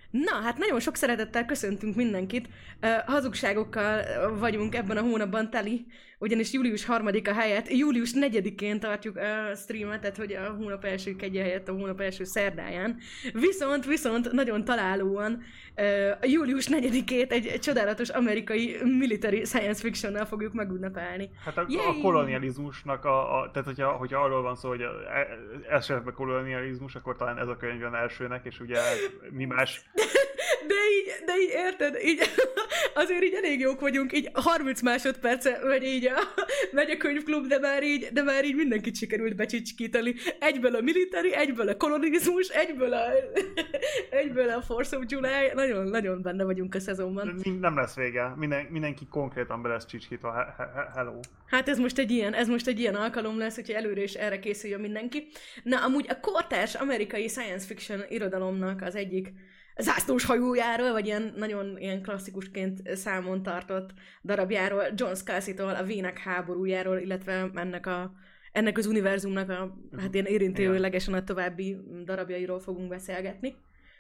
Na, hát nagyon sok szeretettel köszöntünk mindenkit. Hazugságokkal vagyunk ebben a hónapban teli, ugyanis július 3-a helyett július 4-én tartjuk a streamet, tehát hogy a hónap első kedje helyett a hónap első szerdáján. Viszont nagyon találóan a július 4-ét egy csodálatos amerikai military science fictionnel fogjuk megünnepelni. Hát a kolonializmusnak, tehát hogyha arról van szó, hogy esetben kolonializmus, akkor talán ez a könyv jön elsőnek, és ugye mi más... De így érted, így azért így elég jók vagyunk, így 30 másodperce, vagy így megy a könyvklub, de már így mindenkit sikerült becsicskítani. Egyből a military, egyből a kolonizmus, egyből a Force of July, nagyon benne vagyunk a szezonban. Nem lesz vége, mindenki konkrétan be lesz csicskítva, hello. Hát ez most egy ilyen alkalom lesz, úgyhogy előre is erre készüljön mindenki. Na, amúgy a kortárs amerikai science fiction irodalomnak az egyik zászlós hajójáról, vagy nagyon klasszikusként számon tartott darabjáról, John Scalzi-tól, a Vének háborújáról, illetve ennek az univerzumnak hát ilyen érintőlegesen a további darabjairól fogunk beszélgetni.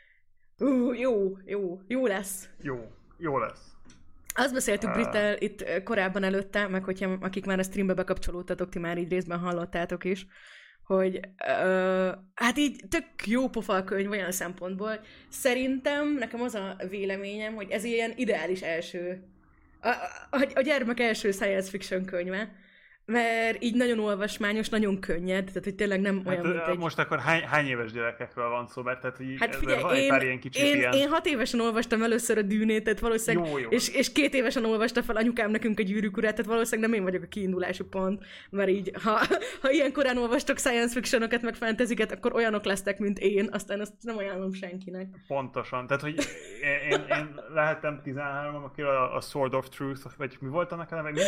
Jó lesz. Jó lesz. Azt beszéltük Brittel itt korábban előtte, meg hogyha akik már a streambe bekapcsolódtatok, ti már így részben hallottátok is, hogy hát így tök jó pofa a könyv olyan szempontból. Szerintem nekem az a véleményem, hogy ez ilyen ideális első, a gyermek első science fiction könyve, mert így nagyon olvasmányos, nagyon könnyed, tehát hogy tényleg nem olyan, hát, mint egy... Most akkor hány éves gyerekekről van szó, mert tehát, hogy hát figyelj, én 6 évesen olvastam először a Dűnét, tehát valószínűleg, jó. És 2 évesen olvasta fel anyukám nekünk a Gyűrűk urát, tehát valószínűleg nem én vagyok a kiindulású pont, mert így, ha ilyen korán olvastok science fictionokat, meg fantasyket, akkor olyanok lesztek, mint én, aztán azt nem ajánlom senkinek. Pontosan, tehát hogy én lehettem 13, akkor a Sword of Truth, vagy mi volt annak a neve?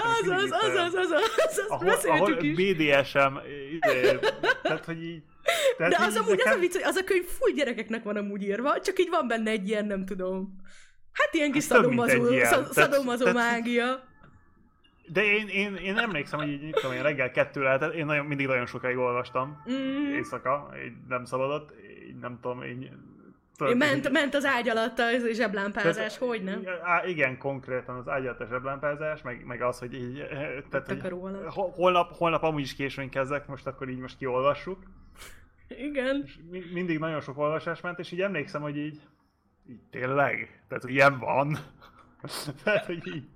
Ahol BDSM, tehát hogy így... De az amúgy az a vicc, hogy az a könyv full gyerekeknek van amúgy írva, csak így van benne egy ilyen, nem tudom. Hát ilyen kis szadomazó mágia. De én emlékszem, hogy így, tudom, én reggel 2 lehetett, én mindig nagyon sokáig olvastam éjszaka, így nem szabadott, így nem tudom, így... Ment az ágy alatt a zseblámpázás, hogy nem? Igen, konkrétan az ágy alatt a zseblámpázás, meg az, hogy így... Tehát, hogy holnap amúgy is későn kezdek, most akkor így most kiolvassuk. Igen. És mindig nagyon sok olvasás ment, és így emlékszem, hogy így tényleg, tehát hogy ilyen van. Tehát, hogy így...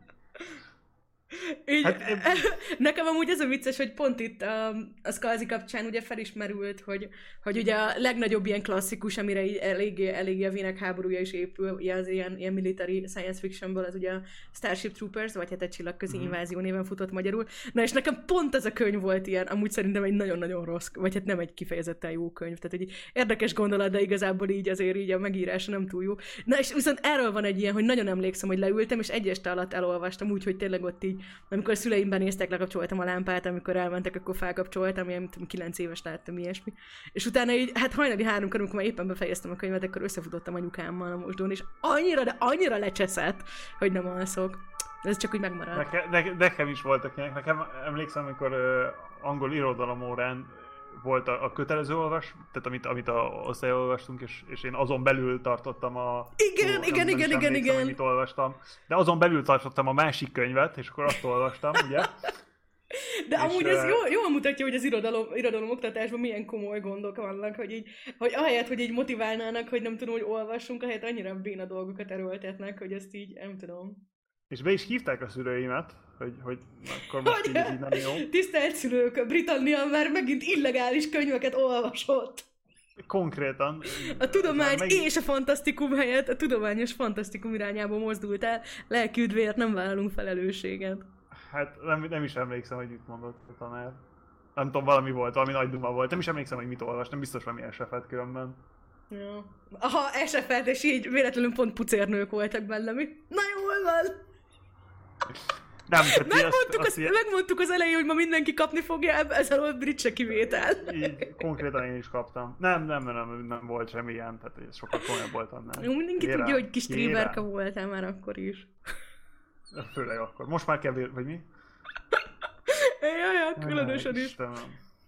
Így, hát, nekem amúgy ez a vicces, hogy pont itt a Scalzi kapcsán ugye felismerült, hogy ugye a legnagyobb ilyen klasszikus, amire eléggé a Vének háborúja is épül, ugye az ilyen military science fictionből, az ugye a Starship Troopers, vagy hát egy csillagközi invázió néven futott magyarul. Na és nekem pont ez a könyv volt ilyen, amúgy szerintem egy nagyon-nagyon rossz, vagy hát nem egy kifejezetten jó könyv, tehát egy érdekes gondolat, de igazából így azért így a megírása nem túl jó. Na és viszont erről van egy ilyen, hogy nagyon emlékszem, hogy leültem, és egy este alatt elolvastam, úgyhogy tényleg ott így, amikor a szüleimben néztek, lekapcsoltam a lámpát, amikor elmentek, akkor felkapcsoltam, ilyen 9 éves láttam ilyesmi. És utána így, hát hajnali 3-kor, amikor már éppen befejeztem a könyvet, akkor összefutottam anyukámmal a mosdón, és annyira lecseszett, hogy nem alszok. Ez csak úgy megmaradt. Nekem is voltak ilyenek. Nekem emlékszem, amikor angol irodalom órán volt a kötelező tehát amit a osztályon olvastunk, és én azon belül tartottam Igen. Amit olvastam. De azon belül tartottam a másik könyvet, és akkor azt olvastam, ugye? De amúgy ez jól mutatja, hogy az irodalom oktatásban milyen komoly gondok vannak, hogy ahelyett, hogy így motiválnának, hogy nem tudom, hogy olvassunk, ahelyett annyira béna dolgokat erőltetnek, hogy ezt így, nem tudom. És be is hívták a szülőimet, hogy akkor most így nem jó. Tisztelt szülők, Britannia már megint illegális könyveket olvasott. Konkrétan. A tudomány és a fantasztikum helyett a tudományos fantasztikum irányába mozdult el. Lelki üdvéért nem vállalunk felelősséget. Hát nem is emlékszem, hogy mit mondott a tanár. Nem tudom, valami nagy duma volt. Nem is emlékszem, hogy mit olvastam. Biztos valami esefet különben. Ja. Aha, esefet, és így véletlenül pont pucérnők voltak benne. Na jól van! Nem, megmondtuk az elején, hogy ma mindenki kapni fogja, ezzel volt brit se kivétel. Így, konkrétan én is kaptam. Nem volt semmi ilyen, tehát ez sokkal komolyabb volt annál. Jó, mindenki tudja, hogy kis streamerka voltál már akkor is. Főleg akkor. Most már kell, vagy mi? Jaj, különösen is.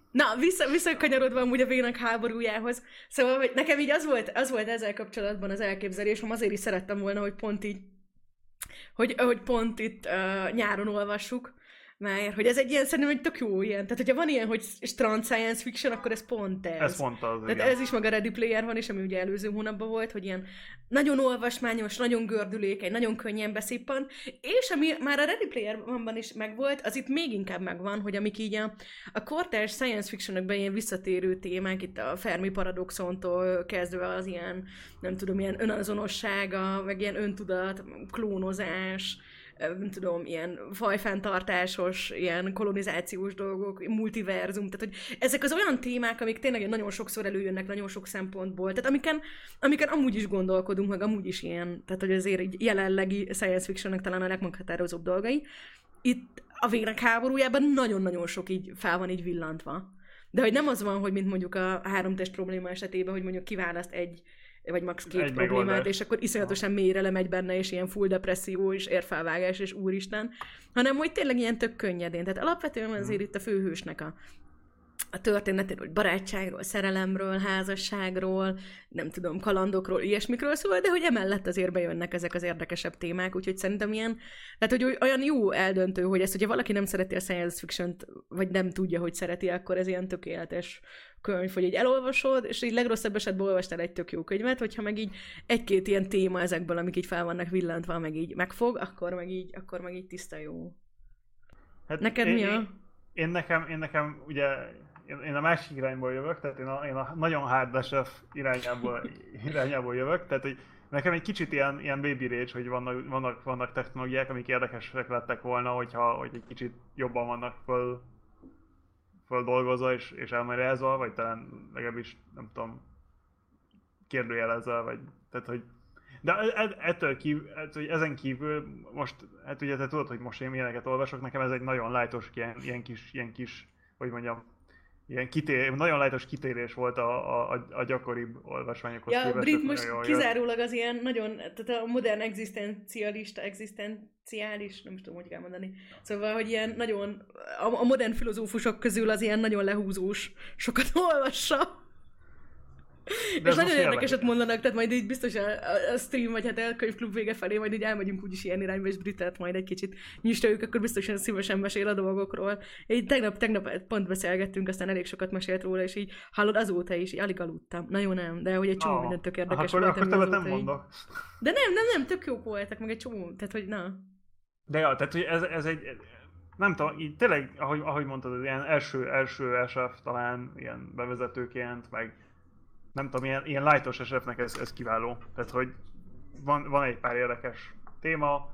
Na, visszakanyarodva amúgy a Vének háborújához. Szóval hogy nekem így az volt ezzel kapcsolatban az elképzelésem, azért is szerettem volna, hogy pont így, hogy pont itt nyáron olvassuk, mert hogy ez egy ilyen, szerintem egy tök jó ilyen. Tehát, hogyha van ilyen, hogy strand science fiction, akkor ez pont ez. Ez pont az, tehát ez is maga a Ready Player van, és ami ugye előző hónapban volt, hogy ilyen nagyon olvasmányos, nagyon gördülékeny, nagyon könnyen beszippan, és ami már a Ready Player One-ban is megvolt, az itt még inkább megvan, hogy amik így a kortárs science fictionokban ilyen visszatérő témák, itt a Fermi paradoxontól kezdve az ilyen, nem tudom, ilyen önazonossága, meg ilyen öntudat, klónozás, nem tudom, ilyen fajfenntartásos, ilyen kolonizációs dolgok, multiverzum, tehát hogy ezek az olyan témák, amik tényleg nagyon sokszor előjönnek, nagyon sok szempontból, tehát amiken amúgy is gondolkodunk, meg amúgy is ilyen, tehát hogy azért egy jelenlegi science fictionnek talán a legmeghatározóbb dolgai. Itt a Vének háborújában nagyon-nagyon sok így fel van így villantva. De hogy nem az van, hogy mint mondjuk a 3 test probléma esetében, hogy mondjuk kiválaszt egy vagy max 2 problémát, és akkor iszonyatosan mélyre lemegy benne, és ilyen full depresszió, és érfelvágás, és úristen, hanem hogy tényleg ilyen tök könnyedén. Tehát alapvetően azért itt a főhősnek a történetéről, barátságról, szerelemről, házasságról, nem tudom, kalandokról, ilyesmikről szól, de hogy emellett azért bejönnek ezek az érdekesebb témák, úgyhogy szerintem ilyen, tehát hogy olyan jó eldöntő, hogy ezt, hogyha valaki nem szereti a science fiction-t, vagy nem tudja, hogy szereti, akkor ez ilyen tökéletes könyv, hogy így elolvasod, és így legrosszabb esetben olvastál egy tök jó könyvet, hogyha meg így egy-két ilyen téma ezekből, amik így fel vannak villantva, meg így megfog, akkor meg így tiszta jó. Hát neked mi a... Én nekem ugye én a másik irányból jövök, tehát én a nagyon hard SF irányából jövök, tehát hogy nekem egy kicsit ilyen baby rage, hogy vannak technológiák, amik érdekesek lettek volna, hogy egy kicsit jobban vannak földolgozva és elmagyarázva, vagy talán legalábbis, nem tudom, kérdőjelezve, vagy tehát hogy... De ettől kívül, hogy ezen kívül most, hát ugye te tudod, hogy most én ilyeneket olvasok, nekem ez egy nagyon lightos, ilyen kis, hogy mondjam, nagyon lightos kitérés volt a gyakoribb olvasmányokhoz képest. Ja, Brit most kizárólag az ilyen nagyon, tehát a modern egzisztenciális, nem is tudom, hogy kell mondani. Szóval, hogy ilyen nagyon, a modern filozófusok közül az ilyen nagyon lehúzós sokat olvassa. És nagyon érdekeset mondanak, tehát majd így biztos a stream, vagy hát a könyvklub vége felé, majd így elmegyünk úgyis ilyen irányba, és Britet majd egy kicsit nyistelők, akkor biztosan szívesen mesél a dolgokról. Így tegnap pont beszélgettünk, aztán elég sokat mesélt róla, és így hallod, azóta is, így alig aludtam. Na jó, nem, de hogy egy csomó mindent tök érdekes volt. Akkor többet nem mondok. De nem, tök jók voltak, meg egy csomó, tehát hogy na. De ja, tehát hogy ez egy, nem tudom, így tényleg, ahogy mondtad, ilyen első SF talán, ilyen bevezetőként, meg nem tudom, ilyen lightos SF-nek ez kiváló. Tehát, hogy van egy pár érdekes téma.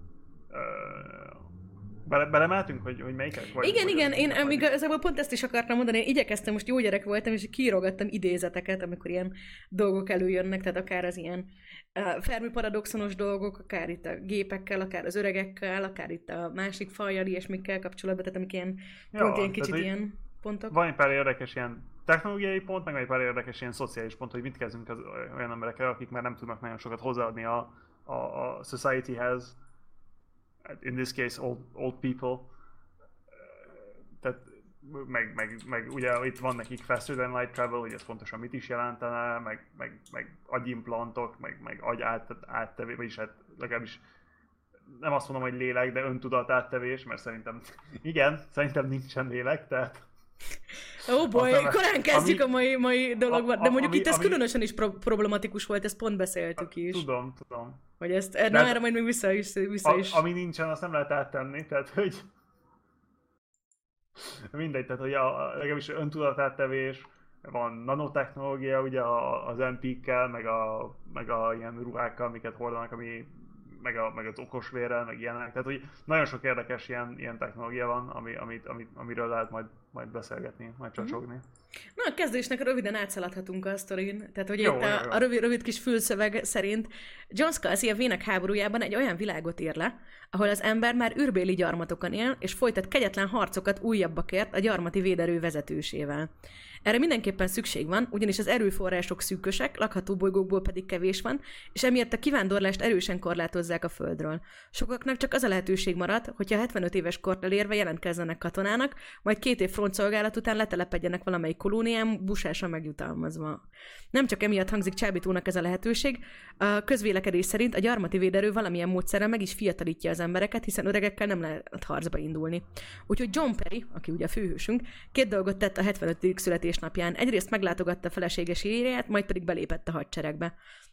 Belemeltünk, hogy melyikek? Igen, én igazából pont ezt is akartam mondani, én igyekeztem, most jó gyerek voltam, és kiírogattam idézeteket, amikor ilyen dolgok előjönnek, tehát akár az ilyen Fermi paradoxonos dolgok, akár itt a gépekkel, akár az öregekkel, akár itt a másik fajjal, ilyesmikkel kapcsolatban, tehát amik ilyen, pont ilyen kicsit ilyen pontok. Van egy pár érdekes ilyen technológiai pont, meg egy pár érdekes ilyen szociális pont, hogy mit kezdünk az olyan emberekkel, akik már nem tudnak nagyon sokat hozzáadni a societyhez. In this case, old people. Tehát, meg ugye itt van nekik faster than light travel, hogy ez pontosan mit is jelentene, meg agyimplantok, meg agy áttevés, vagyis hát legalábbis nem azt mondom, hogy lélek, de öntudat áttevés, mert szerintem nincsen lélek, tehát... Oh boy, korán kezdjük a mai dologban, de mondjuk itt ez különösen is problematikus volt, ezt pont beszéltük is. Tudom. Hogy ezt, erre majd még vissza is. Ami nincsen, azt nem lehet áttenni, tehát hogy... Mindegy, tehát hogy legalábbis öntudatáttevés, van nanotechnológia, ugye az MP-kkel, meg a ilyen ruhákkal, amiket hordanak, meg az okosvérrel, meg ilyenek. Tehát, hogy nagyon sok érdekes ilyen technológia van, amiről lehet majd beszélgetni, majd csacsogni. Na, a kezdésnek röviden átszaladhatunk a sztorin. Tehát, hogy jó, itt a rövid kis fülszöveg szerint John Scalzi a Vének háborújában egy olyan világot ír le, ahol az ember már űrbéli gyarmatokon él, és folytat kegyetlen harcokat újabbakért a gyarmati véderő vezetősével. Erre mindenképpen szükség van, ugyanis az erőforrások szűkösek, lakható bolygókból pedig kevés van, és emiatt a kivándorlást erősen korlátozzák a Földről. Sokaknak csak az a lehetőség marad, hogyha 75 éves kort elérve jelentkezzenek katonának, majd 2 év frontszolgálat után letelepedjenek valamelyik kolónián, busásan megjutalmazva. Nem csak emiatt hangzik csábítónak ez a lehetőség, a közvélekedés szerint a gyarmati véderő valamilyen módszerrel meg is fiatalítja az embereket, hiszen öregekkel nem lehet harcba indulni. Úgyhogy John Perry, aki ugye a főhősünk, 2 dolgot tett a 75. születésnapján. Egyrészt meglátogatta felesége sírját, majd pedig belépett a hadseregbe.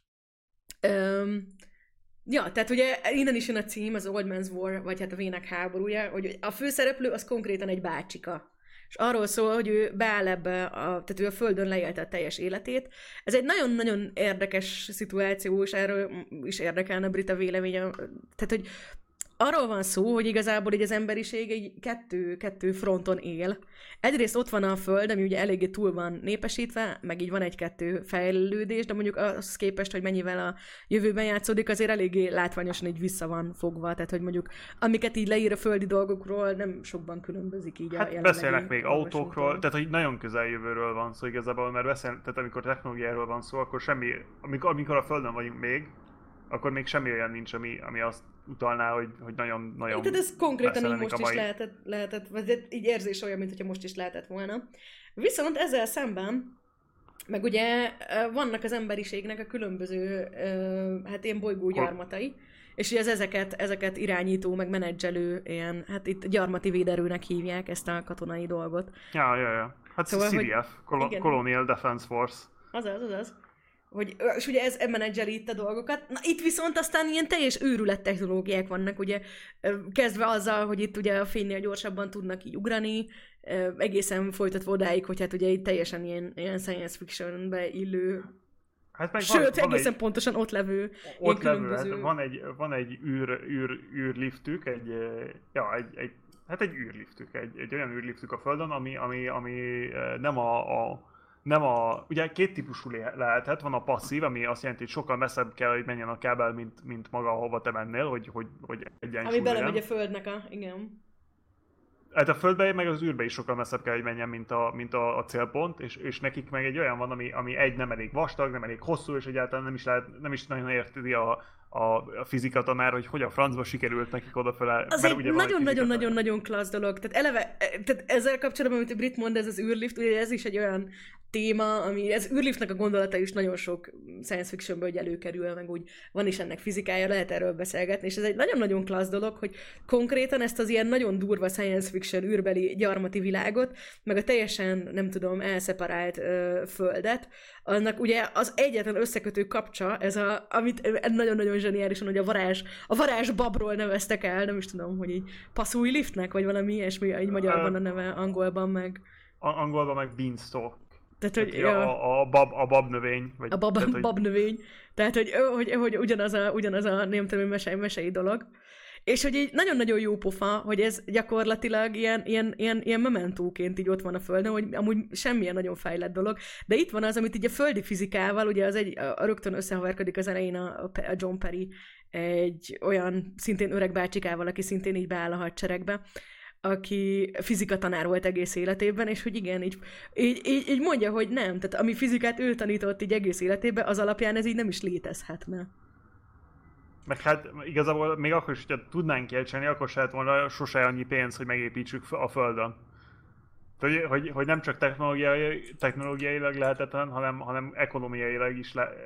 Ja, tehát ugye innen is jön a cím, az Old Man's War, vagy hát a Vének háborúja, hogy a főszereplő az konkrétan egy bácsika. És arról szól, hogy ő beáll ebbe, tehát ő a Földön leélte a teljes életét. Ez egy nagyon-nagyon érdekes szituáció, és erről is érdekelne Brita véleménye. Tehát, hogy arról van szó, hogy igazából így az emberiség egy kettő fronton él. Egyrészt ott van a Föld, ami ugye eléggé túl van népesítve, meg így van egy-kettő fejlődés, de mondjuk az képest, hogy mennyivel a jövőben játszódik, azért eléggé látványosan így vissza van fogva. Tehát, hogy mondjuk amiket így leír a földi dolgokról, nem sokban különbözik így a jelenlegi. Beszélnek még autókról, tehát hogy nagyon közeljövőről van szó igazából, mert tehát amikor technológiáról van szó, akkor semmi, amikor a Földön vagyunk még, akkor még semmi olyan nincs, ami azt utalná, hogy nagyon tehát ez konkrétan így most is lehetett, vagy így érzés olyan, mintha most is lehetett volna. Viszont ezzel szemben, meg ugye vannak az emberiségnek a különböző, hát ilyen bolygógyarmatai, és ugye ezeket irányító, meg menedzselő ilyen, hát itt gyarmati véderőnek hívják ezt a katonai dolgot. Ja. Hát szóval, CDF, Colonial Defense Force. Azaz. És ugye ez menedzseli itt a dolgokat. Na itt viszont aztán ilyen teljes őrület technológiák vannak, ugye kezdve azzal, hogy itt ugye a fénynél gyorsabban tudnak így ugrani, egészen folytatva odáig, hogy hát ugye itt teljesen ilyen science fictionbe illő, sőt, egészen pontosan ott levő. Hát van egy űrliftük, egy űrliftük, egy olyan űrliftük a Földön, ami nem ugye 2 típusú lehetett, van a passzív, ami azt jelenti, hogy sokkal messzebb kell, hogy menjen a kábel, mint maga, ahova te mennél, hogy egyensúly. Ami belemegy a Földnek igen. Hát a Földbe, meg az űrbe is sokkal messzebb kell, hogy menjen, mint a célpont, és nekik meg egy olyan van, ami nem elég vastag, nem elég hosszú, és egyáltalán nem is nagyon érti a fizika tanár, hogy a francba sikerült nekik odafele. Az egy nagyon-nagyon-nagyon klassz dolog. Tehát ezzel kapcsolatban, amit a Brit mond, ez az űrlift, ugye ez is egy olyan téma, ami ez űrliftnek a gondolata is nagyon sok science fictionből hogy előkerül, meg úgy van is ennek fizikája, lehet erről beszélgetni, és ez egy nagyon-nagyon klassz dolog, hogy konkrétan ezt az ilyen nagyon durva science fiction űrbeli gyarmati világot, meg a teljesen, nem tudom, elszeparált Földet, annak ugye az egyetlen összekötő kapcsa, amit nagyon-nagyon zseniálisan, hogy a varázs babról neveztek el, nem is tudom, hogy így passzúj liftnek, vagy valami ilyesmi, így magyarban a neve, angolban meg. Angolban meg beanstalk. Tehát, hogy a babnövény. Vagy, babnövény. Tehát, hogy ugyanaz a nem tudom, mesei dolog. És hogy így nagyon-nagyon jó pofa, hogy ez gyakorlatilag ilyen mementóként így ott van a Földön, hogy amúgy semmilyen nagyon fejlett dolog. De itt van az, amit így a földi fizikával, ugye a rögtön összehaverkodik az elején a John Perry egy olyan szintén öreg bácsikával, aki szintén így beáll a hadseregbe, aki fizikatanár volt egész életében, és hogy igen, így mondja, hogy nem. Tehát ami fizikát ő tanított így egész életében, az alapján ez így nem is létezhetne. Meg hát igazából még akkor is, hogyha tudnánk érteni, akkor se lett volna sose annyi pénz, hogy megépítsük a Földön. Hogy nem csak technológiailag lehetetlen, hanem ekonomiailag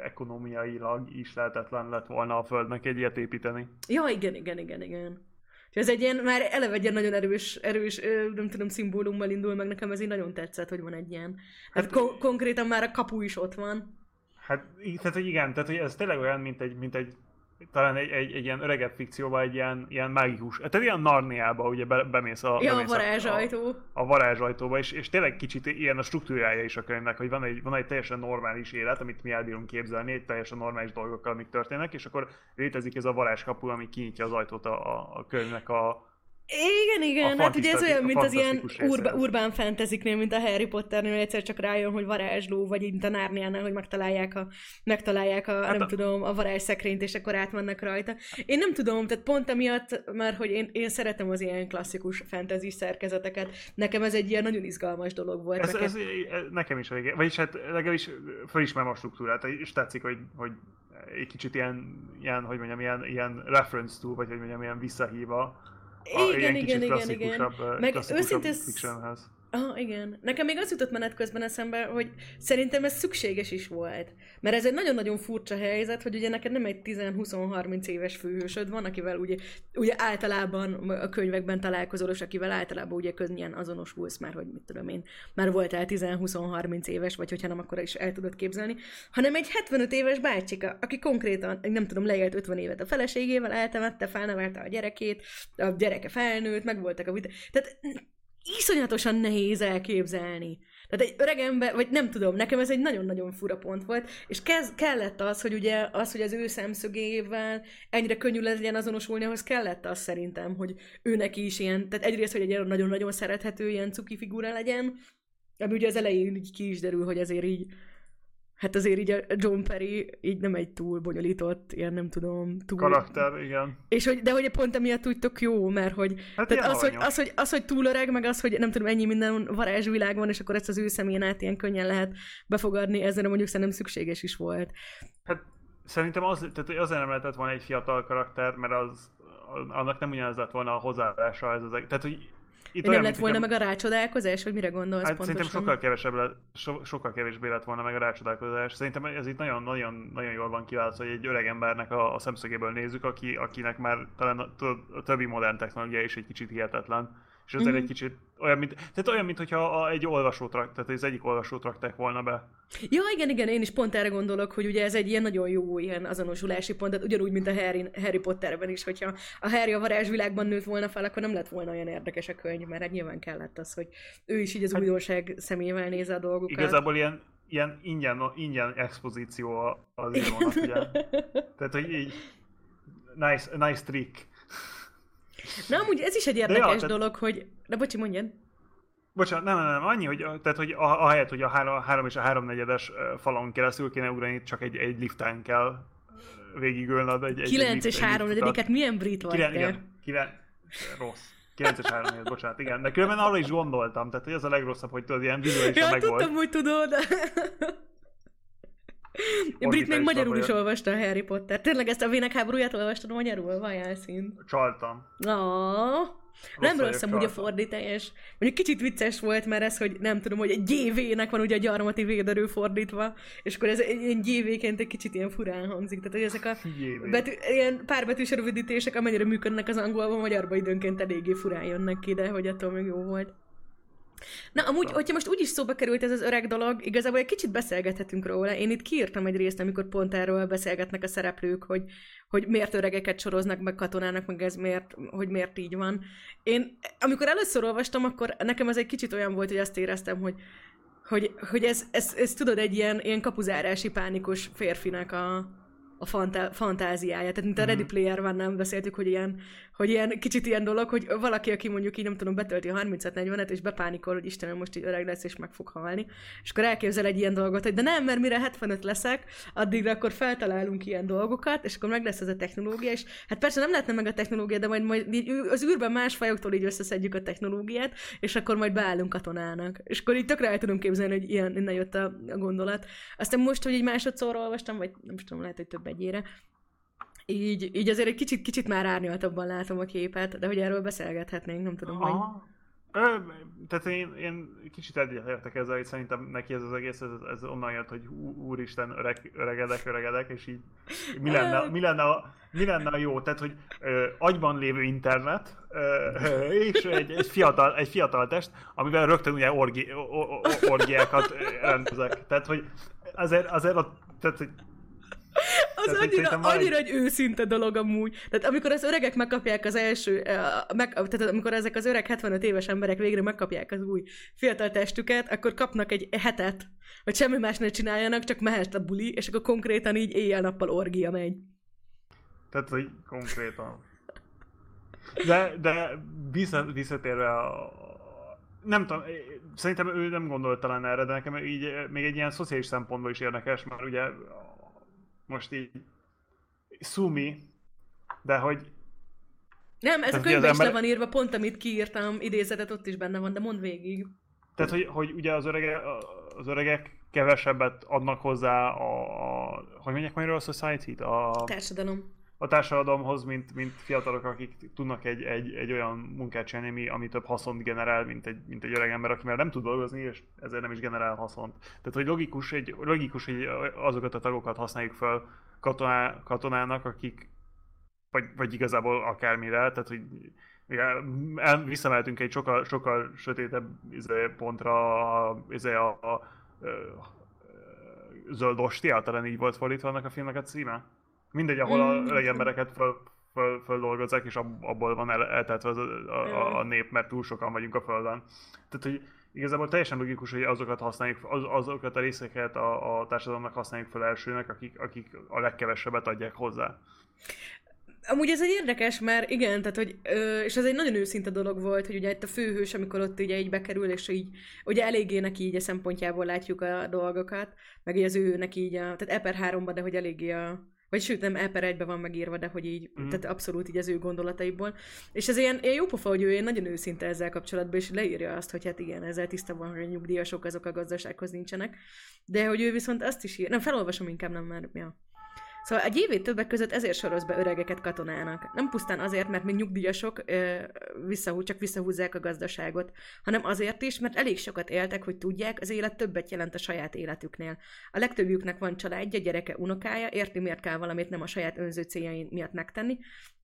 is lehetetlen lett volna a Földnek egy ilyet építeni. Ja, igen. Ez egy ilyen, már eleve egy ilyen nagyon erős, nem tudom, szimbólummal indul meg, nekem ez így nagyon tetszett, hogy van egy ilyen. Hát konkrétan már a kapu is ott van. Hát, tehát hogy igen, tehát hogy ez tényleg olyan, mint egy talán egy ilyen öregebb fikcióban, egy ilyen mágikus, tehát ilyen Narniába ugye bemész a varázsajtó. A varázsajtóba, és tényleg kicsit ilyen a struktúrája is a könyvnek, hogy van egy teljesen normális élet, amit mi elbírunk képzelni, egy teljesen normális dolgokkal, amik történnek, és akkor létezik ez a varázskapu, ami kinyitja az ajtót a könyvnek Igen, hát ugye ez olyan, mint az ilyen urbán fantasy-knél, mint a Harry Potternél, egyszer csak rájön, hogy varázsló, vagy mint a Nárniánál, hogy megtalálják hát nem tudom, a varázsszekrényt, és akkor átmennek rajta. Én nem tudom, tehát pont emiatt, mert hogy én szeretem az ilyen klasszikus fantasy szerkezeteket, nekem ez egy ilyen nagyon izgalmas dolog volt. Ez nekem is elég, vagyis hát legalábbis felismerem a struktúrát, és tetszik, hogy egy kicsit ilyen hogy mondjam, ilyen reference tool, vagy hogy mondjam, ilyen visszahív igen. Meg őszintén Igen. Nekem még az jutott menet közben eszembe, hogy szerintem ez szükséges is volt. Mert ez egy nagyon-nagyon furcsa helyzet, hogy ugye neked nem egy 10-20-30 éves főhősöd van, akivel ugye általában a könyvekben találkozol, és akivel általában ugye könnyen azonosulsz már, hogy mit tudom én, már voltál 10-20-30 éves, vagy hogyha nem, akkor is el tudod képzelni, hanem egy 75 éves bácsika, aki konkrétan, nem tudom, leélt 50 évet a feleségével, eltemette, felnevelte a gyerekét, a gyereke felnőtt, megvoltak a vita. Tehát iszonyatosan nehéz elképzelni. Tehát egy öreg ember, vagy nem tudom, nekem ez egy nagyon-nagyon fura pont volt, és kellett az, hogy ugye hogy az ő szemszögével ennyire könnyű legyen azonosulni, ahhoz kellett az szerintem, hogy ő neki is ilyen, tehát egyrészt, hogy egy nagyon-nagyon szerethető ilyen cuki figura legyen, ami ugye az elején így ki is derül, hogy azért így, hát azért így a John Perry így nem egy túl bonyolított, ilyen nem tudom, túl... Karakter, igen. És hogy, de hogy pont emiatt úgy tök jó, mert hogy, hát tehát az, hogy túl öreg, meg az, hogy nem tudom, ennyi minden varázsvilág van, és akkor ezt az ő szemén át ilyen könnyen lehet befogadni, ezzel mondjuk szerintem szükséges is volt. Hát szerintem tehát azért nem lehetett volna egy fiatal karakter, mert annak nem ugyanaz lett volna a hozzáállása ez az egész. Tehát, hogy itt nem lett volna meg a rácsodálkozás, hogy mire gondolsz hát pontosan? Szerintem sokkal kevésbé lett volna meg a rácsodálkozás. Szerintem ez itt nagyon jól van kiválasztva, hogy egy öreg embernek a szemszögéből nézzük, akinek már talán a többi modern technológia is egy kicsit hihetetlen. És azért egy kicsit olyan, mintha egy olvasótrakt, tehát az egyik olvasót rakták volna be. Ja, igen, én is pont erre gondolok, hogy ugye ez egy ilyen nagyon jó ilyen azonosulási pont, tehát ugyanúgy, mint a Harry Potterben is, hogyha a Harry a varázsvilágban nőtt volna fel, akkor nem lett volna olyan érdekes a könyv, mert hát nyilván kellett az, hogy ő is így az újdonság szemével nézze a dolgokat. Igazából ilyen ingyen expozíció az írónak, ugye. Tehát, hogy így nice trick. Na, amúgy ez is egy érdekes dolog, hogy... De bocsi, mondjad. Bocsánat, nem, annyi, hogy, tehát, hogy ahelyett, hogy a 3 és a 3/4-es falon keresztül kéne ugrani, csak egy liften kell végigülnöd. 9 és 3/4-et milyen brit vagy te? Rossz. 9 és 3/4, bocsánat, igen. De különben arra is gondoltam, tehát hogy ez a legrosszabb, hogy tudod, ilyen vizuálisan megvolt. Ja, tudtam, hogy tudod. Brit még magyarul is olvasta a Harry Potter. Tényleg ezt a Vének háborúját olvastad magyarul? Vajjál szín. Csaltam. Nem rossz amúgy a fordítás. Mondjuk kicsit vicces volt, mert ez, hogy nem tudom, hogy egy GV-nek van ugye a gyarmati véderő fordítva, és akkor ez egy GV-ként egy kicsit ilyen furán hangzik. Tehát, hogy ezek a ilyen párbetűs rövidítések, amennyire működnek az angolban, magyarban időnként eléggé furán jönnek ki, de hogy attól még jó volt. Na, amúgy, hogyha most úgyis szóba került ez az öreg dolog, igazából egy kicsit beszélgethetünk róla. Én itt kiírtam egy részt, amikor pont erről beszélgetnek a szereplők, hogy miért öregeket soroznak meg katonának, meg ez miért így van. Én, amikor először olvastam, akkor nekem ez egy kicsit olyan volt, hogy azt éreztem, hogy ez tudod, egy ilyen kapuzárási pánikos férfinak a fantáziája. Tehát mint a Ready Player One-nál beszéltük, hogy ilyen kicsit ilyen dolog, hogy valaki, aki mondjuk így nem tudom, betölti a 30-40-et, és bepánikol, hogy Istenem, most így öreg lesz, és meg fog halni. És akkor elképzel egy ilyen dolgot, hogy de nem, mert mire 75 leszek, addigra akkor feltalálunk ilyen dolgokat, és akkor meg lesz ez a technológia, és hát persze nem lehetne meg a technológia, de majd így az űrben más fajoktól így összeszedjük a technológiát, és akkor majd beállunk katonának. És akkor így tökre el tudom képzelni, hogy innen jött a gondolat. Aztán most, hogy így másodszor olvastam, vagy nem tudom, lehet, hogy több egyére, így azért egy kicsit már árnyaltabban látom a képet, de hogy erről beszélgethetnénk, nem tudom, hogy... Tehát én kicsit egyetértek ezzel, hogy szerintem neki ez az egész, ez onnan jött, hogy úristen, öregedek, és így mi lenne a jó? Tehát, hogy agyban lévő internet, és egy fiatal test, amivel rögtön ugye orgiákat rendezek. Tehát, hogy azért tehát, hogy az annyira egy őszinte dolog amúgy. Tehát amikor az öregek megkapják az első, tehát amikor ezek az öreg 75 éves emberek végre megkapják az új fiatal testüket, akkor kapnak egy hetet, hogy semmi más ne csináljanak, csak mehet a buli, és akkor konkrétan így éjjel-nappal orgia megy. Tehát, hogy konkrétan. De visszatérve nem tudom, szerintem ő nem gondolt talán erre, de nekem így még egy ilyen szociális szempontból is érdekes, mert ugye most így Sumi, de hogy... Nem, ez a könyvben is le van írva, pont amit kiírtam, idézetet ott is benne van, de mondd végig. Tehát, hogy ugye az öregek kevesebbet adnak hozzá hogy mondják magyarul a society-t? Társadalom. a társadalomhoz, mint fiatalok, akik tudnak egy olyan munkát csinálni, ami több haszont generál, mint egy öreg ember, aki már nem tud dolgozni, és ezért nem is generál haszont. Tehát, hogy logikus, hogy azokat a tagokat használjuk fel katonának, akik vagy igazából akármire, tehát, hogy visszamehetünk egy sokkal sötétebb pontra, a zöld ostia, talán így volt fordítva annak a filmnek a címe. Mindegy, ahol a öreg embereket földolgozzák, és abból van elteltve a nép, mert túl sokan vagyunk a földön. Tehát, hogy igazából teljesen logikus, hogy azokat használjuk, azokat a részeket a társadalomnak használjuk fel elsőnek, akik a legkevesebbet adják hozzá. Amúgy ez egy érdekes, mert igen, tehát hogy, és ez egy nagyon őszinte dolog volt, hogy ugye itt a főhős, amikor ott ugye így bekerül, és így, ugye eléggé neki így a szempontjából látjuk a dolgokat, meg így az ő neki így tehát Eper 3-ban, de hogy eléggé vagy sőt nem Eper 1-ben van megírva, de hogy így, tehát abszolút így az ő gondolataiból. És ez ilyen jó pofa, hogy ő ilyen nagyon őszinte ezzel kapcsolatban, és leírja azt, hogy hát igen, ezzel tisztában, hogy a nyugdíjasok azok a gazdasághoz nincsenek. De hogy ő viszont azt is ír, nem, felolvasom inkább, nem már, ja. Szóval egy évét többek között ezért soroz be öregeket katonának. Nem pusztán azért, mert még nyugdíjasok csak visszahúzzák a gazdaságot, hanem azért is, mert elég sokat éltek, hogy tudják, az élet többet jelent a saját életüknél. A legtöbbjüknek van családja, gyereke, unokája, érti, miért kell valamit nem a saját önző céljain miatt megtenni.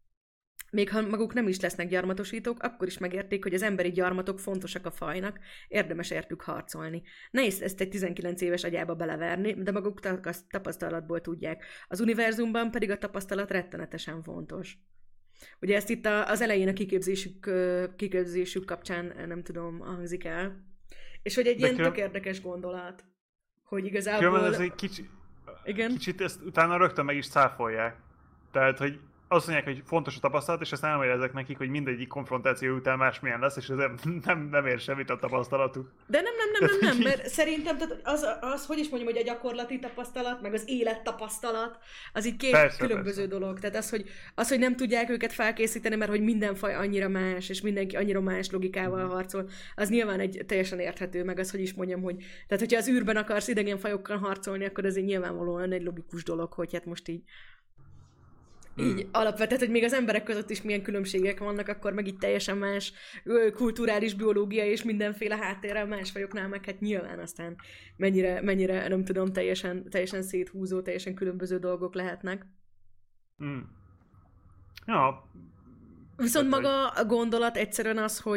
Még ha maguk nem is lesznek gyarmatosítók, akkor is megérték, hogy az emberi gyarmatok fontosak a fajnak, érdemes értük harcolni. Nehéz ezt egy 19 éves agyába beleverni, de maguk tapasztalatból tudják. Az univerzumban pedig a tapasztalat rettenetesen fontos. Ugye ezt itt az elején a kiképzésük kapcsán nem tudom, hangzik el. És hogy egy ilyen tök érdekes gondolat, hogy igazából... Ez egy kicsit ezt utána rögtön meg is cáfolják. Tehát, hogy azt mondják, hogy fontos a tapasztalat, és aztán elmagyarázok nekik, hogy mindegyik konfrontáció után másmilyen lesz, és ezért nem ér semmit a tapasztalatuk. De nem, mert szerintem tehát az, hogy is mondjam, hogy a gyakorlati tapasztalat, meg az élettapasztalat, az így két különböző dolog. Tehát az, hogy nem tudják őket felkészíteni, mert hogy minden faj annyira más, és mindenki annyira más logikával harcol, az nyilván egy teljesen érthető, meg az, hogy is mondjam, hogy tehát hogyha az űrben akarsz idegen fajokkal harcolni, akkor ez egy nyilvánvalóan egy logikus dolog, hogy hát most így alapvetően, hogy még az emberek között is milyen különbségek vannak, akkor meg így teljesen más kulturális, biológia és mindenféle háttérrel más fajoknál, meg hát nyilván aztán mennyire nem tudom, teljesen széthúzó, teljesen különböző dolgok lehetnek. Ja. Viszont maga a gondolat egyszerűen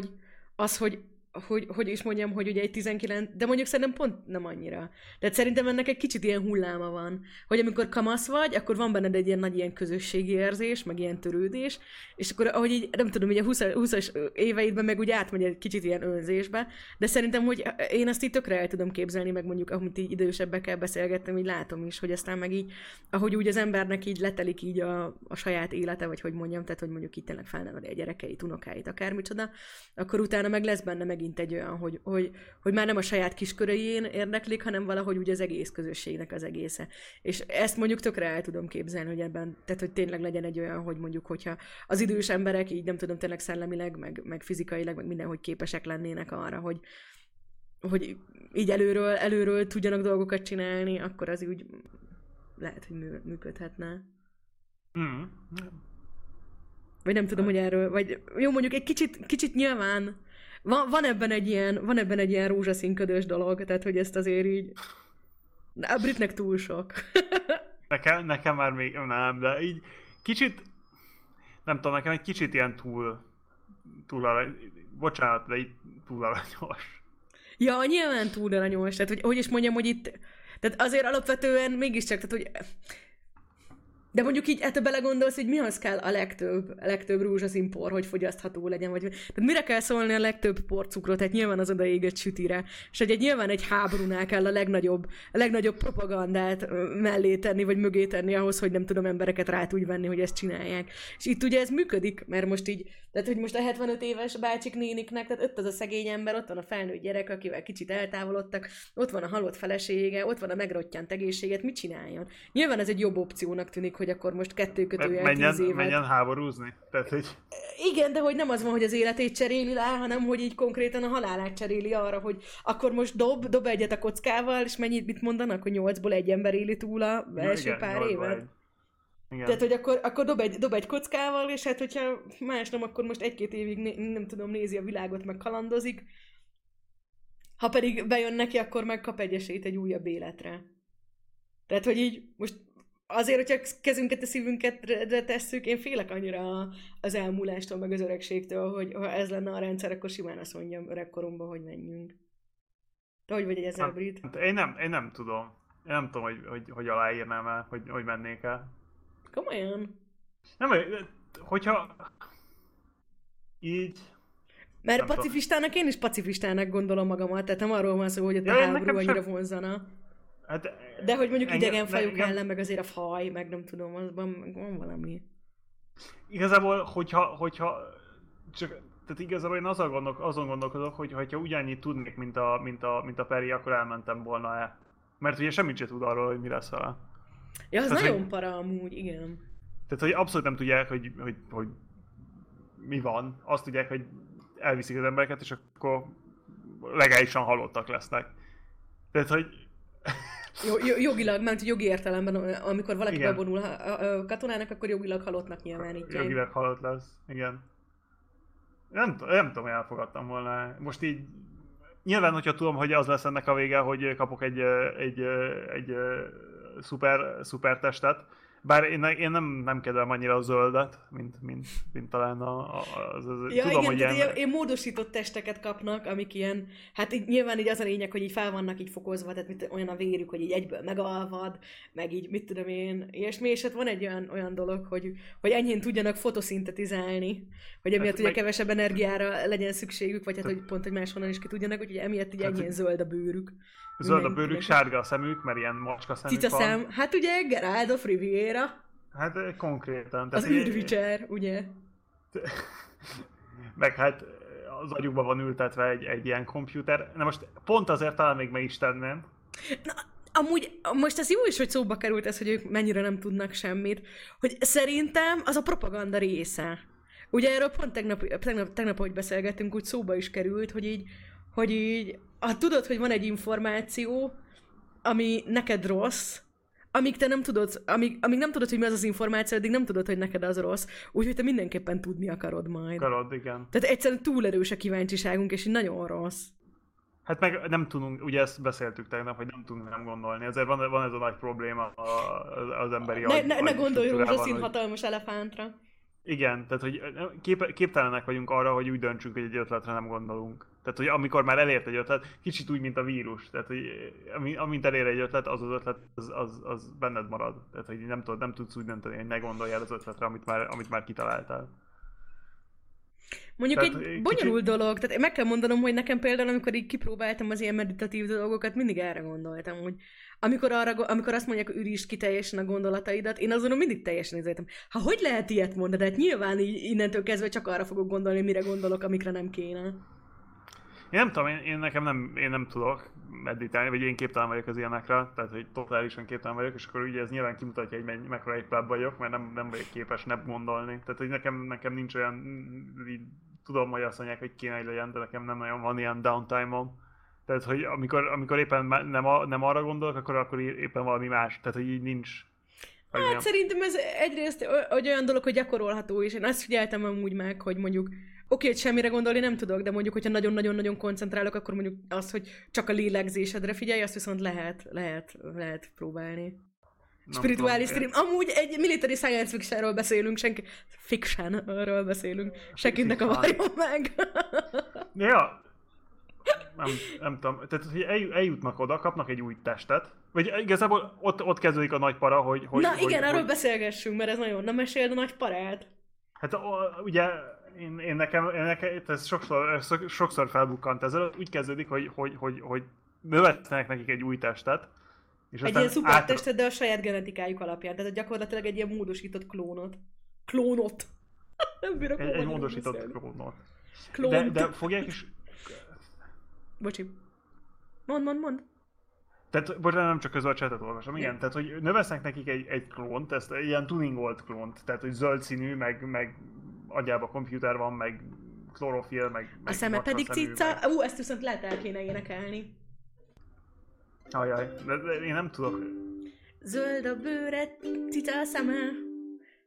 hogy is mondjam, hogy ugye egy 19, de mondjuk szerintem pont nem annyira. Tehát szerintem ennek egy kicsit ilyen hulláma van, hogy amikor kamasz vagy, akkor van benned egy ilyen nagy ilyen közösségi érzés, meg ilyen törődés, és akkor ahogy így, nem tudom, ugye 20-as éveidben meg úgy átmegy egy kicsit ilyen önzésbe, de szerintem, hogy én ezt így tökre el tudom képzelni, meg mondjuk, ahogy így idősebbekkel beszélgettem, így látom is, hogy aztán meg így, ahogy úgy az embernek így letelik így a saját élete, vagy hogy mondjam, tehát hogy mondjuk így tényleg felneveli a gyerekeit, unokáit, akármicsoda, akkor utána meg lesz benne megint egy olyan, hogy már nem a saját kisköröjén érdeklik, hanem valahogy úgy az egész közösségnek az egésze. És ezt mondjuk tökre el tudom képzelni, hogy ebben, tehát hogy tényleg legyen egy olyan, hogy mondjuk, hogyha az idős emberek így nem tudom, tényleg szellemileg, meg fizikailag, meg mindenhogy képesek lennének arra, hogy így előről tudjanak dolgokat csinálni, akkor az úgy lehet, hogy működhetne. Vagy nem tudom, hogy erről, vagy jó, mondjuk egy kicsit nyilván van ebben egy ilyen rózsaszínködös dolog, tehát hogy ezt azért így... A Britnek túl sok. nekem már még nem, de így kicsit... Nem tudom, nekem egy kicsit ilyen túl arany... Bocsánat, de így túl aranyos. Ja, nyilván túl aranyos, tehát hogy is mondjam, hogy itt... Tehát azért alapvetően mégiscsak, tehát hogy... De mondjuk így ettől belegondolsz, hogy mihoz kell a legtöbb rózsaszín por, hogy fogyasztható legyen, vagy... Tehát mire kell szólni a legtöbb porcukrot? Tehát nyilván az odaégett sütire. És nyilván egy háborúnál kell a legnagyobb propagandát mellé tenni, vagy mögé tenni ahhoz, hogy nem tudom, embereket rá tudj venni, hogy ezt csinálják. És itt ugye ez működik, mert most így, tehát hogy most a 75 éves bácsik néniknek, tehát ott az a szegény ember, ott van a felnőtt gyerek, akivel kicsit eltávolodtak, ott van a halott felesége, ott van a megrottyant egészséget, mit csináljon? Nyilván ez egy jobb opciónak tűnik, hogy akkor most 2 kötőjel 10 évet. Menjen háborúzni? Tehát, hogy... Igen, de hogy nem az van, hogy az életét cseréli le, hanem hogy így konkrétan a halálát cseréli arra, hogy akkor most dob egyet a kockával, és mit mondanak, hogy 8-ból 1 ember éli túl a első pár évet? Igen. Tehát, hogy akkor dob egy kockával, és hát, hogyha más nem, akkor most 1-2 évig nem tudom, nézi a világot, meg kalandozik. Ha pedig bejön neki, akkor meg kap egy esélyt egy újabb életre. Tehát, hogy így most azért, hogyha kezünket a szívünket tesszük, én félek annyira az elmúlástól, meg az öregségtől, hogy ha ez lenne a rendszer, akkor simán azt mondjam öregkoromban, hogy menjünk. Te hogy vagy ezzel, Brit? Én nem tudom. Én nem tudom, hogy aláírnám el, hogy mennék el. Komolyan? Nem, hogyha így... Mert nem pacifistának én is pacifistának gondolom magamat, tehát nem arról van szó, hogy ott a háború annyira vonzana. Hát, de hogy mondjuk idegen fajok ellen, meg azért a faj, meg nem tudom, azban van valami. Igazából, hogyha csak, tehát igazából én azon gondolkodok, hogy ha ugyannyit tudnék, mint a Peri, akkor elmentem volna el. Mert ugye semmit sem tud arról, hogy mi lesz vele. Ja, az tehát, nagyon para amúgy, igen. Tehát, hogy abszolút nem tudják, hogy mi van. Azt tudják, hogy elviszik az embereket, és akkor legálisan halottak lesznek. Tehát, hogy... Jogilag, mert jogi értelemben, amikor valaki bevonul katonának, akkor jogilag halottnak nyilvánítják. Jogilag halott lesz, igen. Nem tudom, hogy elfogadtam volna. Most így... Nyilván, hogyha tudom, hogy az lesz ennek a vége, hogy kapok egy szuper testet. Bár én nem kedvelem annyira a zöldet, mint talán ja, tudom, igen, hogy ilyen módosított testeket kapnak, amik ilyen, hát így, nyilván így az a lényeg, hogy így fel vannak így fokozva, tehát olyan a vérük, hogy így egyből megalvad, meg így mit tudom én, ilyesmi, és hát van egy olyan dolog, hogy enyhén tudjanak fotoszintetizálni, hogy emiatt ugye kevesebb energiára legyen szükségük, vagy hát hogy pont, hogy máshonnan is ki tudjanak, úgyhogy emiatt így enyhén zöld a bőrük. Zöld a bőrük, sárga a szemük, mert ilyen macska szemük van. Cicaszem, hát ugye Geralt of Riviera. Hát konkrétan. Az űrvicser, ugye? Meg hát az agyukba van ültetve egy ilyen komputer. Na most pont azért talán még meg is tenném. Na, amúgy most ez jó is, hogy szóba került ez, hogy ők mennyire nem tudnak semmit. Hogy szerintem az a propaganda része. Ugye erről pont tegnap ahogy beszélgettünk, úgy szóba is került, hogy így ha tudod, hogy van egy információ, ami neked rossz, amíg te nem tudod, amíg nem tudod, hogy mi az az információ, addig nem tudod, hogy neked az rossz, úgyhogy te mindenképpen tudni akarod majd. Igen. Tehát egyszerűen túl erős a kíváncsiságunk, és így nagyon rossz. Hát meg nem tudunk, ugye ezt beszéltük tegnap, hogy nem tudunk nem gondolni, ezért van ez a nagy probléma az emberi Ne gondolj rózsaszín hatalmas elefántra. Igen, tehát hogy képtelenek vagyunk arra, hogy úgy döntsünk, hogy egy ötletre nem gondolunk. Tehát, hogy amikor már elért egy ötlet, kicsit úgy, mint a vírus. Tehát, hogy amint elér egy ötlet, az ötlet, az benned marad. Tehát, hogy nem tudsz úgy dönteni, hogy ne gondoljál az ötletre, amit már kitaláltál. Mondjuk tehát egy bonyolult dolog, tehát meg kell mondanom, hogy nekem például, amikor így kipróbáltam az ilyen meditatív dolgokat, mindig erre gondoltam, hogy amikor azt mondják, hogy ürítsd ki teljesen a gondolataidat, én azon mindig teljesen izéltem. Ha hogy lehet ilyet mondani? Hát nyilván innentől kezdve csak arra fogok gondolni, mire gondolok, amikre nem kéne. Én nem tudom, én nem tudok meditálni, vagy én képtelen vagyok az ilyenekre, tehát hogy totálisan képtelen vagyok, és akkor ugye ez nyilván kimutatja, hogy mekkora egy pleb vagyok, mert nem vagyok képes nem gondolni. Tehát hogy nekem nincs olyan, így, tudom, hogy azt mondják, hogy kéne, hogy legyen, de nekem nem nagyon van ilyen downtime-om. Tehát, hogy amikor éppen nem arra gondolok, akkor éppen valami más. Tehát, hogy így nincs. Hát szerintem ez egyrészt olyan dolog, hogy gyakorolható is. Én azt figyeltem amúgy meg, hogy mondjuk oké, hogy semmire gondolni nem tudok, de mondjuk, hogyha nagyon-nagyon-nagyon koncentrálok, akkor mondjuk azt, hogy csak a lélegzésedre figyelj, azt viszont lehet próbálni. Spirituális stream. Amúgy egy military science fictionről beszélünk, fictionről beszélünk. Senkinek a várjon meg. Ja. Nem tudom, tehát hogy eljutnak oda, kapnak egy új testet, vagy igazából ott kezdődik a nagy para, hogy... Na igen, arról beszélgessünk, mert ez nagyon... Na meséld a nagy parát. Hát ugye én nekem ez sokszor felbukkant ezzel, úgy kezdődik, hogy növesztenek nekik egy új testet, és egy ilyen szupertestet, de a saját genetikájuk alapján, tehát gyakorlatilag egy ilyen módosított klónot. Nem bírok egy módosított klónot. De fogják is... Bocsi. Mond. Tehát, bocsánat, nem csak közben a chatet olvasom, igen, tehát, hogy növesznek nekik egy klónt, ezt ilyen tuningolt klónt, tehát, hogy zöld színű, meg agyában komputer van, meg klorofil, meg a szeme pedig cica, ezt viszont lehet el kéne énekelni. Ajaj, de én nem tudok. Zöld a bőre, cica a szeme.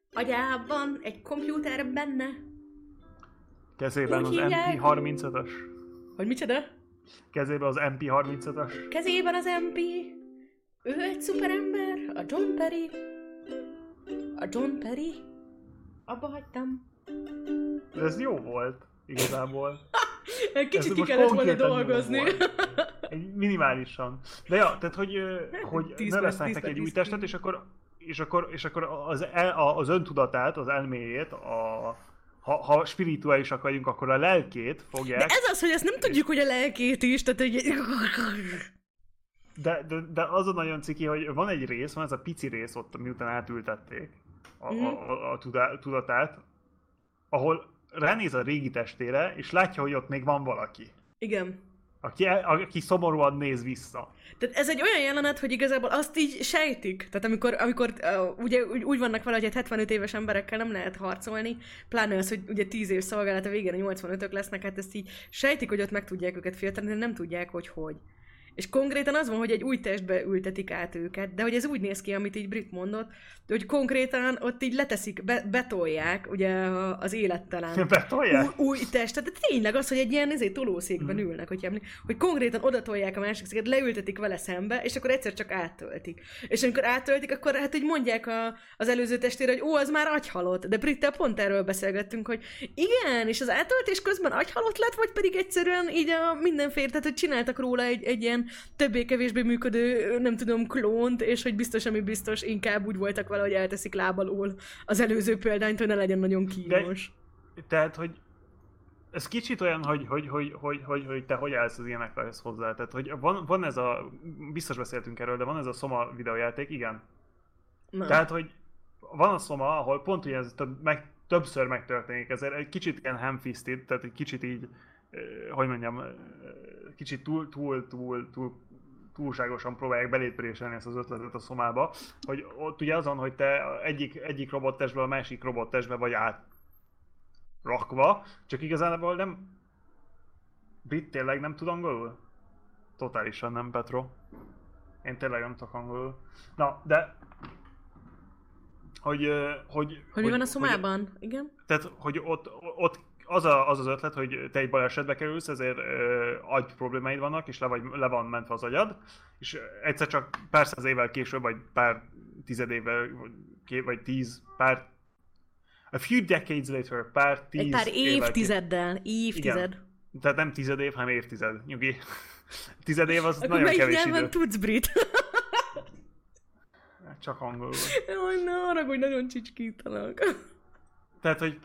agyában egy kompjúter benne. Kezében az MP35-ös. Hogy micsoda? Kezében az MP35-ös. Kezében az MP. Ő egy szuperember, a John Perry. A John Perry. Abba hagytam. De ez jó volt, igazából. Kicsit ki kellett volna dolgozni. Minimálisan. De ja, tehát hogy ne vesznek egy új testet, és akkor az öntudatát, az elméjét, ha spirituálisak vagyunk, akkor a lelkét fogják. De ez az, hogy ezt nem tudjuk, hogy a lelkét is, tehát hogy... De az a nagyon ciki, hogy van egy rész, van ez a pici rész ott, miután átültették a tudatát, ahol ránéz a régi testére, és látja, hogy ott még van valaki. Igen. Aki szomorúan néz vissza. Tehát ez egy olyan jelenet, hogy igazából azt így sejtik. Tehát amikor ugye úgy vannak vele, hogy egy 75 éves emberekkel nem lehet harcolni, pláne az, hogy ugye 10 év szolgálat a végén a 85-ök lesznek, hát ezt így sejtik, hogy ott meg tudják őket fiatalítani, de nem tudják, hogy. És konkrétan az van, hogy egy új testbe ültetik át őket, de hogy ez úgy néz ki, amit így Brit mondott, hogy konkrétan ott így leteszik, betolják ugye az élettelen új testet. De tényleg az, hogy egy ilyen tolószékben ülnek, hogy konkrétan oda tolják a másik széket, leültetik vele szembe, és akkor egyszer csak áttöltik. És amikor áttöltik, akkor hát úgy mondják az előző testére, hogy az már agyhalott. De Brittel pont erről beszélgettünk, hogy igen, és az áttöltés közben agyhalott lett, vagy pedig egyszerűen így mindenféle, tehát hogy csináltak róla egy ilyen többé-kevésbé működő, nem tudom, klónt, és hogy biztos, ami biztos, inkább úgy voltak vele, hogy elteszik lábalól az előző példányt, hogy ne legyen nagyon kínos. Tehát, hogy ez kicsit olyan, hogy te hogy állsz az ilyenekhez hozzá. Tehát, hogy van ez a, biztos beszéltünk erről, de van ez a Soma videójáték, igen. Na. Tehát, hogy van a Soma, ahol pont ugye ez többször megtörténik, ezért egy kicsit ilyen ham-fisted, tehát egy kicsit így, hogy mondjam, kicsit túlságosan próbálják belépréselni ezt az ötletet a Szomába, hogy ott ugye azon, hogy te egyik robottestből a másik robottestbe vagy átrakva, csak igazából nem... Brit tényleg nem tud angolul? Totálisan nem, Petro. Én tényleg nem tudok angolul. Na, de... Hogy mi van a Szomában? Igen? Tehát, hogy ott az az ötlet, hogy te egy balesetbe kerülsz, ezért agy problémáid vannak, és le van mentve az agyad, és egyszer csak pár száz évvel később, vagy pár tized évvel, vagy a few decades later, egy pár évtizeddel, évtized. Igen. Tehát nem tized év, hanem évtized, nyugi. 10 év az akkor nagyon kevés idő. Akkor melyik nyelven tudsz, Brit? Csak angolul. Jaj, ne haragudj, nagyon csicskítanak. Tehát, hogy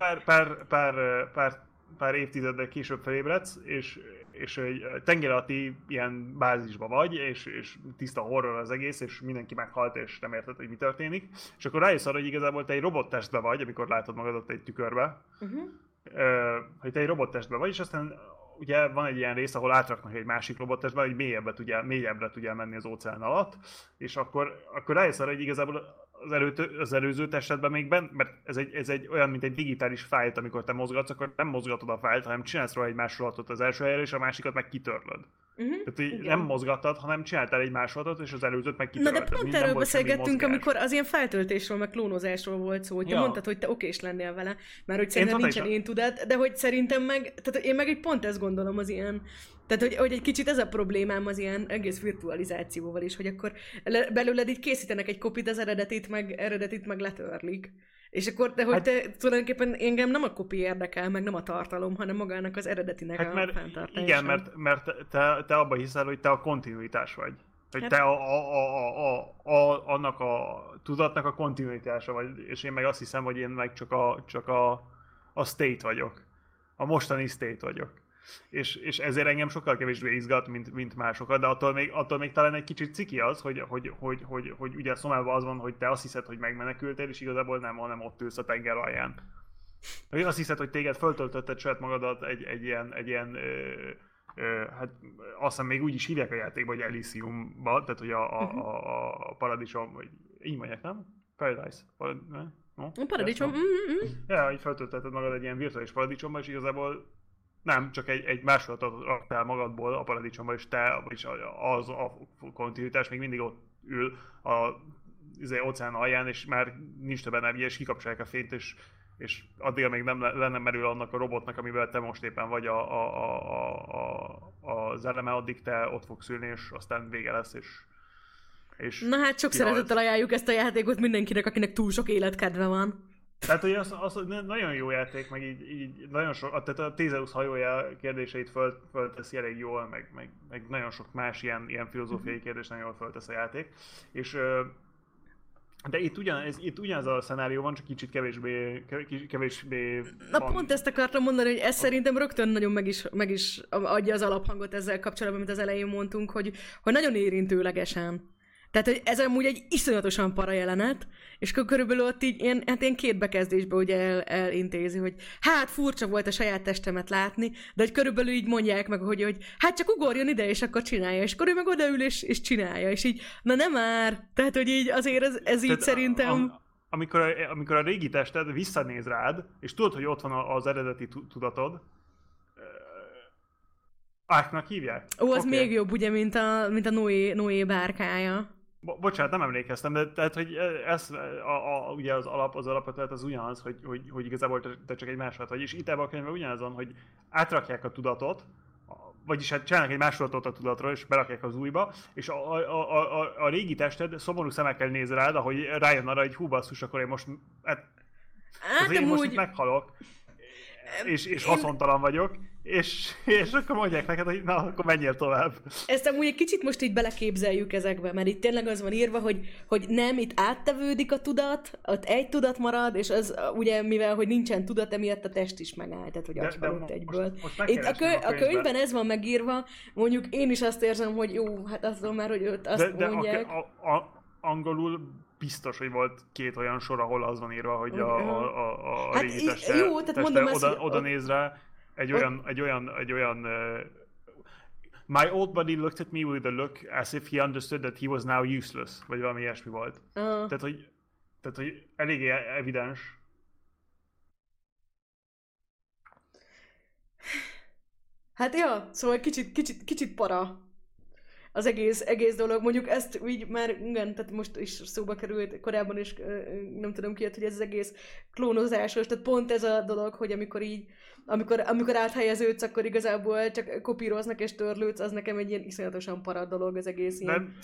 pár évtizeddel később felébredsz, és egy tenger alatti ilyen bázisba vagy, és tiszta horror az egész, és mindenki meghalt, és nem érted, hogy mi történik. És akkor rájössz arra, hogy igazából te egy robottestbe vagy, amikor látod magadat egy tükörbe, hogy te egy robottestbe vagy, és aztán ugye van egy ilyen rész, ahol átraknak egy másik robottestbe, hogy mélyebbre tudjál menni az óceán alatt, és akkor rájössz arra, hogy igazából az előző testedben még mert ez egy olyan, mint egy digitális fájlt, amikor te mozgatsz, akkor nem mozgatod a fájlt, hanem csinálsz róla egy másolatot az első helyre, és a másikat meg kitörlöd. Tehát így nem mozgattad, hanem csináltál egy másolatot, és az előzőt meg kitörlöd. Na de pont erről beszélgettünk, amikor az ilyen feltöltésről, meg klónozásról volt szó, hogy te mondtad, hogy te okés lennél vele, mert hogy szerintem nincsen én tudat, de hogy szerintem meg, tehát én meg egy pont ezt gondolom az ilyen. Tehát, hogy egy kicsit ez a problémám az ilyen egész virtualizációval is, hogy akkor belőled így készítenek egy kopit, az eredetit meg letörlik. És akkor, de hogy te tulajdonképpen engem nem a kopi érdekel, meg nem a tartalom, hanem magának az eredetinek a fenntartása. Igen, mert te abban hiszel, hogy te a kontinuitás vagy. Hogy te annak a tudatnak a kontinuitása vagy, és én meg azt hiszem, hogy én meg csak a state vagyok. A mostani state vagyok. És ezért engem sokkal kevésbé izgat, mint másokat, de attól még talán egy kicsit ciki az, hogy ugye a Szomában az van, hogy te azt hiszed, hogy megmenekültél, és igazából nem, hanem ott ülsz a tenger alján. Azt hiszed, hogy téged föltöltötted saját magadat egy ilyen hát azt hiszem még úgy is hívják a játékba, hogy Elysiumba, tehát hogy a paradicsom, vagy így mondják, nem? Paradise. Paradicsom. Ja, hogy feltöltötted magad egy ilyen virtuális paradicsomba, és igazából nem, csak egy másolatot raktál magadból a paradicsomba, és te, és az a kontinuitás még mindig ott ül a óceán alján, és már nincs több energia, és kikapcsolják a fényt, és addig még nem lenne merül annak a robotnak, amivel te most éppen vagy az eleme, addig te ott fogsz ülni, és aztán vége lesz, és na hát sok szeretettel ajánljuk ezt a játékot mindenkinek, akinek túl sok életkedve van. Tehát, hogy az nagyon jó játék, meg így nagyon sok, tehát a Theseus hajója kérdéseit fölteszi elég jól, meg nagyon sok más ilyen filozófiai kérdést nagyon jól föltesz a játék. És, de itt ugyanaz a szenárió van, csak kicsit kevésbé na van. pont ezt akartam mondani, hogy ez szerintem rögtön nagyon meg is adja az alaphangot ezzel kapcsolatban, amit az elején mondtunk, hogy nagyon érintőlegesen. Tehát, hogy ez amúgy egy iszonyatosan para jelenet, és körülbelül ott így ilyen 2 bekezdésben ugye elintézi, hogy hát furcsa volt a saját testemet látni, de hogy körülbelül így mondják meg, hogy hát csak ugorjon ide, és akkor csinálja, és akkor ő meg odaül, és csinálja, és így, na nem már, tehát, hogy így azért ez így szerintem... Amikor a régi tested visszanéz rád, és tudod, hogy ott van az eredeti tudatod, Arknak hívják? Ó, az még jobb, ugye, mint a Noé bárkája. Bocsánat, nem emlékeztem, de tehát, hogy ugye az alapötlet az ugyanaz, hogy igazából te csak egy másolat vagy, és itt ebben a könyvben ugyanazon, hogy átrakják a tudatot, vagyis hát csinálnak egy másolatot a tudatról, és berakják az újba, és a régi tested szomorú szemekkel néz rád, ahogy rájön arra, hogy hú basszus, akkor én most, most itt meghalok. És haszontalan vagyok, és akkor mondják neked, hogy na, akkor menjél tovább. Ezt amúgy egy kicsit most így beleképzeljük ezekbe, mert itt tényleg az van írva, hogy nem, itt áttevődik a tudat, ott egy tudat marad, és az ugye, mivel hogy nincsen tudat, emiatt a test is megáll, tehát hogy agyhalott egyből. Most itt a könyvben ez van megírva, mondjuk én is azt érzem, hogy jó, hát azt mondom már, hogy őt azt mondják. Angolul biztos, hogy volt 2 olyan sor, ahol az van írva, hogy a hát régi teste, jó, tehát mondom, oda néz rá, egy olyan My old buddy looked at me with a look as if he understood that he was now useless, vagy valami ilyesmi volt. Tehát, hogy eléggé evidens. Hát ja, szóval kicsit para az egész dolog. Mondjuk ezt így már, igen, tehát most is szóba került, korábban is nem tudom ki jött, hogy ez az egész klónozásos, tehát pont ez a dolog, hogy amikor áthelyeződsz, akkor igazából csak kopíroznak és törlődsz, az nekem egy ilyen iszonyatosan para dolog az egész ilyen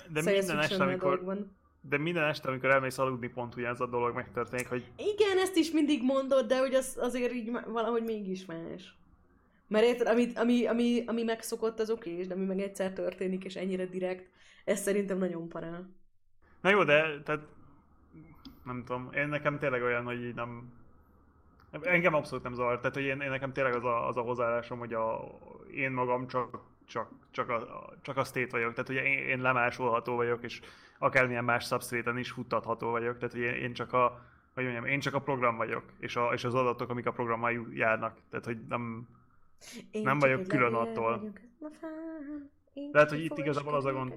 de minden este, amikor elmész aludni, pont ugyanaz a dolog megtörténik, hogy... Igen, ezt is mindig mondod, de hogy az azért így valahogy mégis más. Mert érted, ami megszokott, az oké, de ami meg egyszer történik, és ennyire direkt, ez szerintem nagyon pará. Na jó, de tehát, nem tudom, én nekem tényleg olyan, hogy így nem... Engem abszolút nem zavar, tehát hogy én nekem tényleg az a hozzáállásom, hogy én magam csak a state vagyok, tehát hogy én lemásolható vagyok, és akármilyen más substrate-en is futtatható vagyok, tehát hogy én csak a program vagyok, és az adatok, amik a programmal járnak, tehát hogy nem vagyok külön attól. Lehet, hogy itt igazából az a gond...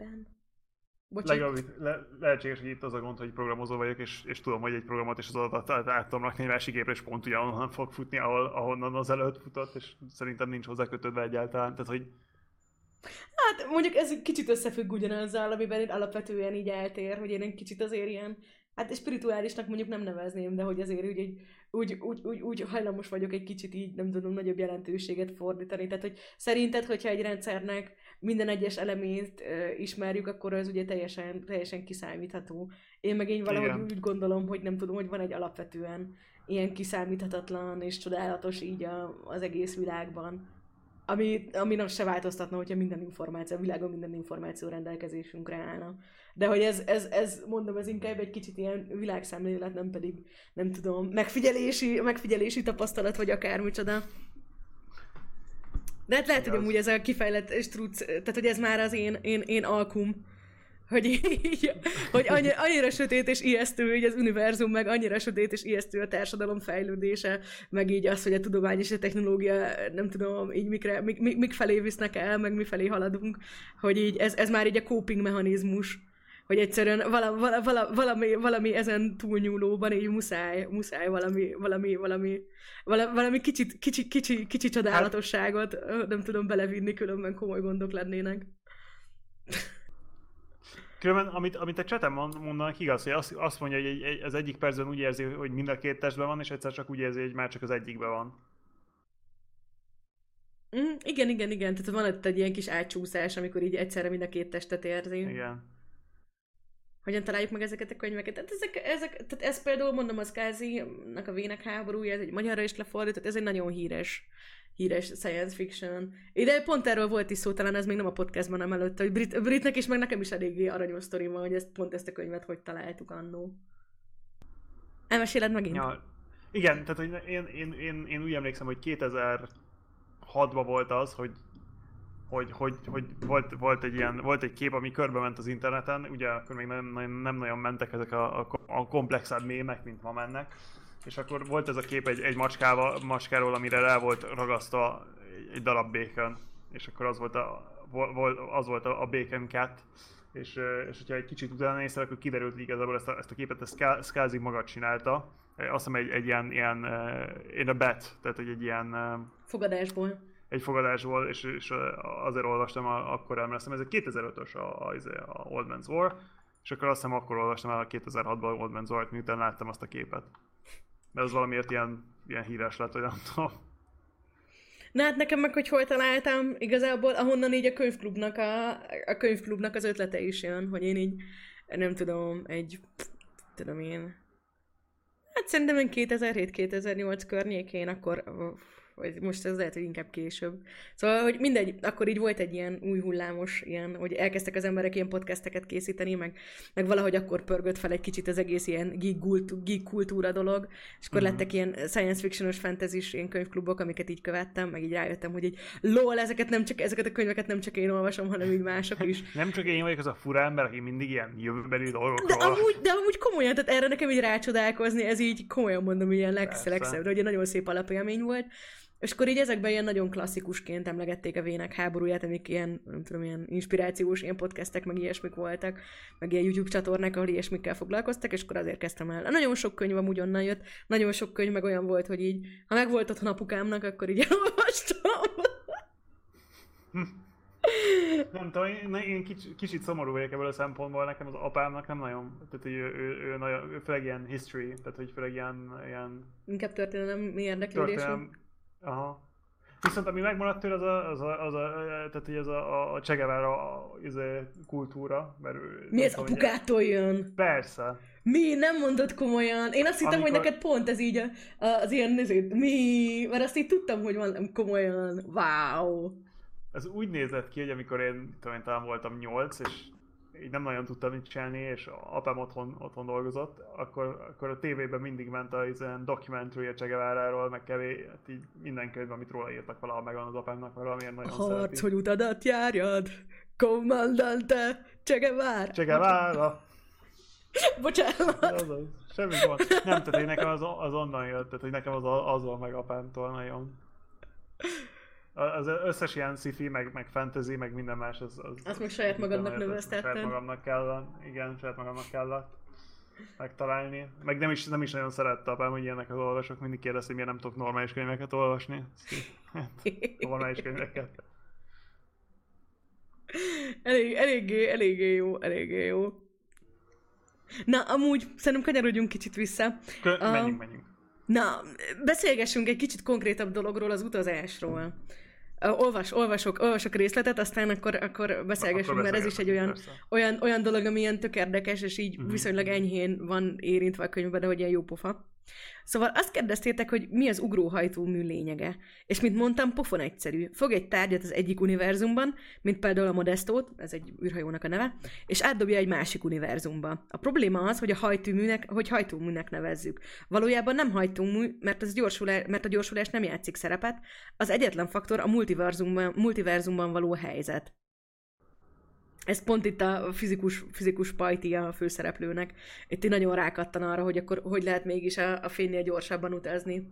Lehetséges, hogy itt az a gond, hogy programozó vagyok, és tudom, hogy egy programot és az adatot át tudom rakni egy másik gépre, és pont ugyanonnan fog futni, ahonnan az előtt futott, és szerintem nincs hozzá kötődve egyáltalán. Tehát, hogy... Hát mondjuk ez kicsit összefügg ugyanazzal, amiben alapvetően így eltér, hogy én egy kicsit azért ilyen, hát spirituálisnak mondjuk nem nevezném, de hogy azért úgy hajlamos vagyok egy kicsit így, nem tudom, nagyobb jelentőséget fordítani. Tehát, hogy szerinted, hogyha egy rendszernek minden egyes elemét ismerjük, akkor az ugye teljesen kiszámítható. Én meg valahogy úgy gondolom, hogy nem tudom, hogy van egy alapvetően ilyen kiszámíthatatlan és csodálatos így az egész világban, ami nem se változtatna, hogyha a világon minden információ rendelkezésünkre állna. De hogy ez mondom, ez inkább egy kicsit ilyen világszemlélet, nem pedig, nem tudom, megfigyelési tapasztalat, vagy akármicsoda. De hát lehet, hogy amúgy ez a kifejlett struc, tehát hogy ez már az én alkum. Hogy annyira sötét és ijesztő így az univerzum, meg annyira sötét és ijesztő a társadalom fejlődése, meg így az, hogy a tudomány és a technológia, nem tudom, így mik felé visznek el, meg mi felé haladunk, hogy így ez már így a coping mechanizmus, hogy egyszerűen valami ezen túlnyúlóban így muszáj valami kicsi csodálatosságot, nem tudom belevinni, különben komoly gondok lennének. Különben, amit a chaten mondanak, igaz, hogy azt mondja, hogy az egyik percben úgy érzi, hogy mind a két testben van, és egyszer csak úgy érzi, hogy már csak az egyikben van. Igen. Tehát van ott egy ilyen kis átcsúszás, amikor így egyszerre mind a két testet érzi. Igen. Hogyan találjuk meg ezeket a könyveket? Tehát ez például, mondom, az Kázinak a Vének háborúja, ez egy magyarra is lefordított, ez egy nagyon híres science fiction. Ide pont erről volt is szó, talán ez még nem a podcastban, nem előtt, hogy Britnek is, meg nekem is eléggé aranyos sztori van, hogy pont ezt a könyvet hogy találtuk annó. Elmeséled megint? Ja, igen, tehát hogy én úgy emlékszem, hogy 2006-ban volt az, hogy volt egy kép, ami körbe ment az interneten, ugye akkor még nem nagyon mentek ezek a komplexább mémek, mint ma mennek, és akkor volt ez a kép egy macskáról, amire rá volt ragasztva egy darab bacon, és akkor az volt a bacon cat, és hogyha egy kicsit utána néztél, akkor kiderült, hogy igazából ezt a képet Skazi maga csinálta. Azt hiszem egy ilyen in a bet, tehát egy ilyen... Fogadásból. Egy fogadásból, és azért olvastam, akkor emlékszem, ez egy 2005-ös a Old Man's War, és akkor azt hiszem akkor olvastam el a 2006-ban Old Man's War-t, miután láttam azt a képet. Mert az valamiért ilyen híres lett, hogy nem tudom. Na hát nekem meg, hogy hol találtam, igazából ahonnan így a könyvklubnak az ötlete is jön, hogy én így, nem tudom, hát szerintem 2007-2008 környékén, akkor, vagy most ez lehet, hogy inkább később. Szóval, hogy mindegy, akkor így volt egy ilyen új hullámos, ilyen, hogy elkezdtek az emberek ilyen podcasteket készíteni, meg valahogy akkor pörgött fel egy kicsit az egész ilyen geek kultúra dolog, és akkor lettek ilyen science fiction-os fantasy-s ilyen könyvklubok, amiket így követtem, meg így rájöttem, hogy így lol, ezeket a könyveket nem csak én olvasom, hanem így mások is. Nem csak én vagyok az a fura ember, aki mindig ilyen jövőbeli dolgokról. De amúgy komolyan, tehát erre nekem így rácsodálkozni, ez így komolyan mondom, ilyen legszebb, hogy egy nagyon szép alapélmény volt. És akkor így ezekben ilyen nagyon klasszikusként emlegették a Vének háborúját, amik ilyen, nem tudom, ilyen inspirációs ilyen podcastek, meg ilyesmik voltak, meg ilyen YouTube csatornák, ahol ilyesmikkel foglalkoztak, és akkor azért kezdtem el. Nagyon sok könyv amúgy onnan jött, nagyon sok könyv meg olyan volt, hogy így, ha meg volt otthon apukámnak, akkor így elolvastam. Nem tudom, én kicsit szomorú vagyok ebből a szempontból, nekem az apámnak nem nagyon, tehát ő főleg ilyen history, tehát hogy főleg ilyen... Inkább történelem érdeklődés. Aha. Viszont ami megmaradt tőle, az a Che Guevara kultúra. Mert mi ez apukától jön? Persze. Mi? Nem mondod komolyan? Én azt hittem, hogy neked pont ez így az ilyen nézőt. Mi? Mert azt így tudtam, hogy van komolyan. Wow. Ez úgy nézett ki, hogy amikor én talán voltam 8, és így nem nagyon tudtam mit csinálni, és apám otthon dolgozott, akkor a tévében mindig ment az ilyen documentary a Che Guevaráról, meg hát így minden könyvben, amit róla írtak, valahol megvan az apámnak, mert valamiért nagyon szereti. Harc, hogy utadat járjad, Comandante Che Guevara. Che Guevara. Bocsánat. Azaz, semmi gond. Nem, tehát hogy nekem az onnan jött, tehát hogy nekem az van meg apámtól nagyon. Az összes ilyen sci-fi, meg fantasy, meg minden más, azt meg saját magadnak növesztetted. Saját magamnak kellett megtalálni. Meg nem is nagyon szerette apám, hogy ilyeneket olvasok, mindig kérdezte, hogy miért nem tudok normális könyveket olvasni. Normális könyveket. Eléggé jó. Na, amúgy szerintem kanyarodjunk kicsit vissza. Menjünk. Na, beszélgessünk egy kicsit konkrétabb dologról, az utazásról. Olvasok részletet, aztán akkor beszélgessünk, mert ez is egy olyan dolog, ami ilyen tök érdekes, és így viszonylag enyhén van érintve a könyvben, de hogy ilyen jó pofa. Szóval azt kérdeztétek, hogy mi az ugróhajtómű lényege. És mint mondtam, pofon egyszerű. Fog egy tárgyat az egyik univerzumban, mint például a Modestót, ez egy űrhajónak a neve, és átdobja egy másik univerzumba. A probléma az, hogy hajtóműnek nevezzük. Valójában nem hajtómű, mert a gyorsulás nem játszik szerepet, az egyetlen faktor a multiverzumban való helyzet. Ez pont itt a fizikus pajti a főszereplőnek. Itt így nagyon rákattan arra, hogy akkor hogy lehet mégis a fénynél gyorsabban utazni.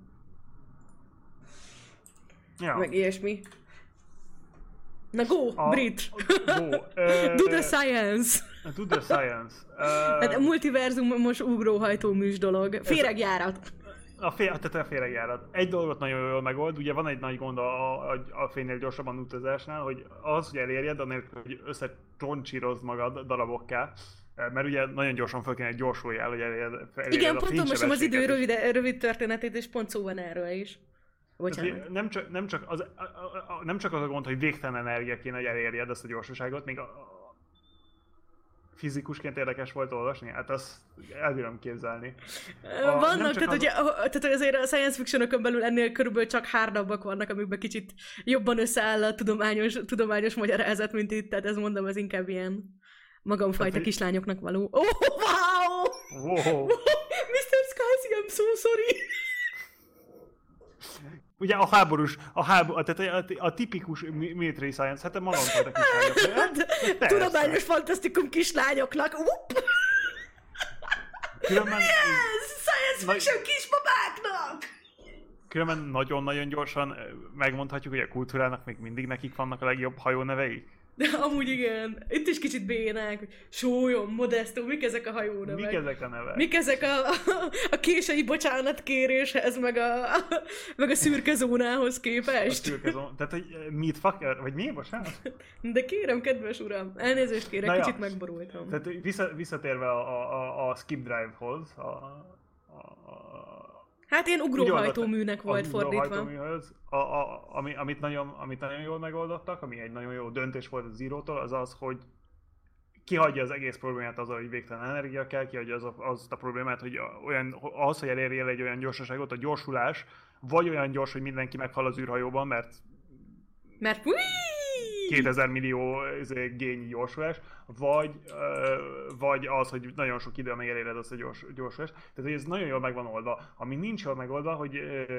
Ja. Meg ilyesmi. Na go, Brit! Do the science! Do the science. Hát a multiverzum most ugróhajtóműs dolog. Féregjárat. tehát a félrejárat. Egy dolgot nagyon jól megold, ugye van egy nagy gond a fénynél gyorsabban utazásnál, hogy az, hogy elérjed, anélkül, hogy összecsoncsírozd magad darabokká, mert ugye nagyon gyorsan fel kéne egy gyorsuljál, hogy elérjed igen, pont olvasom az idő rövid történetét, és pont szó van erről is. Bocsánat. Nem csak az a gond, hogy végtelen energia kéne, hogy elérjed ezt a gyorsaságot, még fizikusként érdekes volt olvasni, hát azt elbírom képzelni. Vannak, tehát azért a science fictionokon belül ennél körülbelül csak hárdabbak vannak, amikben kicsit jobban összeáll a tudományos magyarázat, mint itt, tehát ez mondom, az inkább ilyen magamfajta kislányoknak való. Oh, wow! Mr. Scalzi, I'm so sorry! Ugye tehát a tipikus military science, hát magamfajta kislányok. Tudományos fantasztikum kislányoknak. Különben, yes! Science fiction kisbabáknak! Különben nagyon-nagyon gyorsan megmondhatjuk, hogy a kultúrának még mindig nekik vannak a legjobb hajóneveik. De amúgy igen. Itt is kicsit bénák. Sólyom, Modesto, mik ezek a hajónevek? Mik ezek a nevek? Mik ezek a kései bocsánatkéréshez, meg a szürke zónához képest? A szürke zóna. Tehát, hogy meat fucker, vagy mi? Bocsánat? De kérem, kedves uram, elnézést kérek, kicsit megborultam. Tehát visszatérve a skip drive-hoz, hát ilyen ugróhajtóműnek volt fordítva. Amit nagyon jól megoldottak, ami egy nagyon jó döntés volt a Zero-tól, az az, hogy kihagyja az egész problémát azzal, hogy végtelen energia kell, kihagyja azt a problémát, hogy az, hogy elérjél egy olyan gyorsaságot, a gyorsulás, vagy olyan gyors, hogy mindenki meghal az űrhajóban, mert 2000 millió gényi gyorsulás, vagy az, hogy nagyon sok idő, amíg eléred azt a gyorsulást. Tehát, hogy ez nagyon jól meg van oldva. Ami nincs jól megoldva, hogy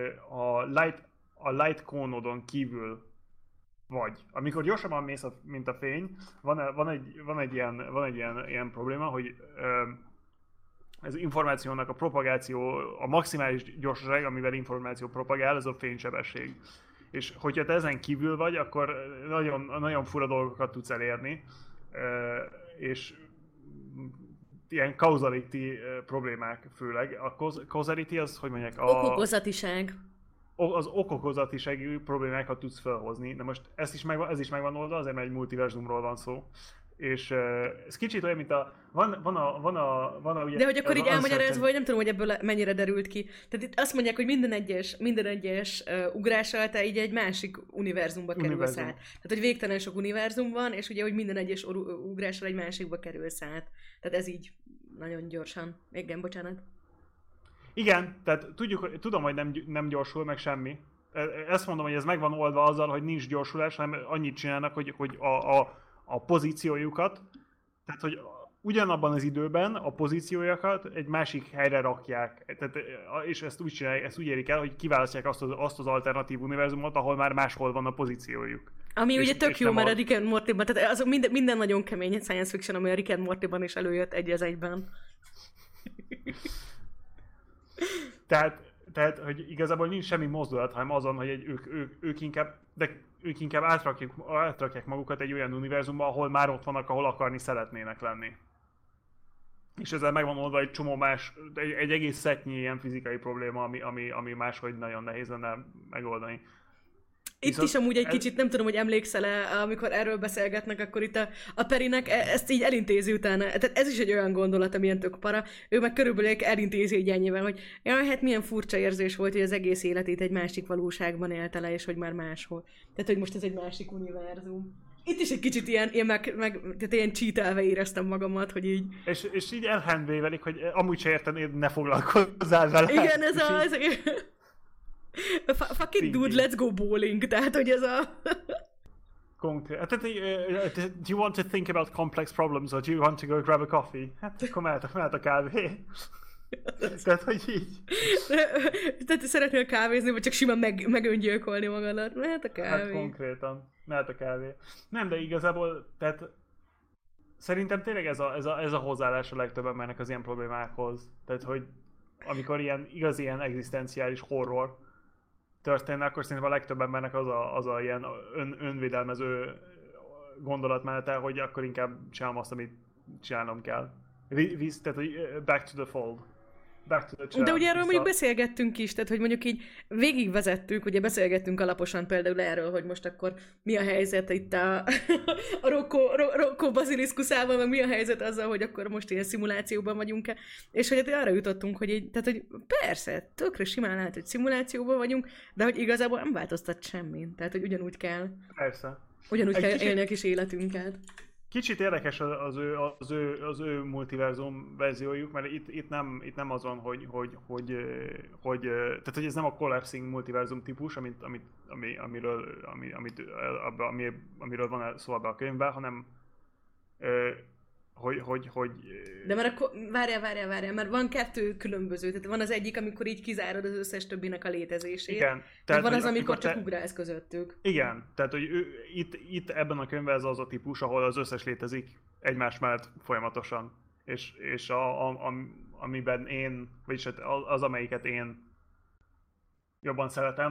a light kónodon kívül vagy. Amikor gyorsabban mész, mint a fény, van egy ilyen probléma, hogy ez információnak a propagáció, a maximális gyorsaság, amivel információ propagál, ez a fénysebesség. És hogyha te ezen kívül vagy, akkor nagyon, nagyon fura dolgokat tudsz elérni, és ilyen causality problémák főleg. A causality az, hogy mondják, okokozatiság. Az okokozatiságú problémákat tudsz felhozni. De most ez is megvan oldva, azért mert egy multiverzumról van szó. És ez kicsit olyan, mint van ugye... De hogy akkor így elmagyarázva, hogy nem tudom, hogy ebből mennyire derült ki. Tehát itt azt mondják, hogy minden egyes ugrással te így egy másik univerzumba kerülsz át. Tehát, hogy végtelen sok univerzum van, és ugye, hogy minden egyes ugrással egy másikba kerülsz át. Tehát ez így nagyon gyorsan. Igen, bocsánat. Igen, tehát tudom, hogy nem gyorsul meg semmi. Ezt mondom, hogy ez meg van oldva azzal, hogy nincs gyorsulás, hanem annyit csinálnak, hogy a pozíciójukat, tehát hogy ugyanabban az időben a pozíciójukat egy másik helyre rakják, tehát, és ezt úgy csinálják, ezt úgy érik el, hogy kiválasztják azt az alternatív univerzumot, ahol már máshol van a pozíciójuk. Ami ugye tök jó, mert a Rick and Mortyban, tehát az minden nagyon kemény science fiction, ami a Rick and Mortyban is előjött egy az egyben. Tehát, hogy igazából nincs semmi mozdulat, hanem azon, hogy ők inkább átrakják magukat egy olyan univerzumba, ahol már ott vannak, ahol akarni szeretnének lenni. És ezzel megvan oldva egy csomó más, egy egész szettnyi ilyen fizikai probléma, ami máshogy nagyon nehéz lenne megoldani. Itt is amúgy egy kicsit, nem tudom, hogy emlékszel-e, amikor erről beszélgetnek, akkor itt a Perinek ezt így elintézi utána. Tehát ez is egy olyan gondolat, ami ilyen tök para. Ő meg körülbelül elintézi így ennyivel, hogy jaj, hát milyen furcsa érzés volt, hogy az egész életét egy másik valóságban élte le, és hogy már máshol. Tehát, hogy most ez egy másik univerzum. Itt is egy kicsit tehát ilyen cheatelve éreztem magamat, hogy így... És így elhandvévelik, hogy amúgy se értenéd, ne foglalkozzál vele. Igen, fucking dude, let's go bowling, tehát hogy ez a... Konkrét. Do you want to think about complex problems, or do you want to go grab a coffee? Hát akkor mehet a kávé. Tehát, hogy így. Tehát szeretnél kávézni, vagy csak simán megöngyilkolni magadat? Mehet a kávé. Hát konkrétan. Mehet a kávé. Nem, de igazából, tehát szerintem tényleg ez a hozzáállás a legtöbb embernek az ilyen problémákhoz. Tehát, hogy amikor igazi ilyen egzisztenciális horror történne, akkor szerintem a legtöbb embernek az a ilyen önvédelmező gondolatmenete, hogy akkor inkább csinálom azt, amit csinálnom kell. Tehát, hogy back to the fold. Back to the Chan. De ugye erről mondjuk beszélgettünk is, tehát hogy mondjuk így végigvezettük, ugye beszélgettünk alaposan például erről, hogy most akkor mi a helyzet itt a Rocco Basiliszkuszával, meg mi a helyzet azzal, hogy akkor most ilyen szimulációban vagyunk-e, és hogy arra jutottunk, hogy így, tehát hogy persze, tökre simán lehet, hogy szimulációban vagyunk, de hogy igazából nem változtat semmin, tehát hogy ugyanúgy kell. Persze. Ugyanúgy kell élni a kis életünket. Kicsit érdekes az ő multiverzum verziójuk, mert itt nem az van, tehát hogy ez nem a collapsing multiverzum típus, amiről van szó ebben a könyvben, hanem hogy... De mert akkor, várjál, mert van kettő különböző, tehát van az egyik, amikor így kizárod az összes többinek a létezését. Igen. Tehát van az, amikor csak ugrálsz közöttük. Igen, tehát hogy itt ebben a könyvben ez az a típus, ahol az összes létezik egymás mellett folyamatosan. És amiben én, vagyis az amelyiket én jobban szeretem,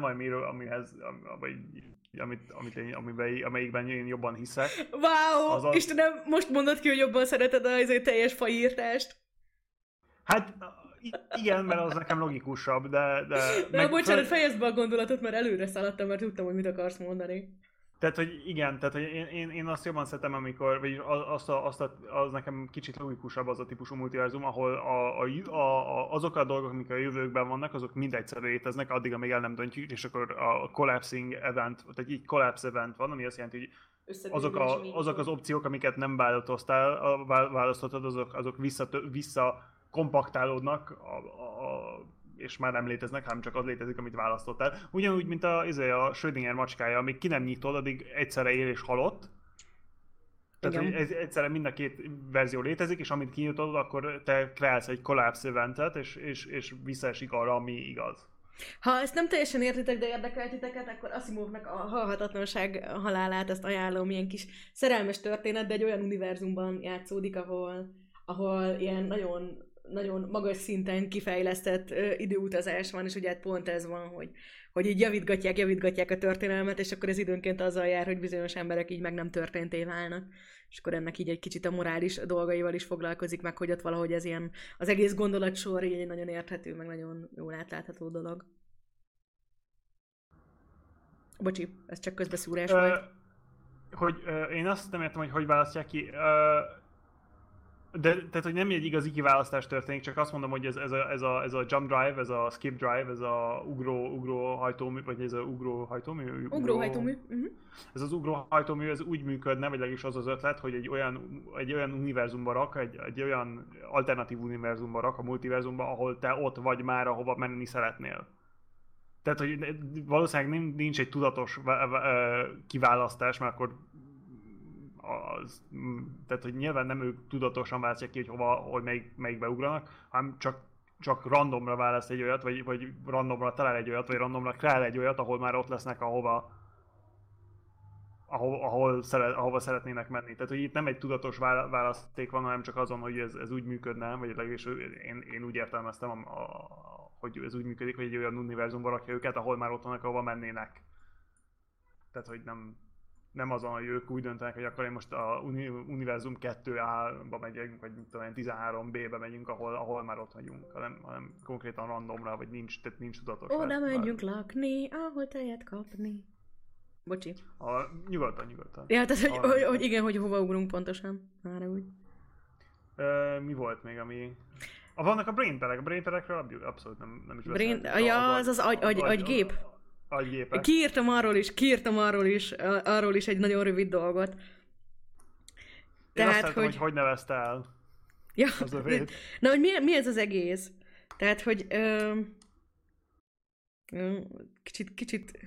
amelyikben én jobban hiszek. Wow! Istenem, most mondod ki, hogy jobban szereted az teljes faírtást. Hát igen, mert az nekem logikusabb, de bocsánat, fejezd be a gondolatot, mert előre szaladtam, mert tudtam, hogy mit akarsz mondani. Tehát, hogy igen, tehát, hogy én azt jobban szeretem, amikor, vagyis az nekem kicsit logikusabb az a típusú multiverzum, ahol azok a dolgok, amik a jövőkben vannak, azok mind egyszerre léteznek, addig, amíg el nem döntjük, és akkor a collapsing event, tehát így collapse event van, ami azt jelenti, hogy azok az opciók, amiket nem választottad, azok vissza kompaktálódnak, és már nem léteznek, hanem csak az létezik, amit választottál. Ugyanúgy, mint a Schrödinger macskája, amíg ki nem nyitod, addig egyszerre él és halott. Tehát, hogy egyszerre mind a két verzió létezik, és amit kinyitod, akkor te kreálsz egy collapse eventet, és visszaesik arra, ami igaz. Ha ezt nem teljesen értitek, de érdekel titeket, akkor Asimovnak a Halhatatlanság halálát, azt ajánlom, ilyen kis szerelmes történet, de egy olyan univerzumban játszódik, ahol ilyen nagyon magas szinten kifejlesztett időutazás van, és ugye hát pont ez van, hogy így javítgatják a történelmet, és akkor ez időnként azzal jár, hogy bizonyos emberek így meg nem történté válnak. És akkor ennek így egy kicsit a morális dolgaival is foglalkozik meg, hogy ott valahogy ez ilyen, az egész gondolatsor így egy nagyon érthető, meg nagyon jól átlátható dolog. Bocsi, ez csak közbeszúrás volt. Én azt nem értem, hogy választják ki... Tehát, hogy nem egy igazi kiválasztás történik, csak azt mondom, hogy ez a jump drive, ez a skip drive, ez a ugró hajtómű, vagy ez a ugró hajtómű? Ugró-hajtómű. Ez az ugró hajtómű, ez úgy működne, vagy legalábbis az ötlet, hogy egy olyan univerzumba rak, egy olyan alternatív univerzumba rak, a multiverzumba, ahol te ott vagy már, ahova menni szeretnél. Tehát, hogy valószínűleg nincs egy tudatos kiválasztás, mert akkor tehát, hogy nyilván nem ők tudatosan választják ki, hogy melyikbe ugranak, hanem csak randomra választ egy olyat, vagy randomra talál egy olyat, vagy randomra kreál egy olyat, ahol már ott lesznek, ahova szeretnének menni. Tehát, hogy itt nem egy tudatos választék van, hanem csak azon, hogy ez úgy működne, vagy legalábbis én úgy értelmeztem, hogy ez úgy működik, hogy egy olyan univerzumba rakja őket, ahol már ott vannak, ahova mennének. Tehát, hogy nem azon, hogy ők úgy döntenek, hogy akkor én most a univerzum 2A-ba megyünk, vagy mit tudom én, 13B-be megyünk, ahol már ott vagyunk, hanem konkrétan randomra, vagy nincs tudatos. Oda megyünk lakni, ahol tejet kapni. Bocsi. Nyugodtan. Ja, tehát, hogy igen, hogy hova ugrunk pontosan. Már úgy. Mi volt még, ami... Vannak a brainperekről abszolút nem is beszélünk. Az agygép. Agygépek. Kiírtam arról is egy nagyon rövid dolgot. Én azt szeretem, hogy nevezte el az övét. Na, hogy mi ez az egész? Tehát, hogy kicsit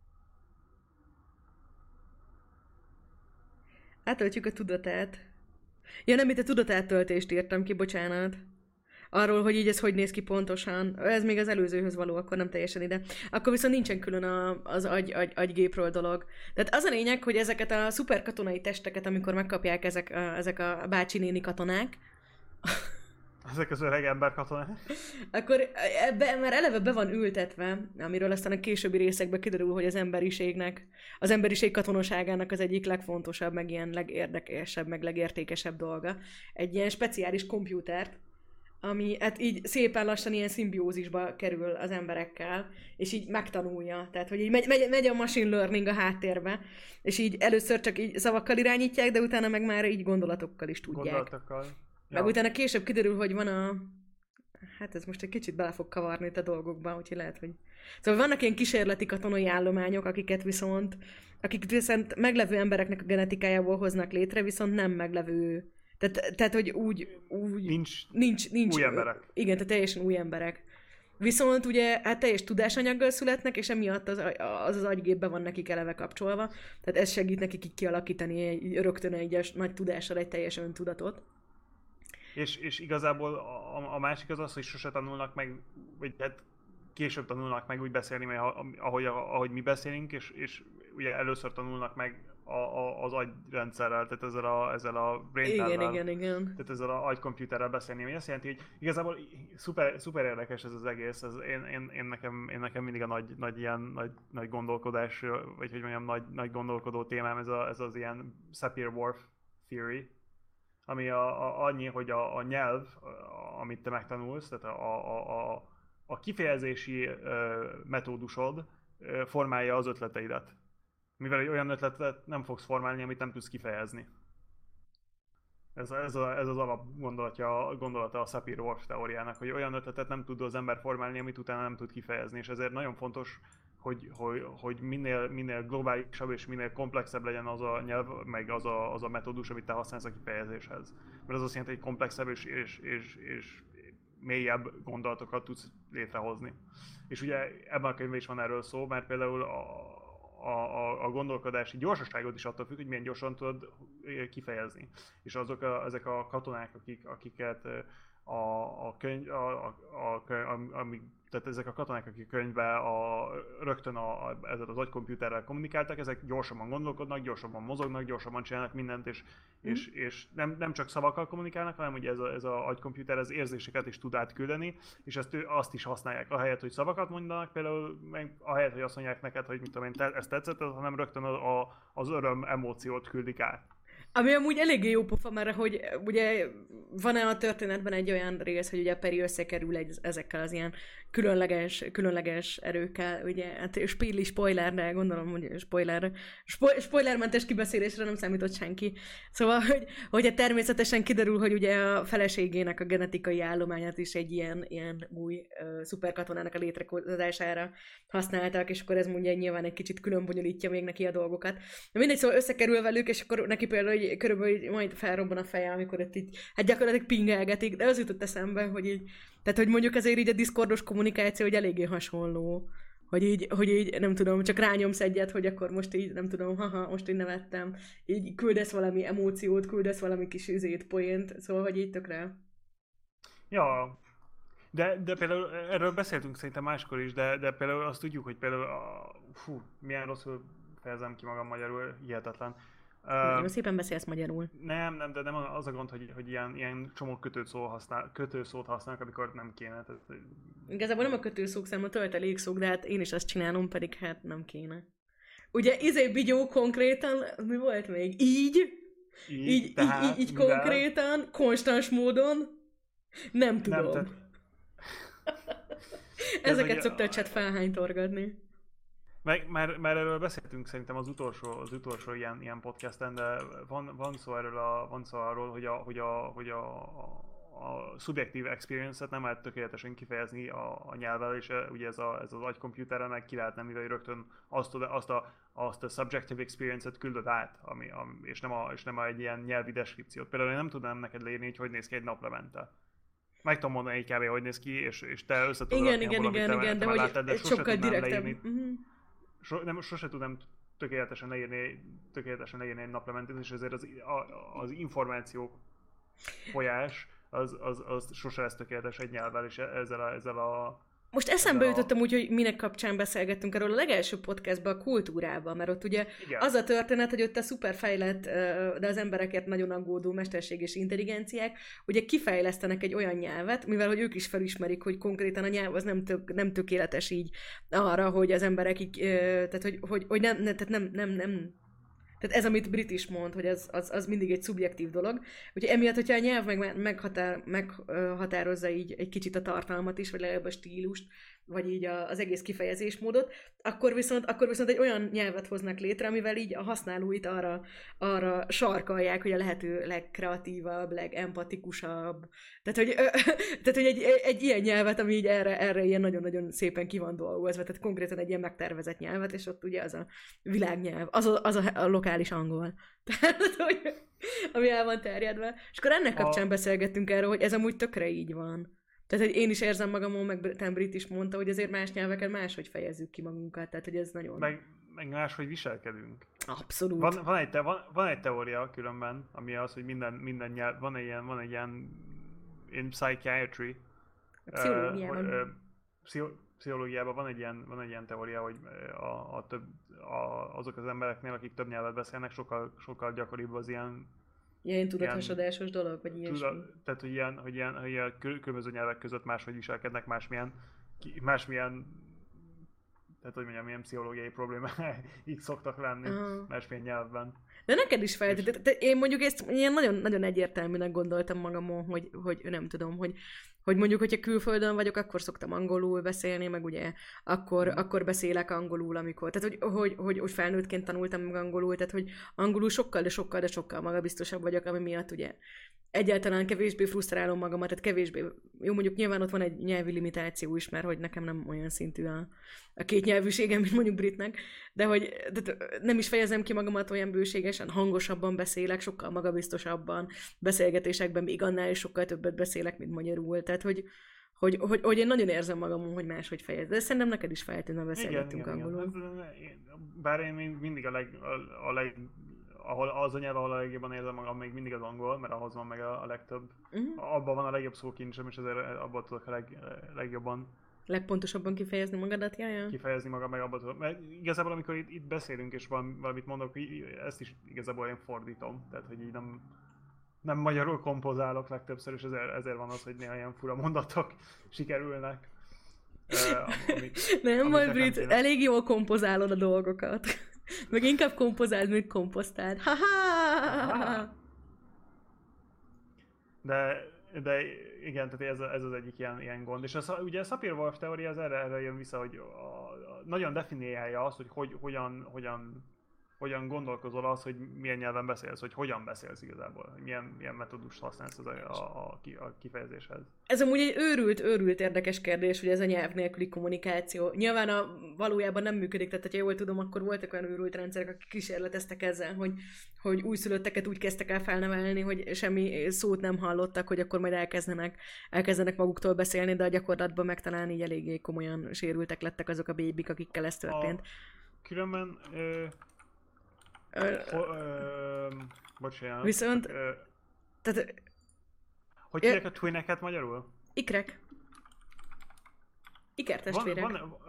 átöltjük a tudatát. Ja, nem, itt a tudatáttöltést írtam ki, bocsánat. Arról, hogy így ez hogy néz ki pontosan. Ez még az előzőhöz való, akkor nem teljesen ide. Akkor viszont nincsen külön az agygépről dolog. Tehát az a lényeg, hogy ezeket a szuperkatonai testeket, amikor megkapják ezek a bácsi-néni katonák, ezek az öreg ember katonák, akkor már eleve be van ültetve, amiről aztán a későbbi részekben kiderül, hogy az emberiség katonaságának az egyik legfontosabb, meg ilyen legérdekesebb, meg legértékesebb dolga. Egy ilyen speciális kompjútert, ami hát így szépen lassan ilyen szimbiózisba kerül az emberekkel, és így megtanulja. Tehát, hogy így megy a machine learning a háttérbe, és így először csak így szavakkal irányítják, de utána meg már így gondolatokkal is tudják. Gondolatokkal. Meg utána később kiderül, hogy van a... Hát ez most egy kicsit bele fog kavarni itt a dolgokba, úgyhogy lehet, hogy... Szóval vannak ilyen kísérleti katonai állományok, akik viszont meglevő embereknek a genetikájából hoznak létre, viszont nem meglevő... Tehát hogy úgy nincs új emberek. Igen, tehát teljesen új emberek. Viszont ugye hát teljes tudásanyaggal születnek, és emiatt az agygépbe van nekik eleve kapcsolva. Tehát ez segít nekik így kialakítani rögtön egy nagy tudással egy teljes öntudatot. És igazából a másik az, hogy sose tanulnak meg, vagy hát később tanulnak meg úgy beszélni, mert ahogy mi beszélünk, és ugye először tanulnak meg az agyrendszerrel, tehát ezzel a brain-terrel, igen. tehát ezzel az agykomputerrel beszélni, ami azt jelenti, hogy igazából szuper érdekes ez az egész, én nekem mindig a nagy gondolkodás, vagy hogy mondjam, nagy gondolkodó témám ez az ilyen Sapir-Whorf theory, ami annyi, hogy a nyelv, amit te megtanulsz, tehát a kifejezési metódusod formálja az ötleteidet. Mivel egy olyan ötletet nem fogsz formálni, amit nem tudsz kifejezni. Ez az alapgondolata a Sapir-Whorf teóriának, hogy olyan ötletet nem tud az ember formálni, amit utána nem tud kifejezni, és ezért nagyon fontos, hogy minél globálisabb és minél komplexebb legyen az a nyelv, meg az a metódus, amit te használsz a kifejezéshez. Mert az azt jelenti, hogy komplexebb és mélyebb gondolatokat tudsz létrehozni. És ugye ebben a könyvben is van erről szó, mert például a gondolkodási gyorsaságot is attól függ, hogy milyen gyorsan tudod kifejezni. És ezek a katonák, akiket tehát ezek a katonák, akik könyvben rögtön ezzel az agykomputerrel kommunikáltak, ezek gyorsabban gondolkodnak, gyorsabban mozognak, gyorsabban csinálnak mindent, és nem csak szavakkal kommunikálnak, hanem ugye ez az agykomputer az érzéseket is tud átküldeni, és azt is használják. Ahelyett, hogy szavakat mondanak, például ahelyett, hogy azt mondják neked, hogy mit tudom én, ezt tetszett, hanem rögtön az öröm emóciót küldik át. Ami amúgy eléggé jó pofa, mert hogy ugye van-e a történetben egy olyan rész, hogy ugye Peri összekerül ezekkel az ilyen különleges erőkkel, ugye, hát spoiler, gondolom, hogy spoilermentes kibeszélésre nem számított senki. Szóval, hogy természetesen kiderül, hogy ugye a feleségének a genetikai állományát is egy ilyen új szuperkatonának a létrehozására használtak, és akkor ez mondja nyilván egy kicsit külön bonyolítja még neki a dolgokat. De mindegy, szóval összekerül velük, és akkor neki például hogy körülbelül majd felrobban a feje, amikor ott így, hát gyakorlatilag pingelgetik, de az jutott eszembe, hogy így, tehát hogy mondjuk azért így a Discordos kommunikáció, hogy eléggé hasonló, hogy így nem tudom, csak rányomsz egyet, hogy akkor most így, nem tudom, most így nevettem, így küldesz valami emóciót, küldesz valami kis poént, szóval, hogy így tökre. Ja, de például erről beszéltünk szerintem máskor is, de például azt tudjuk, hogy például, milyen rosszul fejezem ki magam magyarul, hihetetlen. Nagyon szépen beszélsz magyarul. Nem, de nem az a gond, hogy ilyen csomó kötőszót használnak, amikor nem kéne. Tehát... Igazából nem a kötőszók szám, a töltelékszók, de hát én is azt csinálom, pedig hát nem kéne. Ugye bigyó konkrétan, mi volt még? Így konkrétan, konstans módon, nem tudom. Ezeket szokta a chat felhánytorgatni. Már erről beszéltünk szerintem az utolsó ilyen podcasten, de van szó arról, hogy a subjektív experience-et nem lehet tökéletesen kifejezni a nyelvvel, és ugye ez az agykomputerrel meg ki lehetne, mivel rögtön azt a subjective experience-et küldöd át, és nem egy ilyen nyelvi deskripciót. Például én nem tudnám neked leírni, hogy néz ki egy naplemente. Meg tudom mondani egy kb. Hogy néz ki, és te össze tudod rakni abból, amit te de látod, de sose sokkal tudnám direktebb. leírni. Sose tudom tökéletesen leírni egy naplementét, és ezért az információ folyás az sose lesz tökéletes egy nyelvvel, és ezzel a most eszembe jutottam úgy, hogy minek kapcsán beszélgettünk erről a legelső podcastban, a kultúrában, mert ott ugye igen. Az a történet, hogy ott a szuperfejlett, de az emberekért nagyon aggódó mesterséges intelligenciák ugye kifejlesztenek egy olyan nyelvet, mivel hogy ők is felismerik, hogy konkrétan a nyelv az nem tökéletes így arra, hogy az emberek így, tehát hogy nem Tehát ez, amit Brit is mond, hogy az mindig egy szubjektív dolog. Úgyhogy emiatt, hogyha a nyelv meghatározza így egy kicsit a tartalmat is, vagy legalább a stílust, vagy így az egész kifejezésmódot, akkor viszont egy olyan nyelvet hoznak létre, amivel így a használóit arra sarkalják, hogy a lehető legkreatívabb, legempatikusabb. Tehát, hogy egy ilyen nyelvet, ami így erre ilyen nagyon-nagyon szépen ki van dolgozva, tehát konkrétan egy ilyen megtervezett nyelvet, és ott ugye az a világnyelv, az a lokális angol. Tehát, hogy, ami el van terjedve. És akkor ennek kapcsán beszélgettünk erről, hogy ez amúgy tökre így van. Tehát, hogy én is érzem magamon, meg Brit is mondta, hogy azért más nyelveken máshogy fejezzük ki magunkat, tehát, hogy ez nagyon... Meg máshogy viselkedünk. Abszolút. Van egy teória különben, ami az, hogy minden nyelv, van egy ilyen in psychiatry, pszichológiában van egy ilyen teória, hogy azok az embereknél, akik több nyelvet beszélnek, sokkal gyakoribb az ilyen tudathasadásos dolog, vagy ilyesmi. Tehát, hogy ilyen különböző nyelvek között máshogy viselkednek, másmilyen tehát, hogy mondjam, milyen pszichológiai problémáik szoktak lenni másmilyen nyelvben. De neked is feltűnt. Én mondjuk ezt ilyen nagyon egyértelműnek gondoltam magamon, hogy nem tudom, hogy mondjuk, hogyha külföldön vagyok, akkor szoktam angolul beszélni, meg ugye akkor beszélek angolul, amikor. Tehát, hogy felnőttként tanultam meg angolul, tehát, hogy angolul sokkal magabiztosabb vagyok, ami miatt ugye egyáltalán kevésbé frusztrálom magamat, tehát kevésbé, jó, mondjuk nyilván ott van egy nyelvi limitáció is, mert hogy nekem nem olyan szintű a két nyelvűségem, mint mondjuk Britnek, de hogy nem is fejezem ki magamat olyan bőségesen, hangosabban beszélek, sokkal magabiztosabban, beszélgetésekben még annál is sokkal többet beszélek, mint magyarul, tehát hogy én nagyon érzem magamon, hogy máshogy fejez. De szerintem neked is feltűnne, beszélgettünk angolul. Bár én mindig ahol az a nyelv, ahol a legjobban érzem magam, még mindig az angol, mert ahhoz van meg a legtöbb. Abban van a legjobb szókincsem, és ezért abban tudok a legjobban legpontosabban kifejezni magadat, jaja? Kifejezni magam, meg abban tudok. Mert igazából, amikor itt beszélünk, és valamit mondok, ezt is igazából én fordítom. Tehát, hogy így nem magyarul kompozálok legtöbbször, és ezért van az, hogy néha ilyen fura mondatok sikerülnek. Nem, majd Brit, elég jól kompozálod a dolgokat. Meg inkább kompozáld, mint komposztáld. Ha-ha! De igen, tehát ez az egyik ilyen gond. És ugye a Sapir-Whorf teória az erre jön vissza, hogy nagyon definiálja azt, hogy hogyan gondolkozol az, hogy milyen nyelven beszélsz, hogy hogyan beszélsz igazából, hogy milyen metódust használsz a kifejezéshez. Ez amúgy egy őrült érdekes kérdés, hogy ez a nyelv nélküli kommunikáció. Nyilván valójában nem működik, tehát ha jól tudom, akkor voltak olyan őrült rendszerek, akik kísérleteztek ezzel, hogy újszülötteket úgy kezdtek el felnevelni, hogy semmi szót nem hallottak, hogy akkor majd elkezdenek maguktól beszélni, de a gyakorlatban meg talán így eléggé komolyan sérültek lettek azok a bébik, akikkel ez történt. Különben... bocsánat. Viszont... tehát... Hogy hívják a twineket magyarul? Ikrek. Ikertestvérek.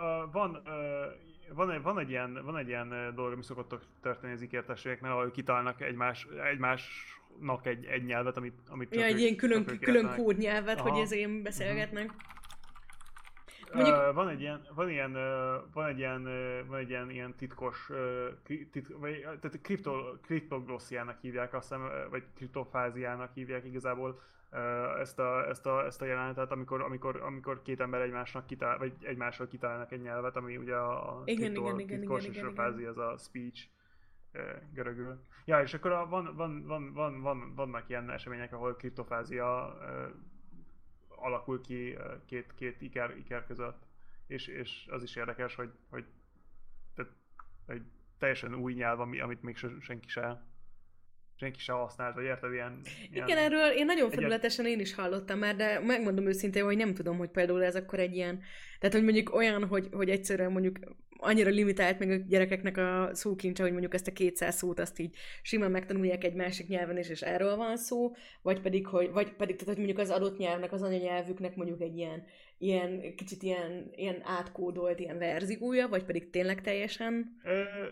Van egy ilyen dolog, ami szokott történni az ikertestvéreknél, ahol kitalálnak egymásnak egy nyelvet, amit ja, egy ilyen külön kódnyelvet, hogy ezért beszélgetnek. Mondjuk... Van egy ilyen titkos, tehát kriptoglossziának hívják, azt hiszem, vagy kriptofáziának hívják igazából ezt a jelenetet, amikor két ember egymásnak vagy egymással kitalálnak egy nyelvet, ami ugye a titkos és a fázi, az a speech görögül. Ja, és akkor vannak ilyen események, ahol kriptofázia alakul ki két iker között, és az is érdekes, hogy teljesen új nyelv, amit még senki se használt, vagy érted, ilyen... Igen, erről én nagyon felületesen én is hallottam már, de megmondom őszintén, hogy nem tudom, hogy például ez akkor egy ilyen... Tehát, hogy mondjuk olyan, hogy egyszerűen mondjuk annyira limitált még a gyerekeknek a szókincse, hogy mondjuk ezt a 200 szót azt így simán megtanulják egy másik nyelven is, és erről van szó, vagy pedig tehát, hogy mondjuk az adott nyelvnek, az anyanyelvüknek mondjuk egy ilyen kicsit ilyen átkódolt ilyen verziója, vagy pedig tényleg teljesen...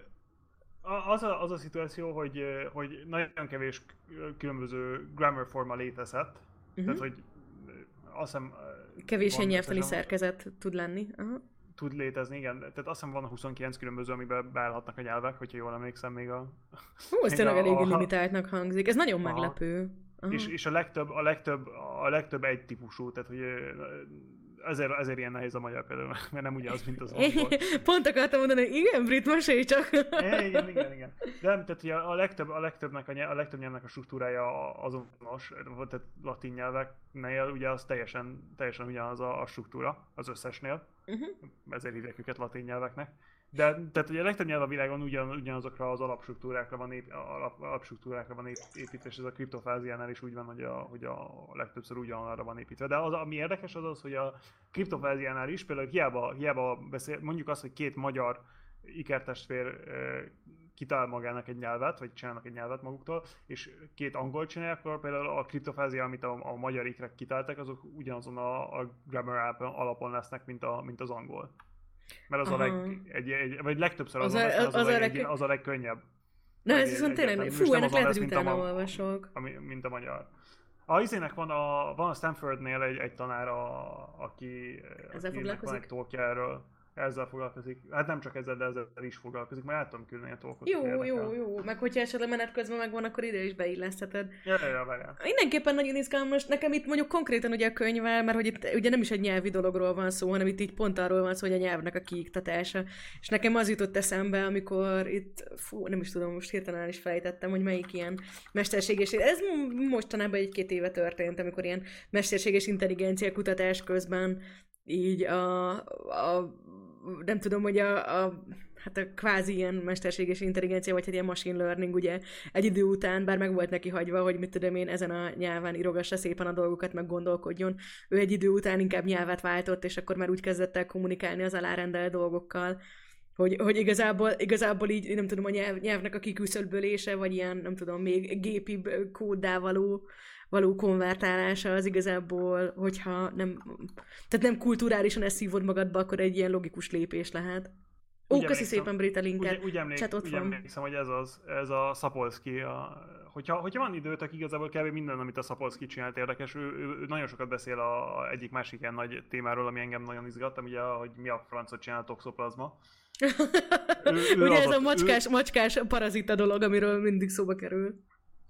Az a szituáció, hogy nagyon kevés különböző grammar forma létezett, tehát hogy azt hiszem... Kevés nyelvtani szerkezet tud lenni. Aha. tud létezni, igen. Tehát azt hiszem van 29 különböző, amiben beállhatnak a nyelvek, hogyha jól emlékszem még a... Hú, ez tényleg eléggé limitáltnak hangzik. Ez nagyon aha. meglepő. És a legtöbb egy típusú, tehát hogy ezért ilyen nehéz a magyar például, mert nem ugyanaz, mint az angol. Pont akartam mondani, hogy igen, brit, mesélj csak. Igen. De tehát ugye a legtöbb nyelvnek a struktúrája azonos, tehát latin nyelveknél ugye az teljesen ugyanaz a struktúra az összesnél, ezért hívják őket latin nyelveknek. De tehát ugye a legtöbb nyelv a világon ugyanazokra az alapstruktúrákra van építve, és ez a kriptofáziánál is úgy van, hogy a legtöbbször ugyanarra van építve. De ami érdekes az, hogy a kriptofáziánál is például hiába beszél, mondjuk azt, hogy két magyar ikertestvér kitalál magának egy nyelvet, vagy csinálnak egy nyelvet maguktól, és két angol csinálják, akkor például a kriptofázia, amit a magyar ikrek kitáltak, azok ugyanazon a grammar alapon lesznek, mint az angol. Mert az vagy legtöbbször az a legkönnyebb. Na ez viszont tényleg, fú, ennek lehet, hogy utána olvasok. Mint a magyar. A izének van a Stanfordnél egy tanár, akinek van egy talkja erről. Ezzel foglalkozik. Hát nem csak ezzel, de ezzel is foglalkozik. Majd át tudom küldeni a talkot. Jó. Meg hogyha esetleg menet közben megvan, akkor ide is beillesztheted. Ja, várjál. Mindenképpen nagyon izgalmas. Nekem itt mondjuk konkrétan ugye a könyvvel, mert hogy itt ugye nem is egy nyelvi dologról van szó, hanem itt így pont arról van szó, hogy a nyelvnek a kiiktatása. És nekem az jutott eszembe, amikor itt, nem is tudom, most hirtelen el is felejtettem, hogy melyik ilyen mesterséges. Ez mostanában 1-2 éve történt, amikor ilyen mesterséges intelligencia kutatás közben így nem tudom, hogy hát a kvázi ilyen mesterséges intelligencia, vagy hát ilyen machine learning, ugye egy idő után, bár meg volt neki hagyva, hogy mit tudom én, ezen a nyelven írogassa szépen a dolgokat, meg gondolkodjon, ő egy idő után inkább nyelvet váltott, és akkor már úgy kezdett el kommunikálni az alárendelt dolgokkal, hogy igazából így, nem tudom, a nyelvnek a kiküszöbölése, vagy ilyen, nem tudom, még gépibb kóddá való konvertálása az igazából, hogyha nem kulturálisan ezt szívod magadba, akkor egy ilyen logikus lépés lehet. Köszi szépen Brit a linket. Úgy emlékszem, hogy ez a Sapolsky, hogyha van időtök, igazából kb. Minden, amit a Sapolsky csinált érdekes, ő nagyon sokat beszél egyik másik ilyen nagy témáról, ami engem nagyon izgat, ugye, hogy mi a francot csinál a toxoplazma. Ugye ez a macskás parazita dolog, amiről mindig szóba kerül.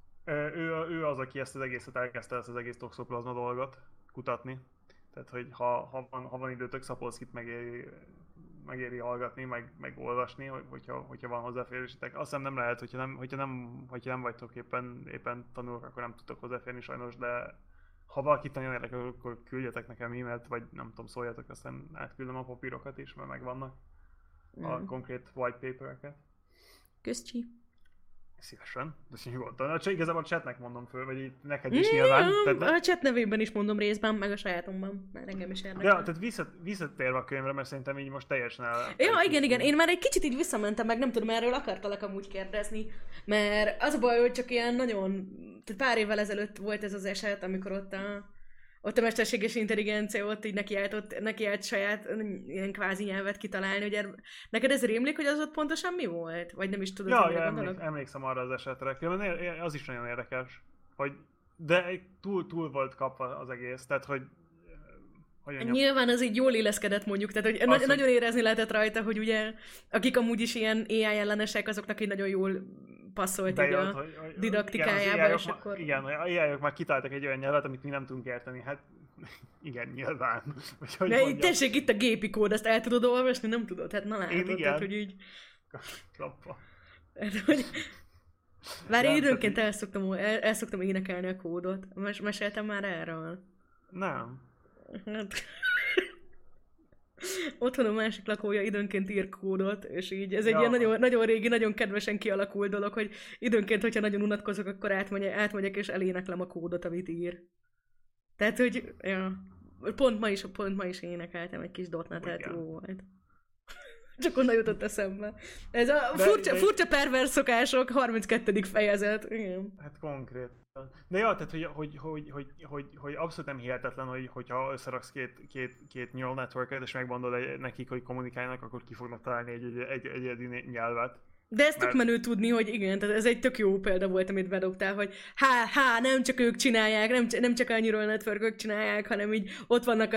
Ő az, aki ezt az egészet elkezdte, ezt az egész toxoplazma dolgot kutatni. Tehát, hogy ha van időtök, Sapolskyt megéri hallgatni, meg olvasni, hogyha van hozzáférésetek. Azt hiszem nem lehet, hogyha nem vagytok éppen tanulók, akkor nem tudtok hozzáférni sajnos, de ha valakit nagyon érdekel, akkor küldjetek nekem e-mailt, vagy nem tudom, szóljatok, aztán átküldöm a papírokat is, mert megvannak a konkrét white papereket. Köszcsi. Szívesen, de nyugodtan. Igazából a chatnek mondom föl, vagy itt neked is nyilván. A chat nevében is mondom részben, meg a sajátomban, mert engem is érdekel. Ja, tehát visszatérve a könyvre, mert szerintem így most teljesen Ja, igen, én már egy kicsit így visszamentem, meg nem tudom, erről akartalak amúgy kérdezni, mert az a baj, hogy csak ilyen nagyon, tehát pár évvel ezelőtt volt ez az eset, amikor ott a mesterséges intelligencia ott így nekiállt saját ilyen kvázi nyelvet kitalálni, ugye neked ez rémlik, hogy az ott pontosan mi volt? Vagy nem is tudod, hogy emlékszem arra az esetre. Az is nagyon érdekes, de túl volt kapva az egész, tehát hogy nyilván az így jól illeszkedett mondjuk, tehát hogy nagyon érezni lehetett rajta, hogy ugye akik amúgy is ilyen AI ellenesek, azoknak így nagyon jól passzolt így a didaktikájába, és akkor... Igen, a AI-ok már kitáltak egy olyan nyelvet, amit mi nem tudunk érteni, hát igen, nyilván. De tessék, itt a gépi kód, azt el tudod olvasni? Nem tudod? Hát na látod, tehát, hogy így... Klappa. Várj, időnként el szoktam énekelni a kódot. Meséltem már erről? Nem. Hát... Otthon a másik lakója időnként ír kódot, és így ez egy ilyen nagyon, nagyon régi, nagyon kedvesen kialakult dolog, hogy időnként, hogyha nagyon unatkozok, akkor átmegyek és eléneklem a kódot, amit ír. Tehát, hogy pont ma is énekeltem egy kis dotnetet, jó volt. Csak onnan jutott eszembe. Ez a furcsa pervers szokások, 32. fejezet. Igen. Hát konkrét. De jó, tehát hogy abszolút nem hihetetlen, hogyha összeraksz két neural networket, és megmondod nekik, hogy kommunikálnak, akkor ki fognak találni egy egyedi nyelvet. De ez tök menő tudni, hogy igen, tehát ez egy tök jó példa volt, amit bedobtál, hogy nem csak ők csinálják, nem csak a neural network csinálják, hanem így ott vannak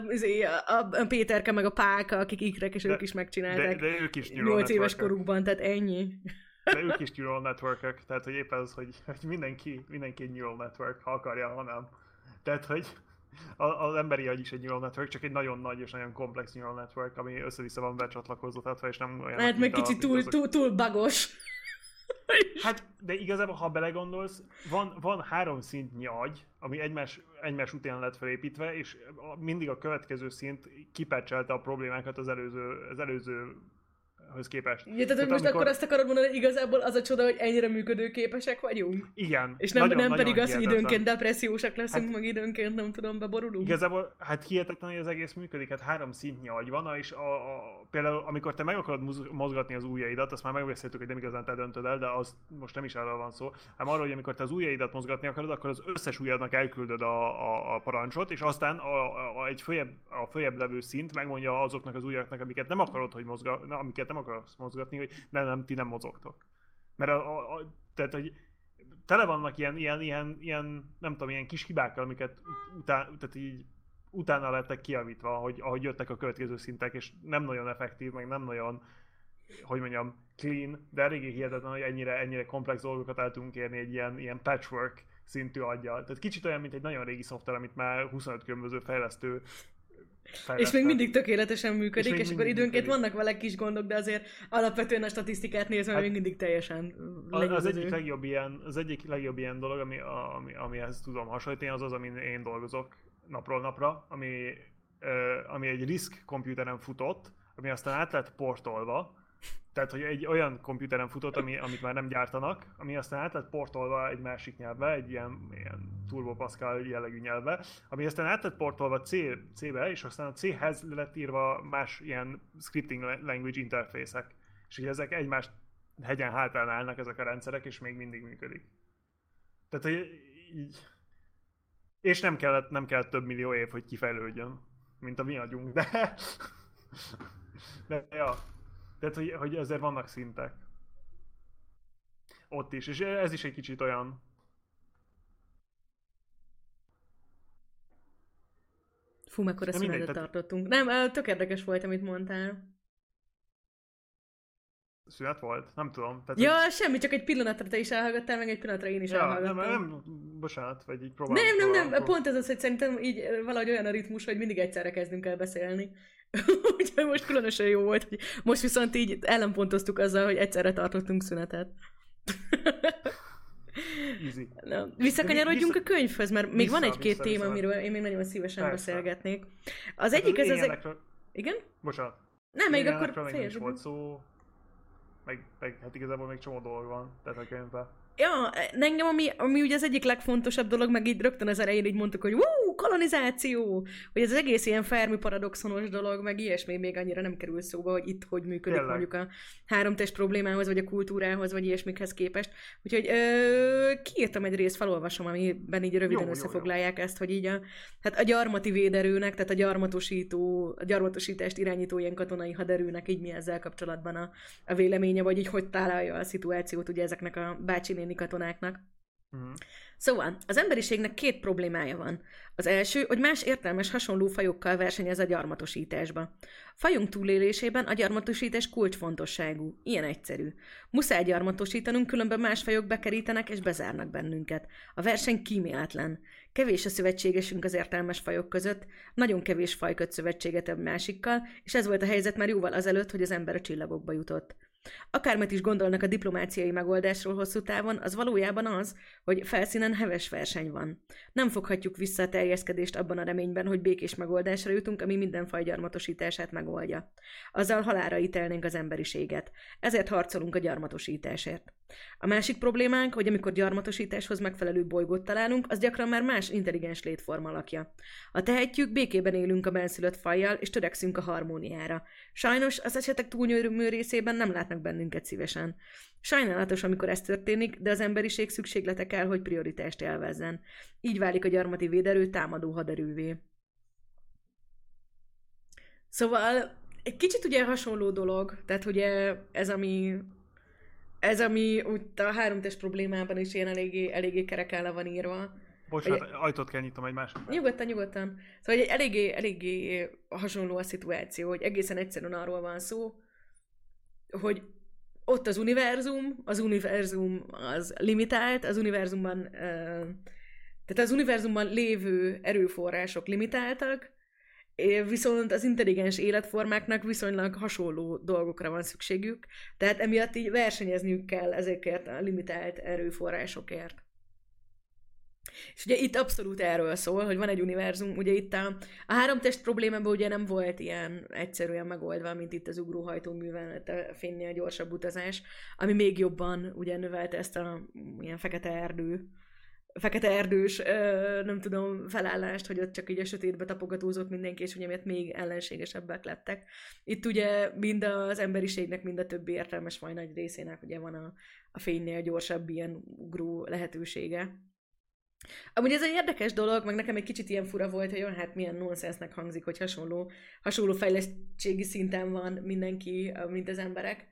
a Péterke meg a Pálka, akik ikrek, és ők is megcsinálták. De ők is 8 éves korukban, tehát ennyi. De ők is neural network-ök, tehát hogy épp az, hogy mindenki egy neural network, ha akarja, ha nem. Tehát, hogy az emberi agy is egy neural network, csak egy nagyon nagy és nagyon komplex neural network, ami össze-vissza van becsatlakoztatva, és nem olyan... Hát meg kicsit túl bugos. Hát, de igazából, ha belegondolsz, van 3 szintnyi agy, ami egymás után lett felépítve, és mindig a következő szint kipecselte a problémákat az előzőhöz képest. Ja, tehát most akkor azt akarod mondani, hogy igazából az a csoda, hogy ennyire működőképesek vagyunk? Igen. És nem pedig az, hogy időnként depressziósak leszünk, meg időnként nem tudom, beborulunk? Igazából, hát hihetetlen, hogy az egész működik, hát 3 szintnyi agy van, és például amikor te meg akarod mozgatni az ujjaidat, azt már megbeszéltük, hogy nem igazán te döntöd el, de az most nem is erről van szó, hanem arról, hogy amikor te az ujjaidat mozgatni akarod, akkor az összes ujjadnak elküldöd a parancsot, és aztán egy följebb levő szint megmondja azoknak az ujjaknak, amiket nem akarod, hogy amiket nem akarsz mozgatni, hogy ti nem mozogtok. Mert tehát, hogy tele vannak ilyen nem tudom, ilyen kis hibákkal, amiket tehát így utána lettek kijavítva, ahogy jöttek a következő szintek, és nem nagyon effektív, meg nem nagyon, hogy mondjam, clean, de eléggé hihetetlen, hogy ennyire komplex dolgokat el tudunk érni egy ilyen patchwork szintű aggyal. Tehát kicsit olyan, mint egy nagyon régi szoftver, amit már 25 különböző fejlesztő és még mindig tökéletesen működik, és akkor időnként vannak vele kis gondok, de azért alapvetően a statisztikát nézve még mindig teljesen az egyik legjobb ilyen dolog, amihez tudom hasonlítani, az, amin én dolgozok napról napra, ami egy RISC komputeren futott, ami aztán át lett portolva, tehát hogy egy olyan komputeren futott, amit már nem gyártanak, ami aztán át lett portolva egy másik nyelvbe, egy ilyen Turbo Pascal jellegű nyelvbe, ami aztán át lett portolva C-be, és aztán a C-hez lett írva más ilyen scripting language interfészek. És ugye ezek egymást hegyen hátán állnak ezek a rendszerek, és még mindig működik. Tehát, hogy így... És nem kellett több millió év, hogy kifejlődjön, mint a mi agyunk, de ja. Tehát, hogy azért vannak szintek. Ott is, és ez is egy kicsit olyan... Fú, mekkora szünetet tartottunk. Nem, tök érdekes volt, amit mondtál. Szünet volt? Nem tudom. Tehát ja, semmi, csak egy pillanatra te is elhallgattál, meg egy pillanatra én is elhallgattam. Nem, bocsánat, vagy így próbálom. Nem, pont ez az, hogy szerintem így valahogy olyan a ritmus, hogy mindig egyszerre kezdünk el beszélni. Úgyhogy most különösen jó volt, hogy most viszont így ellenpontoztuk azzal, hogy egyszerre tartottunk szünetet. Easy. Na, visszakanyarodjunk a könyvhöz, mert még van egy-két téma, amiről én még nagyon szívesen beszélgetnék. Az egyik ez az... Igen? Bocsánat. Nem, még akkor fejezd. Volt szó, meg hát igazából még csomó dolog van, tehát a könyvben. Ja, engem, ami ugye az egyik legfontosabb dolog, meg így rögtön az elején így mondtuk, hogy kolonizáció! Hogy ez az egész ilyen Fermi paradoxonos dolog, meg ilyesmi még annyira nem kerül szóba, hogy itt hogy működik mondjuk a háromtest problémához, vagy a kultúrához, vagy ilyesmikhez képest. Úgyhogy kiírtam egy részt, felolvasom, amiben így röviden összefoglalják ezt, hogy így a gyarmati véderőnek, tehát a gyarmatosítást irányító ilyen katonai haderőnek így mi ezzel kapcsolatban a véleménye, vagy így hogy találja a szituációt ugye ezeknek a bácsi-néni katonáknak. Szóval, az emberiségnek 2 problémája van. Az első, hogy más értelmes hasonló fajokkal versenyez a gyarmatosításba. A fajunk túlélésében a gyarmatosítás kulcsfontosságú. Ilyen egyszerű. Muszáj gyarmatosítanunk, különben más fajok bekerítenek és bezárnak bennünket. A verseny kíméletlen. Kevés a szövetségesünk az értelmes fajok között, nagyon kevés faj köt szövetséget a másikkal, és ez volt a helyzet már jóval azelőtt, hogy az ember a csillagokba jutott. Akármit is gondolnak a diplomáciai megoldásról hosszú távon, az valójában az, hogy felszínen heves verseny van. Nem foghatjuk vissza a terjeszkedést abban a reményben, hogy békés megoldásra jutunk, ami minden faj gyarmatosítását megoldja. Azzal halálra ítélnénk az emberiséget. Ezért harcolunk a gyarmatosításért. A másik problémánk, hogy amikor gyarmatosításhoz megfelelő bolygót találunk, az gyakran már más intelligens létforma alakja. Ha tehetjük, békében élünk a benszülött fajjal, és törekszünk a harmóniára. Sajnos az esetek túlnyomó részében nem látnak bennünket szívesen. Sajnálatos, amikor ez történik, de az emberiség szükséglete kell, hogy prioritást élvezzen. Így válik a gyarmati véderő támadó haderővé. Szóval egy kicsit ugye hasonló dolog, tehát ugye ez, ami ez ami úgy a háromtest problémában is ilyen eléggé kereken le van írva. Bocsánat, ajtót kell nyitnom egy másik. Nyugodtan. Szóval eléggé hasonló a szituáció, hogy egészen egyszerűen arról van szó, hogy ott az univerzum az limitált, tehát az univerzumban lévő erőforrások limitáltak, viszont az intelligens életformáknak viszonylag hasonló dolgokra van szükségük, tehát emiatt így versenyezniük kell ezekért a limitált erőforrásokért. És ugye itt abszolút erről szól, hogy van egy univerzum, ugye itt a háromtest problémában ugye nem volt ilyen egyszerűen megoldva, mint itt az ugróhajtóművel, a fénynél gyorsabb utazás, ami még jobban ugye növelte ezt a ilyen fekete erdős, nem tudom, felállást, hogy ott csak így a sötétbe tapogatózott mindenki, és ugye miért még ellenségesebbek lettek. Itt ugye mind az emberiségnek, mind a többi értelmes faj nagy részének ugye van a fénynél gyorsabb ilyen ugró lehetősége. Amúgy ez egy érdekes dolog, meg nekem egy kicsit ilyen fura volt, hogy olyan, hát milyen nonsensnek hangzik, hogy hasonló fejlettségi szinten van mindenki, mint az emberek.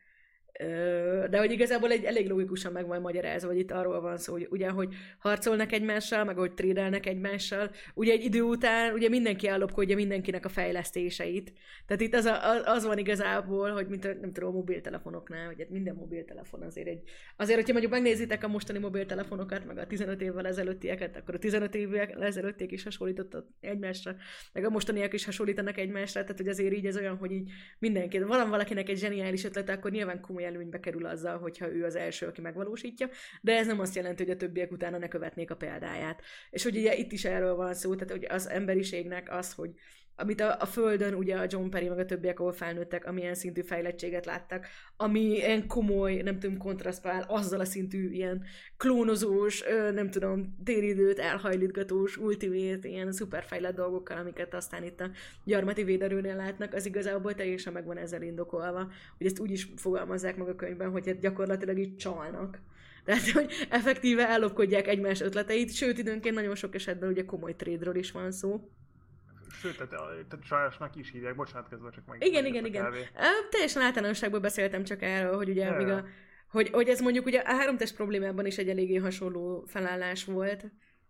De hogy igazából elég logikusan meg van magyarázva, hogy itt arról van szó, hogy ugye, hogy harcolnak egymással, meg hogy trédelnek egymással, ugye egy idő után ugye mindenki ellopkodja mindenkinek a fejlesztéseit. Tehát itt az van igazából, hogy mint nem tudom, a mobiltelefonoknál, hogy minden mobiltelefon azért hogyha mondjuk megnézitek a mostani mobiltelefonokat, meg a 15 évvel ezelőttieket, akkor a 15 évvel ezelőttiek is hasonlítottak egymásra, meg a mostaniak is hasonlítanak egymásra, tehát hogy azért így ez olyan, hogy így mindenki, valakinek egy zseniális ötlete, akkor nyilván komoly előnybe kerül azzal, hogyha ő az első, aki megvalósítja, de ez nem azt jelenti, hogy a többiek utána ne követnék a példáját. És hogy ugye itt is erről van szó, tehát hogy az emberiségnek az, hogy amit a Földön ugye a John Perry meg a többiek, ahol felnőttek, amilyen szintű fejlettséget láttak, ami ilyen komoly, nem tudom, kontrasztál azzal a szintű ilyen klónozós, nem tudom, téridőt elhajlítgatós, ultimate, ilyen szuperfejlett dolgokkal, amiket aztán itt a gyarmati véderőnél látnak, az igazából teljesen meg van ezzel indokolva, hogy ezt úgy is fogalmazzák meg a könyvben, hogy hát gyakorlatilag így csalnak. Tehát, hogy effektíve ellopkodják egymás ötleteit, sőt, időnként nagyon sok esetben ugye komoly trade-ről is van szó. Sőt, tehát sajásnak is hívják, bocsánat, közben csak meg. Igen. Teljesen általánosságban beszéltem csak erről, hogy ugye hogy ez mondjuk ugye a háromtest problémában is egy eléggé hasonló felállás volt,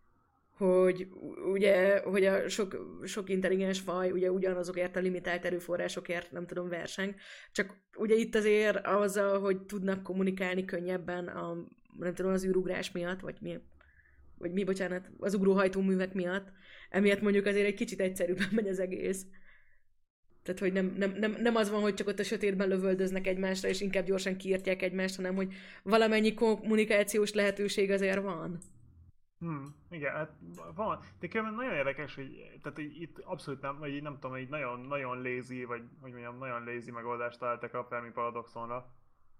hogy ugye, hogy a sok intelligens faj ugye ugyanazokért a limitált erőforrásokért, nem tudom, verseng, csak ugye itt azért azzal, hogy tudnak kommunikálni könnyebben nem tudom, az űrugrás miatt, vagy mi, bocsánat, az ugróhajtóművek miatt, emiatt mondjuk azért egy kicsit egyszerűbben megy az egész. Tehát, hogy nem az van, hogy csak ott a sötétben lövöldöznek egymásra, és inkább gyorsan kiírtják egymást, hanem, hogy valamennyi kommunikációs lehetőség azért van. Igen, hát van. De különben nagyon érdekes, hogy tehát itt abszolút nem, vagy nem tudom, így nagyon lazy, vagy hogy mondjam, nagyon lazy megoldást találtak a Fermi paradoxonra.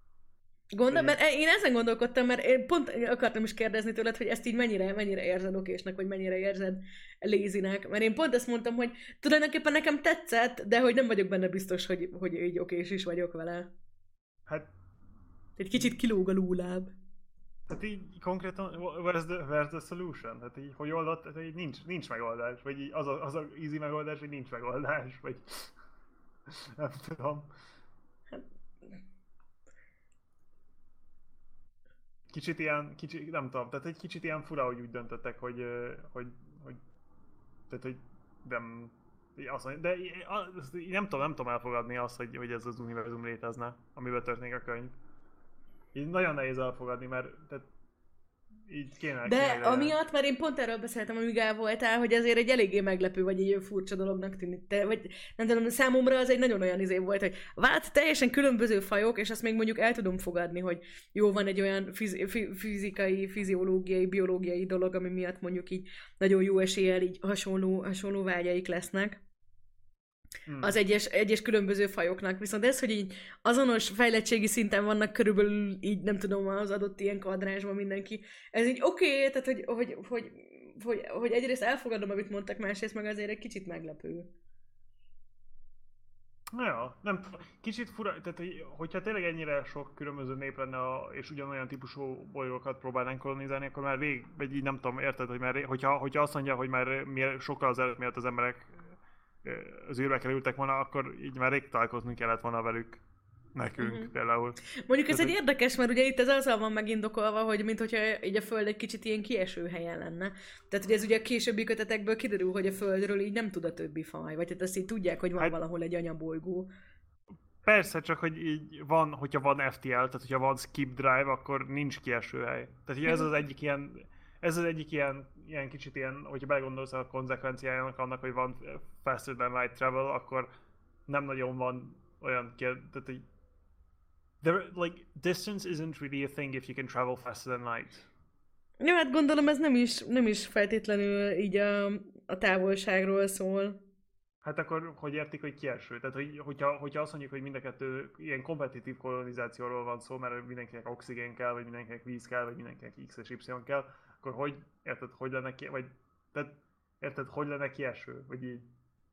Mert én ezen gondolkodtam, mert én pont akartam is kérdezni tőled, hogy ezt így mennyire érzed okésnak, vagy mennyire érzed lazynek. Mert én pont azt mondtam, hogy tulajdonképpen nekem tetszett, de hogy nem vagyok benne biztos, hogy így okés is vagyok vele. Hát... Egy kicsit kilóg a lóláb. Hát így konkrétan, where's the solution? Hát így, hogy oldott, hát így nincs megoldás. Vagy így az a easy megoldás, hogy nincs megoldás. Vagy... nem tudom. Kicsit nem tudom, tehát egy kicsit ilyen fura, hogy úgy döntöttek, hogy nem, azt mondja, de nem tudom elfogadni azt, hogy ez az univerzum létezne, amiben történik a könyv. Így nagyon nehéz elfogadni, mert tehát így kéne. De amiatt, mert én pont erről beszéltem, amíg el voltál, hogy azért egy eléggé meglepő, vagy egy furcsa dolognak tűnik. Vagy nem tudom, számomra az egy nagyon olyan izé volt, hogy teljesen különböző fajok, és azt még mondjuk el tudom fogadni, hogy jó, van egy olyan fizikai, fiziológiai, biológiai dolog, ami miatt mondjuk így nagyon jó eséllyel így hasonló vágyaik lesznek. Az egyes különböző fajoknak. Viszont ez, hogy így azonos fejlettségi szinten vannak körülbelül így, nem tudom, az adott ilyen kvadránsban mindenki. Ez így oké, tehát hogy egyrészt elfogadom, amit mondtak, másrészt meg azért egy kicsit meglepő. Ja, nem kicsit fura, tehát hogyha tényleg ennyire sok különböző nép lenne, és ugyanolyan típusú bolygókat próbálnánk kolonizálni, akkor már vagy így nem tudom, érted, hogy már hogyha azt mondja, hogy már sokkal azelőtt miatt az emberek az űrbe kerültek volna, akkor így már rég találkozni kellett volna velük. nekünk például. Mondjuk ez egy érdekes, mert ugye itt ez azzal van megindokolva, hogy minthogyha így a Föld egy kicsit ilyen kieső helyen lenne. Tehát ugye ez ugye a későbbi kötetekből kiderül, hogy a Földről így nem tud a többi faj, vagy hát azt így tudják, hogy van valahol egy anyabolygó. Persze, csak hogy így van, hogyha van FTL, tehát hogyha van skip drive, akkor nincs kieső hely. Tehát ugye ez az egyik ilyen kicsit ilyen, hogyha belegondolsz a konzekvenciájának annak, hogy van faster than light travel, akkor nem nagyon van olyan tehát így like, distance isn't really a thing if you can travel faster than light. Jó, hát gondolom ez nem is feltétlenül így a távolságról szól. Hát akkor hogy értik, hogy kieső? Tehát hogyha azt mondjuk, hogy mind a kettő ilyen kompetitív kolonizációról van szó, mert mindenkinek oxigén kell, vagy mindenkinek víz kell, vagy mindenkinek X és Y kell, akkor hogy, érted, hogy lenne vagy, tehát, érted, hogy lenne kieső? Vagy így?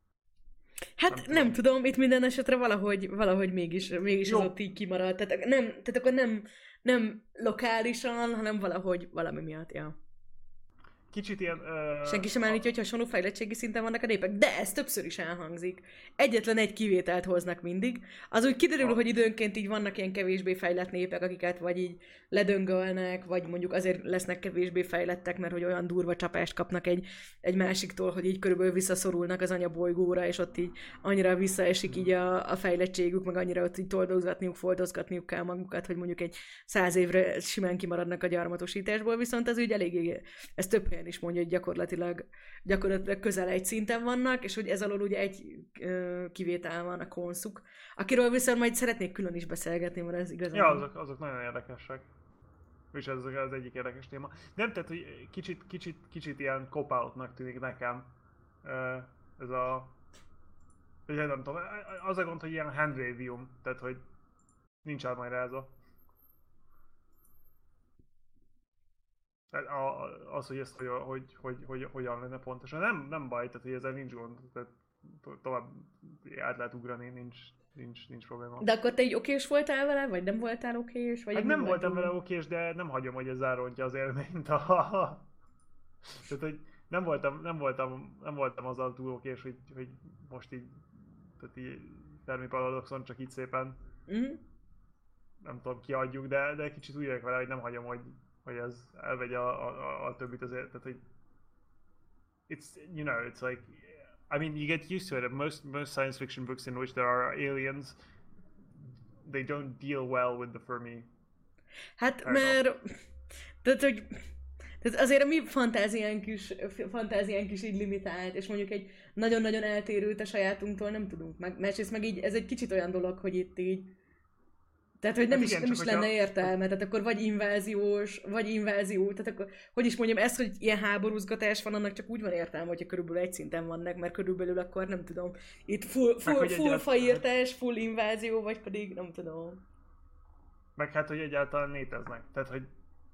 Hát nem tudom, itt minden esetre valahogy mégis az ott így kimaradt. Tehát akkor nem lokálisan, hanem valami miatt, ja. Kicsit ilyen... Senki sem állítja, hogy hasonló fejlettségi szinten vannak a népek, de ez többször is elhangzik. Egyetlen egy kivételt hoznak mindig. Az úgy kiderül, hogy időnként így vannak ilyen kevésbé fejlett népek, akiket vagy így ledöngölnek, vagy mondjuk azért lesznek kevésbé fejlettek, mert hogy olyan durva csapást kapnak egy másiktól, hogy így körülbelül visszaszorulnak az anyabolygóra, és ott így annyira visszaesik így a fejlettségük, meg annyira ott így toldozgatniuk, foldozgatniuk kell magukat, hogy mondjuk egy 100 évre simán kimaradnak a gyarmatosításból, viszont ez úgy eléggé, ez több helyen is mondja, hogy gyakorlatilag közel egy szinten vannak, és hogy ez alól ugye egy kivétel van, a konszuk, akiről viszont majd szeretnék külön is beszélgetni, mert ez igazán... Ja, azok nagyon érdekesek. És ez az egyik érdekes téma. Nem, tehát, hogy kicsit ilyen cop-outnak tűnik nekem ez a... Nem tudom, az a gond, hogy ilyen handradium, tehát, hogy nincs ármajráza. Az, hogy ezt hogyan lenne pontosan, nem baj, tehát hogy ezzel nincs gond, tehát tovább át lehet ugrani, nincs probléma. De akkor te így okés voltál vele, vagy nem voltál okés? Vagy hát nem voltam vele okés, de nem hagyom, hogy ez zárontja az élményt. Tehát, hogy nem voltam azzal túl okés, hogy most így, tehát így Fermi Paradoxon csak így szépen, nem tudom, kiadjuk, de kicsit úgy vagyok vele, hogy nem hagyom, hogy ez elvegye a többit azért, tehát hogy it's like, I mean, you get used to it. Most science fiction books in which there are aliens, they don't deal well with the Fermi. Hát mert, tehát azért a mi fantáziánk is így limitált, és mondjuk egy nagyon-nagyon eltérőt a sajátunktól nem tudunk. Másrészt meg így, ez egy kicsit olyan dolog, hogy itt így, tehát, hogy nem is lenne értelme, tehát akkor vagy invázió, tehát akkor, hogy is mondjam, ez, hogy ilyen háborúzgatás van, annak csak úgy van értelme, hogyha körülbelül egy szinten vannak, mert körülbelül akkor nem tudom, itt full faírtás, full invázió, vagy pedig nem tudom. Meg hát, hogy egyáltalán léteznek, tehát, hogy...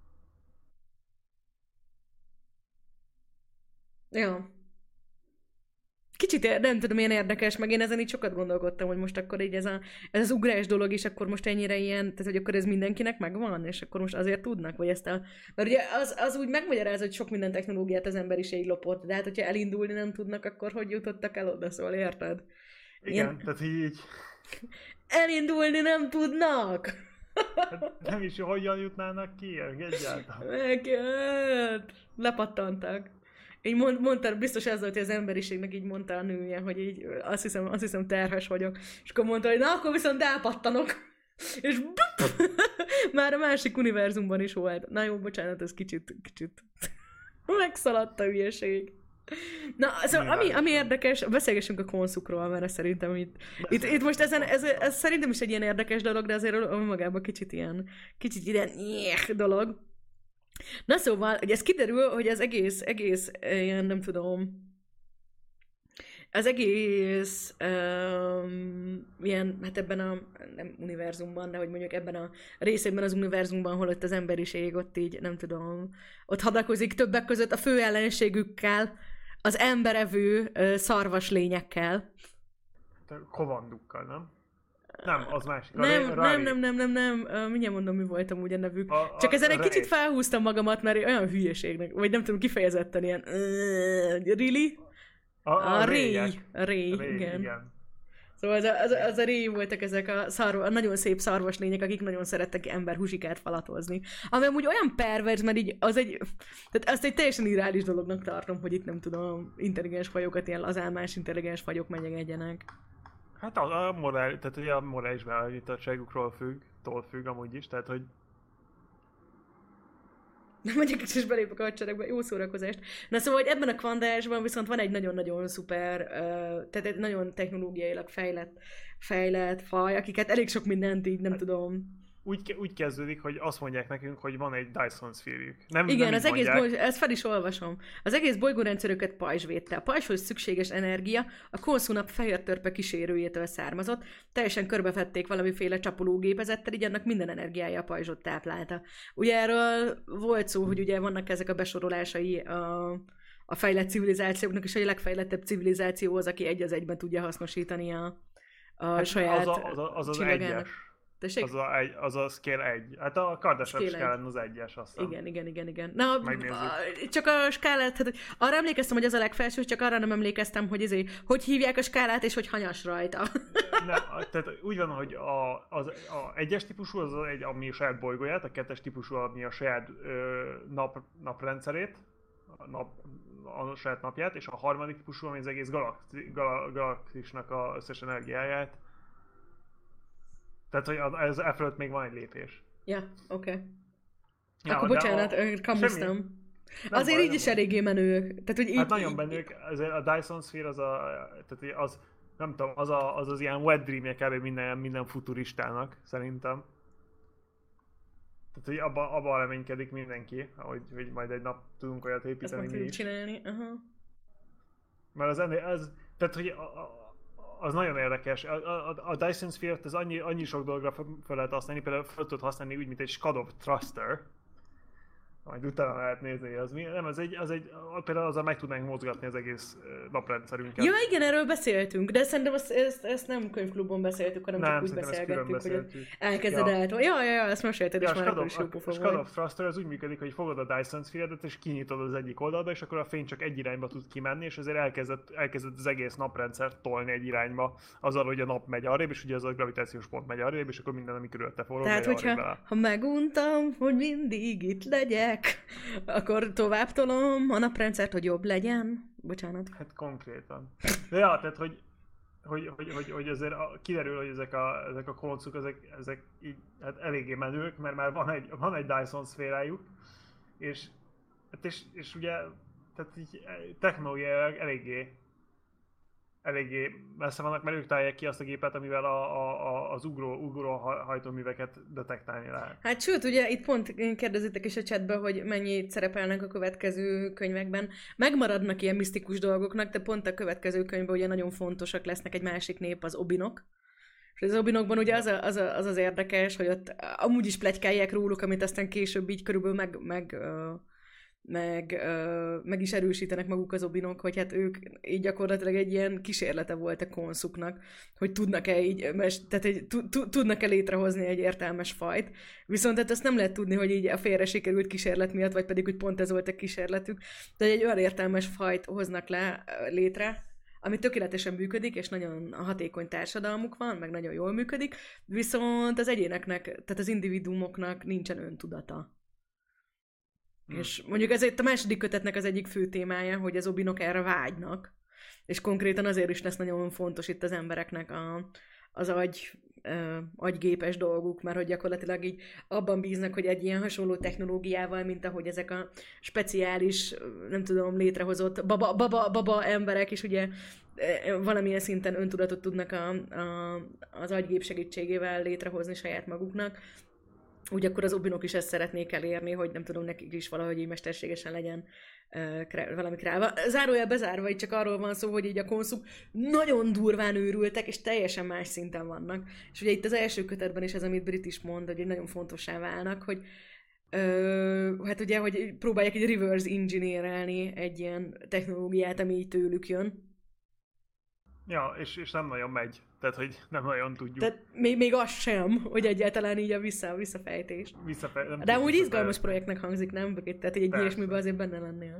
Ja. Kicsit nem tudom, milyen érdekes, meg én ezen így sokat gondolkodtam, hogy most akkor így ez az ugrás dolog is akkor most ennyire ilyen, tehát hogy akkor ez mindenkinek megvan, és akkor most azért tudnak, vagy ezt mert ugye az úgy megmagyaráz, hogy sok minden technológiát az emberiség lopott, de hát hogyha elindulni nem tudnak, akkor hogy jutottak el oda, szóval érted? Igen, tehát így... Elindulni nem tudnak! Hát nem is, hogyan jutnának ki egyáltalán. Lepattantak. Így mondta, biztos ez volt, hogy az emberiségnek így mondta a nője, hogy így azt hiszem terhes vagyok. És akkor mondta, hogy na, akkor viszont elpattanok. És már a másik univerzumban is volt. Na jó, bocsánat, ez kicsit megszaladt a hülyeség. Na, szóval ami érdekes, beszélgessünk a konszukról, mert szerintem itt most ez szerintem is egy ilyen érdekes dolog, de azért önmagában kicsit ilyen dolog. Na szóval, hogy ez kiderül, hogy az egész ilyen, nem tudom, az egész ilyen, hát ebben a nem univerzumban, de hogy mondjuk ebben a részében az univerzumban, hol ott az emberiség ott így, nem tudom, ott hadakozik többek között a fő ellenségükkel, az emberevő szarvaslényekkel. Kovandukkal, nem? Nem, az másik. Nem. Mindjárt mondom, mi voltam úgy a nevük. Csak ezen egy kicsit felhúztam magamat, mert olyan hülyeségnek, vagy nem tudom, kifejezetten ilyen... Really? A Ray, igen. Szóval az a régi voltak ezek a nagyon szép szarvas lények, akik nagyon szerettek emberhúzsikát falatozni. Ami amúgy olyan pervers, mert így tehát azt egy teljesen irreális dolognak tartom, hogy itt nem tudom, intelligens fajokat, ilyen lazálmás intelligens fagyok megjegyenek. Hát tehát ugye a morális beállítottságukról függ amúgy is, tehát hogy Nem megyek is belépek a hadseregbe, jó szórakozást. Na szóval, hogy ebben a kvantásban viszont van egy nagyon-nagyon szuper, tehát egy nagyon technológiailag fejlett faj, akiket elég sok mindent így nem tudom. Úgy kezdődik, hogy azt mondják nekünk, hogy van egy Dyson Sphere-jük. Igen, nem az egész ezt fel is olvasom. Az egész bolygórendszerüket pajzs védte. A pajzshoz szükséges energia a konszunap fehér törpe kísérőjétől származott. Teljesen körbevették valamiféle csapológépezettel, így annak minden energiája a pajzsot táplálta. Ugye erről volt szó, hogy ugye vannak ezek a besorolásai a fejlett civilizációknak, és a legfejlettebb civilizáció az, aki egy az egyben tudja hasznosítani a saját az egyes. Az a scale 1. Hát a Kardashev skálán az egyes, azt hiszem. Igen. Na, csak a skálát, hát arra emlékeztem, hogy az a legfelső, csak arra nem emlékeztem, hogy hogy hívják a skálát, és hogy hanyas rajta. Tehát úgy van, hogy az egyes típusú az ami a saját bolygóját, a kettes típusú ami a saját naprendszerét, a saját napját, és a harmadik típusú ami az egész galaxisnak az összes energiáját. Tehát, hogy ez fölött még van egy lépés. Ja, oké. Ja, akkor bocsánat, kamusztam. Azért így is eléggé menők. Tehát, hogy hát nagyon menők, a Dyson Sphere az nem tudom, az ilyen wet dreamje kb. Minden futuristának, szerintem. Tehát, hogy abba reménykedik mindenki, hogy majd egy nap tudunk olyat építeni mi is. Csinálni, aha. Mert tehát, hogy az nagyon érdekes. A Dyson Sphere-t az annyi sok dologra fel lehet használni, például fel tudod használni úgy, mint egy Skadov Thruster. Majd utána lehet nézni, az mi. Nem, például azzal meg tudnánk mozgatni az egész naprendszerünket. Ja, igen, erről beszéltünk, de szerintem ezt nem könyvklubban beszéltük, hanem csak úgy beszélgettünk, hogy elkezded Ja, ezt mesélted, és már akkor is jó pofa volt. A Skadov Thruster az úgy működik, hogy fogod a Dyson Sphere-et, és kinyitod az egyik oldalba, és akkor a fény csak egy irányba tud kimenni, és ezért elkezded az egész naprendszert tolni egy irányba, azzal, hogy a nap megy arrébb, és ugye az a gravitációs pont megy arrébb, és akkor minden, ami körülötte forog, tehát, hogyha meguntam, hogy mindig itt legyek, akkor tovább tolom a naprendszert, hogy jobb legyen. Bocsánat. Hát konkrétan. De ja, tehát, hogy azért kiderül, hogy ezek a koncuk, ezek így hát eléggé menők, mert már van egy Dyson szférájuk, és ugye tehát így technológiailag eléggé messze vannak, mert ők találják ki azt a gépet, amivel az ugró hajtóműveket detektálni lehet. Hát sőt, ugye itt pont kérdezitek is a chatben, hogy mennyit szerepelnek a következő könyvekben. Megmaradnak ilyen misztikus dolgoknak, de pont a következő könyvben ugye nagyon fontosak lesznek, egy másik nép, az Obinok. És az Obinokban ugye az érdekes, hogy ott amúgy is pletykálják róluk, amit aztán később így körülbelül meg is erősítenek maguk az Obinok, hogy hát ők így gyakorlatilag egy ilyen kísérlete volt a konszuknak, hogy tudnak-e így, tehát tudnak-e létrehozni egy értelmes fajt. Viszont hát azt nem lehet tudni, hogy így a félre sikerült kísérlet miatt, vagy pedig, hogy pont ez volt a kísérletük. Tehát egy olyan értelmes fajt hoznak létre, ami tökéletesen működik, és nagyon hatékony társadalmuk van, meg nagyon jól működik, viszont az egyéneknek, tehát az individuumoknak nincsen öntudata. És mondjuk ez a második kötetnek az egyik fő témája, hogy az Obinok erre vágynak, és konkrétan azért is lesz nagyon fontos itt az embereknek az agygépes dolguk, mert hogy gyakorlatilag így abban bíznak, hogy egy ilyen hasonló technológiával, mint ahogy ezek a speciális, nem tudom, létrehozott baba emberek is ugye valamilyen szinten öntudatot tudnak az agygép segítségével létrehozni saját maguknak. Úgy akkor az Obinok is ezt szeretnék elérni, hogy nem tudom, nekik is valahogy így mesterségesen legyen valami kreálva. Zárójel bezárva, itt csak arról van szó, hogy így a konszuk nagyon durván őrültek, és teljesen más szinten vannak. És ugye itt az első kötetben is ez, amit Brit is mond, hogy nagyon fontossá válnak, hogy hát ugye, hogy próbálják így reverse engineerelni egy ilyen technológiát, ami így tőlük jön. Ja, és nem nagyon megy. Tehát, hogy nem nagyon tudjuk. Tehát még az sem, hogy egyáltalán így a visszafejtés. De amúgy izgalmas projektnek hangzik, nem? Tehát egy ilyesmiben azért benne lennél.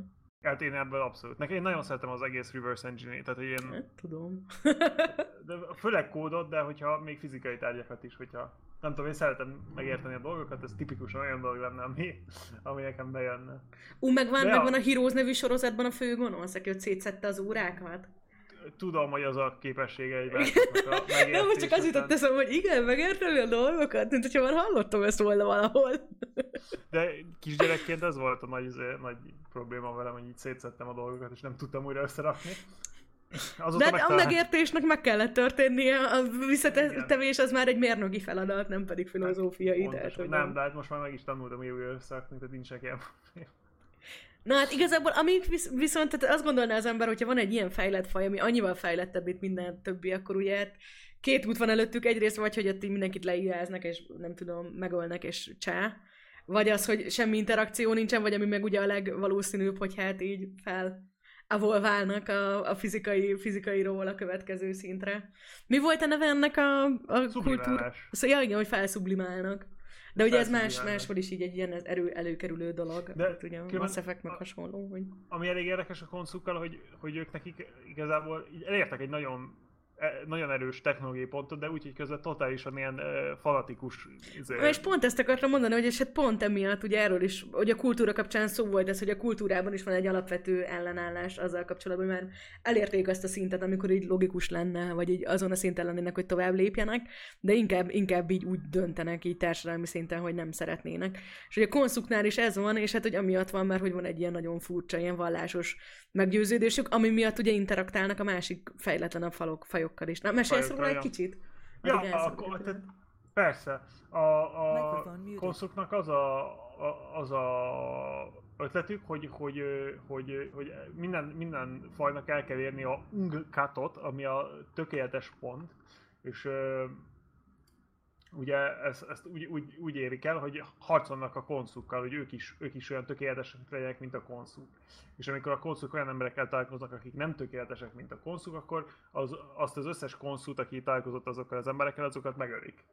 Hát én ebből abszolút. Nekem én nagyon szeretem az egész reverse engineering, tehát én... Hát, tudom. De főleg kódot, de hogyha még fizikai tárgyakat is, hogyha... Nem tudom, én szeretem megérteni a dolgokat, ez tipikusan olyan dolog lenne, ami nekem bejönne. Megvan a Heroes nevű sorozatban a főgonosz, aki ott szétszedte az órákat. Tudom, hogy az a képessége egy másoknak a megértés. Nem, hogy csak az jutott eszem, hogy igen, megérteni a dolgokat, mint hogyha már hallottam ezt volna valahol. De kisgyerekként ez volt a nagy probléma velem, hogy így szétszedtem a dolgokat, és nem tudtam újra összerakni. De a megértésnek meg kellett történnie, a visszatevés az már egy mérnöki feladat, nem pedig filozófiai. Tehát, hogy nem, de hát most már meg is tanultam újra összerakni, tehát nincsenek ilyen probléma. Na hát igazából, amit viszont tehát azt gondolná az ember, hogyha van egy ilyen fejlett faj, ami annyival fejlettebb, mint minden többi, akkor ugye hát két út van előttük, egyrészt vagy, hogy ott így mindenkit leíráznak, és nem tudom, megölnek, és csá. Vagy az, hogy semmi interakció nincsen, vagy ami meg ugye a legvalószínűbb, hogy hát így evolválnak a fizikairól a következő szintre. Mi volt a neve ennek a kultúra? Szóval, ja, igen, hogy felszublimálnak. De ugye ez máshol is így egy ilyen előkerülő dolog. De hát ugye Mass Effect meg hasonló. Hogy... Ami elég érdekes a konszukkal, hogy ők nekik igazából így elértek egy nagyon erős technológiai pontot, de úgy, hogy közben totálisan ilyen fanatikus... És pont ezt akartam mondani, hogy eset pont emiatt, ugye erről is, hogy a kultúra kapcsán szó volt ez, hogy a kultúrában is van egy alapvető ellenállás azzal kapcsolatban, hogy már elérték azt a szintet, amikor így logikus lenne, vagy így azon a szinten lennének, hogy tovább lépjenek, de inkább így úgy döntenek így társadalmi szinten, hogy nem szeretnének. És ugye a konszuknál is ez van, és hát hogy amiatt van, mert hogy van egy ilyen nagyon furcsa, ilyen vallásos meggyőződésük, ami miatt ugye interaktálnak a másik fejletlenebb fajokkal is. Na, mesélsz róla egy kicsit? Ja, persze. A konszuknak az a ötletük, hogy minden fajnak el kell érni a ungkatot, ami a tökéletes pont, és ugye ezt úgy érik el, hogy harcolnak a konszukkal, hogy ők is olyan tökéletesek legyenek, mint a konszuk. És amikor a konszuk olyan emberekkel találkoznak, akik nem tökéletesek, mint a konszuk, akkor azt az összes konszút, aki találkozott azokkal az emberekkel, azokat megölik.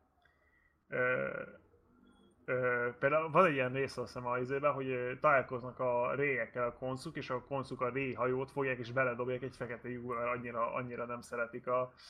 Például van egy ilyen rész, azt hiszem, az izében, hogy találkoznak a réjekkel a konszuk, és a konszuk a réj hajót fogják és beledobják egy fekete lyukba, mert annyira nem szeretik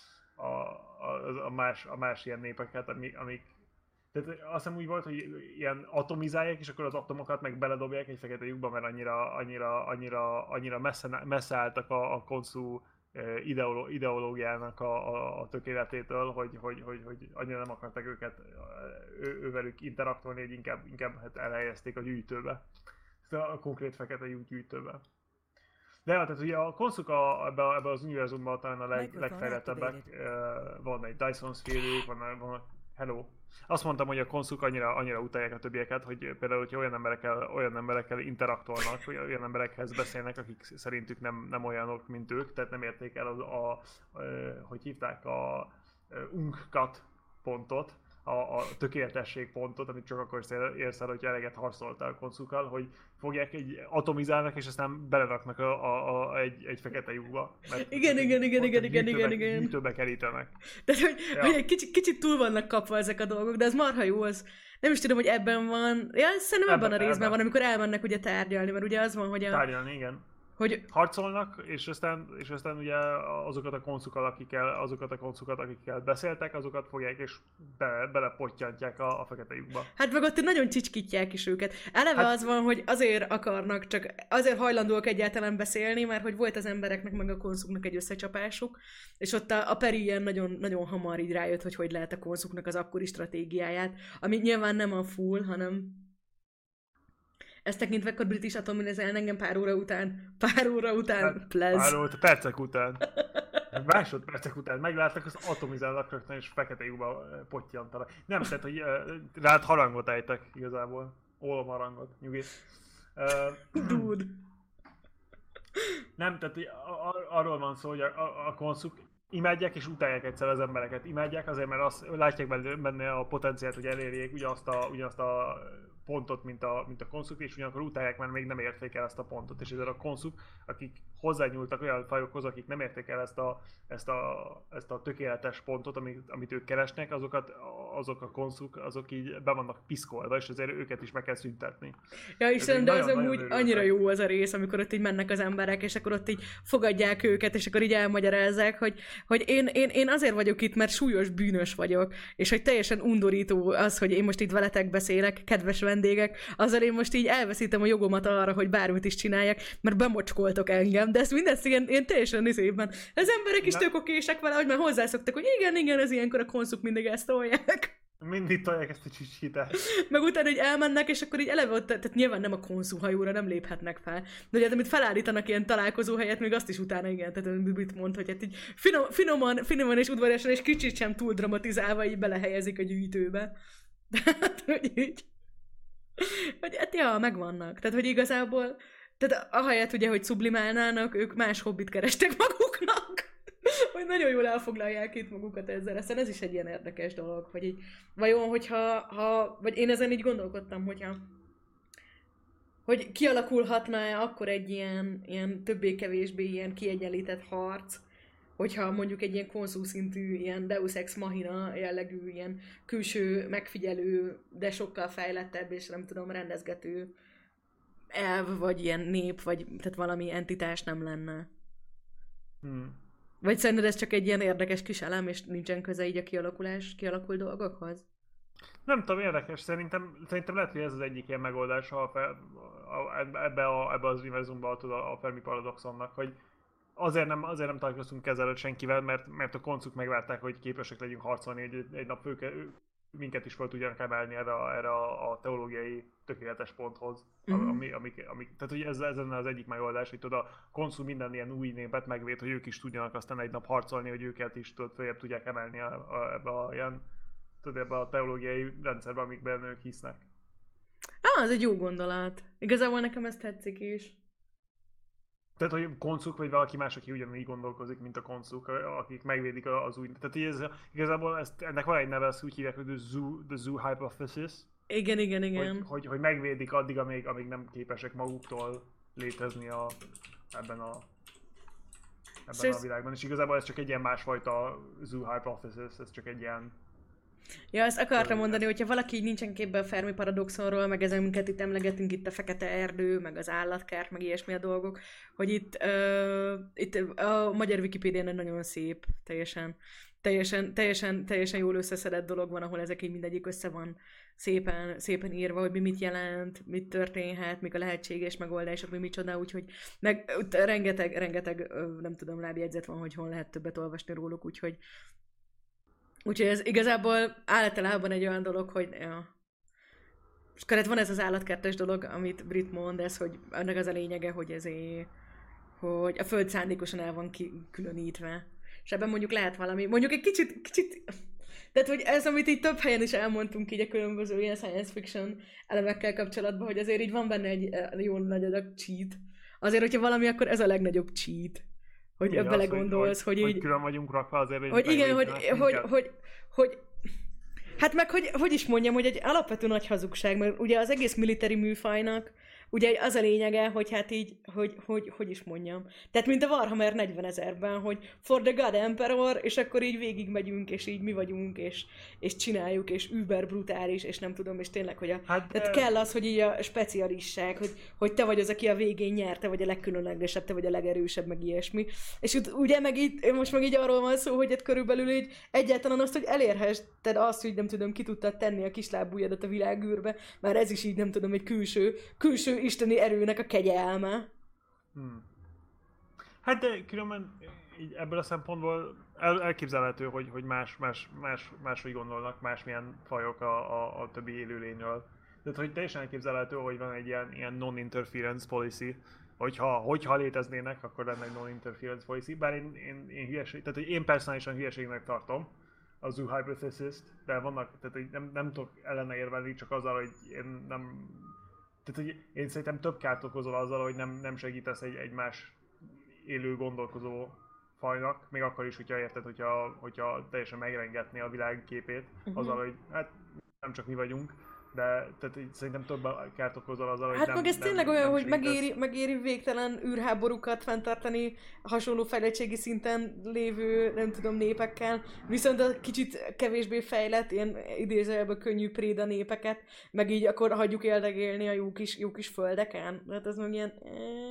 a más ilyen népeket, amik... Tehát azt hiszem úgy volt, hogy ilyen atomizálják, és akkor az atomokat meg beledobják egy fekete lyukba, mert annyira messze álltak a konszú ideológiának a tökéletétől, hogy annyira nem akartak ővelük interaktolni, hogy inkább hát elhelyezték a gyűjtőbe. A konkrét fekete lyuk gyűjtőbe. De hát ugye a konszuk ebben az univerzumban talán a legfejlettebbek, van egy Dyson Sphere-ük, van hello. Azt mondtam, hogy a konszuk annyira utálják a többieket, hogy például, hogyha olyan emberekkel interaktolnak, vagy olyan emberekhez beszélnek, akik szerintük nem olyanok, mint ők, tehát nem érték el hogy hívták, a ungkat pontot, a tökéletesség pontot, amit csak akkor érsz el, hogyha eleget harcoltál a konszukkal, hogy fogják atomizálnak, és aztán beleraknak egy fekete lyukba. Igen. Gyűjtőbe kerítenek. Tehát, hogy egy kicsit túl vannak kapva ezek a dolgok, de ez marha jó, az nem is tudom, hogy ebben van. Ja, szerintem ebben a részben van, amikor elmennek ugye tárgyalni, mert ugye az van, hogy tárgyalni, igen. Hogy harcolnak, és aztán ugye azokat a konszukat, akikkel beszéltek, azokat fogják és belepottyantják a fekete lyukba. Hát meg ott nagyon csicskítják is őket. Eleve az van, hogy azért akarnak, csak azért hajlandóak egyáltalán beszélni, mert hogy volt az embereknek meg a konszuknak egy összecsapásuk, és ott a Peri ilyen nagyon, nagyon hamar így rájött, hogy lehet a konszuknak az akkori stratégiáját, ami nyilván nem a full, hanem ezt tekintve, akkor British atomizálni engem pár óra után, percek után, másodpercek után megláttak, az atomizálnak rögtön, és fekete lyukba pottyantanak. Nem, tehát, hogy rád harangot ejtek igazából. Ólom harangot, nyugi. Dude. Nem, tehát arról van szó, hogy a konszuk imádják és utálják egyszer az embereket. Imádják azért, mert látják benne a potenciált, hogy elérjék ugyanazt a pontot, mint a konszuk, és ugyanakkor utálják, mert még nem érték el ezt a pontot. És ezzel a konszuk, akik hozzányúltak olyan fajokhoz, akik nem érték el ezt a tökéletes pontot, amit ők keresnek, azok a konszuk, azok így be vannak piszkolva, és ezért őket is meg kell szüntetni. Ja Istenem, de az amúgy annyira jó az a rész, amikor ott így mennek az emberek, és akkor ott így fogadják őket, és akkor így elmagyarázzák, hogy én azért vagyok itt, mert súlyos bűnös vagyok, és hogy teljesen undorító az, hogy én most itt veletek beszélek, kedves vendégek, azzal én most így elveszítem a jogomat arra, hogy bármit is csináljak, mert bemocskoltok engem, de ezt mindezt én teljesen izében. Az emberek is tök okések vele, hogy már hozzászoktak, hogy igen, ez ilyenkor a konszuk mindig ezt tolják. Mindig tolják ezt a csicskítát. Meg utána, hogy elmennek, és akkor így eleve ott, tehát nyilván nem a konszulhajóra nem léphetnek fel. De ugye, amit felállítanak ilyen találkozó helyet, még azt is utána igen, tehát mit mond, hogy hát így finoman és udvariasan, és kicsit sem túl dramatizálva így belehelyezik a gyűjtőbe. Tehát, hogy így... Hogy hát ja, megvannak. Tehát, hogy igazából... Tehát ahelyett ugye, hogy sublimálnának, ők más hobbit kerestek maguknak. Hogy nagyon jól elfoglalják itt magukat ezzel. Aztán ez is egy ilyen érdekes dolog, hogy így, vajon, vagy én ezen így gondolkodtam, hogy kialakulhatna-e akkor egy ilyen többé-kevésbé ilyen kiegyenlített harc, hogyha mondjuk egy ilyen konszul szintű, ilyen Deus Ex Machina jellegű, ilyen külső megfigyelő, de sokkal fejlettebb és nem tudom, rendezgető elv, vagy ilyen nép, vagy tehát valami entitás nem lenne. Vagy szerinted ez csak egy ilyen érdekes kis elem, és nincsen köze így a kialakult dolgokhoz? Nem tudom, érdekes. Szerintem lehet, hogy ez az egyik ilyen megoldás ebbe az univerzumban a Fermi paradoxonnak, hogy azért nem találkoztunk ezzel senkivel, mert a koncuk megvárták, hogy képesek legyünk harcolni egy nap minket is fel tudjanak emelni erre a teológiai tökéletes ponthoz. Tehát, hogy ez lenne az egyik megoldás, hogy tudod, a konszul minden ilyen új népet megvéd, hogy ők is tudjanak aztán egy nap harcolni, hogy őket is följebb tudják emelni ebbe a teológiai rendszerbe, amikben ők hisznek. Ez egy jó gondolat. Igazából nekem ez tetszik is. Tehát, hogy konszuk, vagy valaki más, aki ugyanúgy gondolkozik, mint a konszuk, akik megvédik az új... Tehát igazából ennek van egy neve, ezt úgy hívják, hogy the zoo hypothesis. Igen. Hogy megvédik addig, amíg nem képesek maguktól létezni ebben a világban. És igazából ez csak egy ilyen másfajta zoo hypothesis, ez csak egy ilyen... Ja, ezt akartam mondani, hogyha valaki így nincsen képben a Fermi paradoxonról, meg ezen, minket itt emlegetünk, itt a fekete erdő, meg az állatkert, meg ilyesmi a dolgok, hogy itt a magyar Wikipédián egy nagyon szép, teljesen jól összeszedett dolog van, ahol ezek így mindegyik össze van szépen írva, hogy mi mit jelent, mit történhet, mik a lehetséges megoldások, mi micsoda, úgyhogy meg rengeteg nem tudom, lábjegyzet van, hogy hol lehet többet olvasni róluk, úgyhogy ez igazából általában egy olyan dolog, hogy ja. És akkor van ez az állatkertes dolog, amit Brit mond, ez, hogy annak az a lényege, hogy hogy a föld szándékosan el van különítve. És ebben mondjuk lehet valami, mondjuk egy kicsit tehát, hogy ez, amit így több helyen is elmondtunk így a különböző ilyen science fiction elemekkel kapcsolatban, hogy azért így van benne egy jó nagy adag cheat. Azért, hogyha valami, akkor ez a legnagyobb cheat. Hogy belegondolsz, hogy így... Hogy külön vagyunk rakva azért, hogy igen, hogy hát meg, hogy is mondjam, hogy egy alapvető nagy hazugság, mert ugye az egész military műfajnak ugye az a lényege, hogy hát így, hogy is mondjam. Tehát mint a Warhammer 40 000-ben, hogy for the God Emperor, és akkor így végigmegyünk, és így mi vagyunk, és csináljuk, és über brutális, és nem tudom, és tényleg, hogy tehát kell az, hogy így a specialisság, hogy te vagy az, aki a végén nyer, te vagy a legkülönlegesebb, te vagy a legerősebb, meg ilyesmi. És ugye meg itt, most meg így arról van szó, hogy körülbelül így egyáltalán azt, hogy elérhested azt, hogy nem tudom, ki tudtad tenni a kislábújadat a világűrbe, már ez is így nem tudom, egy külső isteni erőnek a kegyelme. Hát de különben így ebből a szempontból elképzelhető, hogy máshogy gondolnak, másmilyen fajok a többi élőlényről. Tehát, hogy teljesen elképzelhető, hogy van egy ilyen non-interference policy, hogyha léteznének, akkor lenne egy non-interference policy, bár én hülyeség, tehát hogy én personálisan hülyeségnek tartom a zoo hypothesis-t, de vannak, tehát hogy nem tudok ellene érvelni, csak azzal, hogy én nem... Tehát, hogy én szerintem több kárt okozol azzal, hogy nem segítesz egy más élő gondolkozó fajnak, még akkor is, hogyha érted, hogyha teljesen megrengetné a világ képét, azzal, hogy hát nem csak mi vagyunk, de tehát így szerintem több kárt okozol azzal, hogy Hát nem, meg ez tényleg olyan, nem hogy segítesz. megéri végtelen űrháborúkat fenntartani hasonló fejlettségi szinten lévő, nem tudom, népekkel, viszont a kicsit kevésbé fejlett, ilyen idézőjelben könnyű préda népeket, meg így akkor hagyjuk éldegélni a jó kis földeken. Hát ez meg ilyen...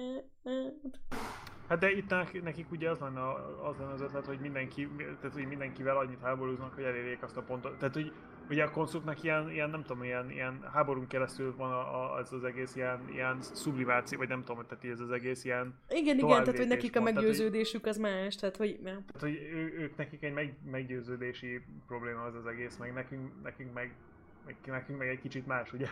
Hát de itt nekik ugye az lenne az ötlet, hogy tehát hogy mindenkivel annyit háborúznak, hogy elérjék azt a pontot. Tehát hogy ugye a konszuknak ilyen nem tudom, ilyen háborún keresztül van az egész ilyen sublimáció, vagy nem tudom, tehát ez az egész ilyen Igen, tehát hogy nekik a meggyőződésük az más, tehát hogy... Tehát hogy ők nekik egy meggyőződési probléma az egész, meg nekünk meg egy kicsit más, ugye?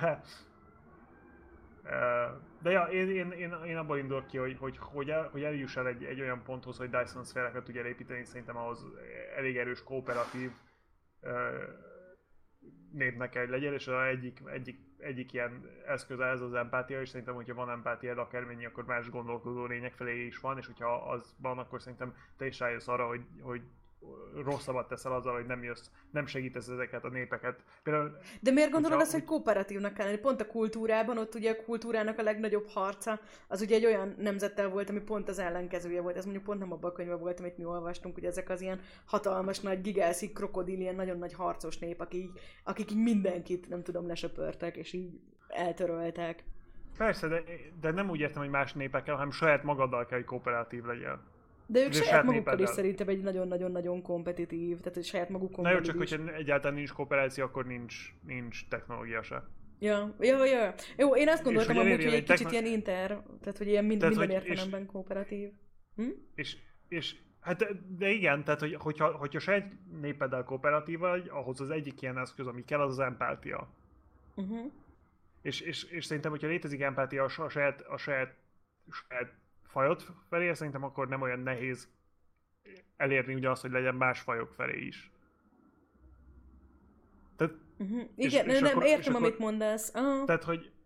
De ja, én abból indulok ki, hogy eljuss el egy olyan ponthoz, hogy Dyson szféreket tudja építeni, szerintem ahhoz elég erős kooperatív népnek kell legyen, és az egyik ilyen eszköz ez az empátia, és szerintem, hogyha van empátiád akármennyi, akkor más gondolkodó lények felé is van, és hogyha az van, akkor szerintem te is rájössz arra, hogy rosszabbat teszel azzal, hogy nem segítesz ezeket a népeket. Például, de miért gondolod azt, hogy kooperatívnak kell lenni? Pont a kultúrában, ott ugye a kultúrának a legnagyobb harca, az ugye egy olyan nemzettel volt, ami pont az ellenkezője volt. Ez mondjuk pont nem abban a könyvben volt, amit mi olvastunk, hogy ezek az ilyen hatalmas, nagy, gigelszik, krokodil, ilyen nagyon nagy harcos nép, akik így mindenkit, nem tudom, lesöpörtek, és így eltöröltek. Persze, de nem úgy értem, hogy más népekkel, hanem saját magaddal kell, hogy kooperatív legyen. De ők saját magukkal is szerintem egy nagyon-nagyon-nagyon kompetitív, tehát saját maguk kompetitív. Na jó, csak hogyha egyáltalán nincs kooperáció, akkor nincs technológia se. Ja. Jó, én azt gondoltam amúgy, hogy egy kicsit ilyen tehát hogy ilyen minden értelemben kooperatív. Hát de igen, tehát hogyha saját népeddel kooperatív vagy, ahhoz az egyik ilyen eszköz, ami kell, az az empátia. És szerintem, hogyha létezik empátia a saját fajod felé, szerintem akkor nem olyan nehéz elérni ugye azt, hogy legyen más fajok felé is. Tehát, igen, és nem akkor, értem, amit mondasz. Tehát,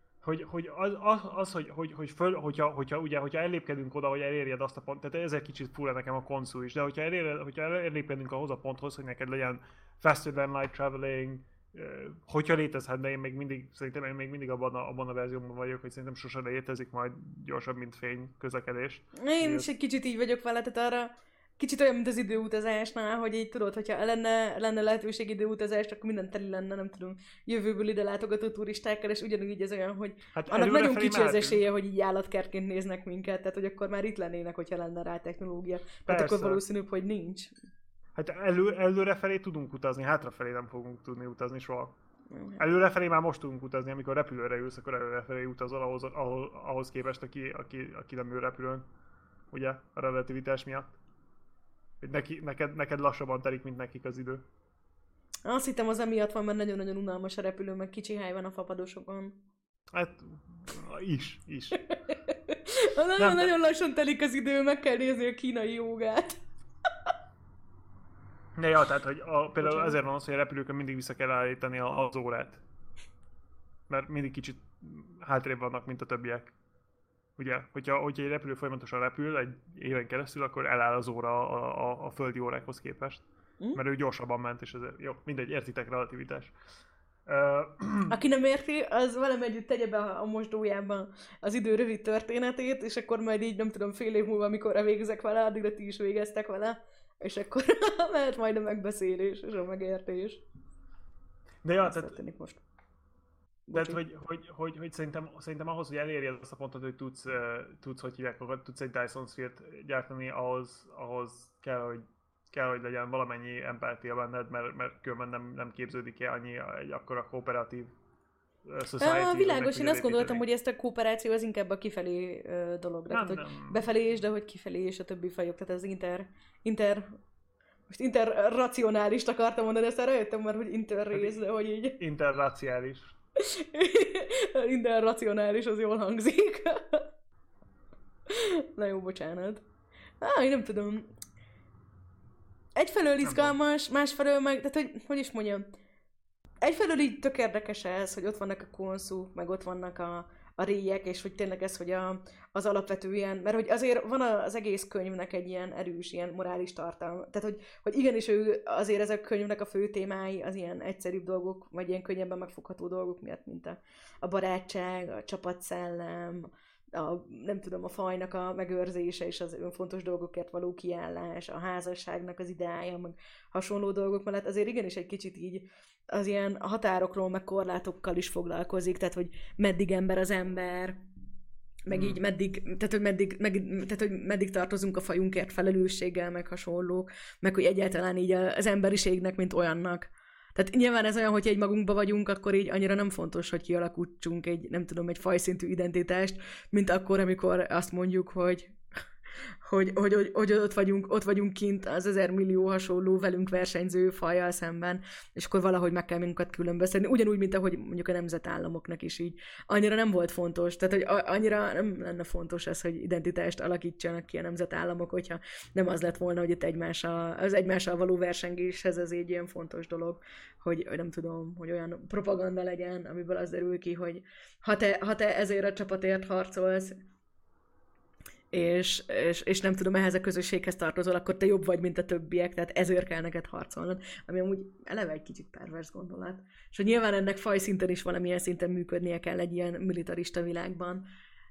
hogyha ellépkedünk oda, hogy elérjed azt a pont, tehát ez egy kicsit fura nekem a konszú is, de hogyha ellépkedünk ahhoz a ponthoz, hogy neked legyen faster than light traveling, hogyha létezhet, de szerintem én még mindig abban a verzióban vagyok, hogy szerintem sosem létezik majd gyorsabb, mint fény közlekedés. Én is egy kicsit így vagyok vele, tehát arra kicsit olyan, mint az időutazásnál, hogy így tudod, hogyha lenne lehetőség időutazás, akkor minden teli lenne, nem tudom, jövőből ide látogató turistákkal, és ugyanúgy ez olyan, hogy annak nagyon kicsi az esélye, hogy így állatkertként néznek minket, tehát hogy akkor már itt lennének, hogyha lenne rá technológia. Tehát akkor valószínűbb, hogy nincs. Hát előrefelé tudunk utazni, hátrafelé nem fogunk tudni utazni soha. Előrefelé már most tudunk utazni, amikor repülőre ülsz, akkor előrefelé utazol ahhoz képest, aki nem ül repülőn. Ugye? A relativitás miatt. Neked lassabban telik, mint nekik az idő. Azt hittem az emiatt van, mert nagyon-nagyon unalmas a repülő, meg kicsi hely van a fapadosokon. Hát, is. Nagyon lassan telik az idő, meg kell nézni a kínai jógát. Ja, tehát hogy például ezért van az, hogy a repülőkön mindig vissza kell állítani az órát. Mert mindig kicsit hátrébb vannak, mint a többiek. Ugye, hogyha egy repülő folyamatosan repül egy éven keresztül, akkor eláll az óra a földi órákhoz képest. Mert ő gyorsabban ment, és ezért, jó, mindegy, értitek, relativitás. Aki nem érti, az velem együtt tegye be a mosdójában az idő rövid történetét, és akkor majd így, nem tudom, fél év múlva, amikor végzek vele, addigra ti is végeztek vele, és akkor lehet majd a megbeszélés és a megértés. De ja, tehát most. Tehát, hogy szerintem ahhoz, hogy elérjed azt a pontot, hogy tudsz hogy hívják magad, tudsz egy Dyson Sphere-t gyártani, ahhoz kell, hogy legyen valamennyi empátia benned, mert különben nem képződik el annyi egy akkora kooperatív society. Világos, én azt gondoltam, hogy ezt a kooperáció az inkább a kifelé dologra. Tehát, hogy befelé is, de hogy kifelé is a többi fajok. Tehát az most interracionálist akartam mondani, de aztán rájöttem már, hogy interrész, de hogy így... Interraciális. Interracionális, az jól hangzik. Na jó, bocsánat. Én nem tudom. Egyfelől izgalmas, másfelől meg, tehát hogy is mondjam. Egyfelől így tök érdekes ez, hogy ott vannak a konszú, meg ott vannak a rélyek, és hogy tényleg ez, hogy az alapvető ilyen, mert hogy azért van az egész könyvnek egy ilyen erős, ilyen morális tartalma. Tehát, hogy igenis ő azért ezek a könyvnek a fő témái az ilyen egyszerűbb dolgok, vagy ilyen könnyebben megfogható dolgok miatt, mint a barátság, a csapatszellem, nem tudom, a fajnak a megőrzése és az önfontos dolgokért való kiállás, a házasságnak az ideája, meg hasonló dolgok mellett azért igenis egy kicsit így az ilyen határokról, meg korlátokkal is foglalkozik, tehát hogy meddig ember az ember, meg így hogy meddig tartozunk a fajunkért felelősséggel, meg hasonlók, meg hogy egyáltalán így az emberiségnek, mint olyannak. Tehát nyilván ez olyan, hogy egy magunkba vagyunk, akkor így annyira nem fontos, hogy kialakítsunk egy, nem tudom, egy fajszintű identitást, mint akkor, amikor azt mondjuk, hogy ott vagyunk kint az 1000 millió hasonló velünk versenyző fajjal szemben, és akkor valahogy meg kell minket különböztetni. Ugyanúgy, mint ahogy mondjuk a nemzetállamoknak is így. Annyira nem volt fontos, tehát hogy annyira nem lenne fontos ez, hogy identitást alakítsanak ki a nemzetállamok, hogyha nem az lett volna, hogy itt az egymással való versengéshez ez egy ilyen fontos dolog, hogy nem tudom, hogy olyan propaganda legyen, amiből az derül ki, hogy ha te ezért a csapatért harcolsz, és nem tudom, ehhez a közösséghez tartozol, akkor te jobb vagy, mint a többiek, tehát ezért kell neked harcolnod, ami amúgy eleve egy kicsit pervers gondolat. És hogy nyilván ennek fajszinten is valamilyen szinten működnie kell egy ilyen militarista világban.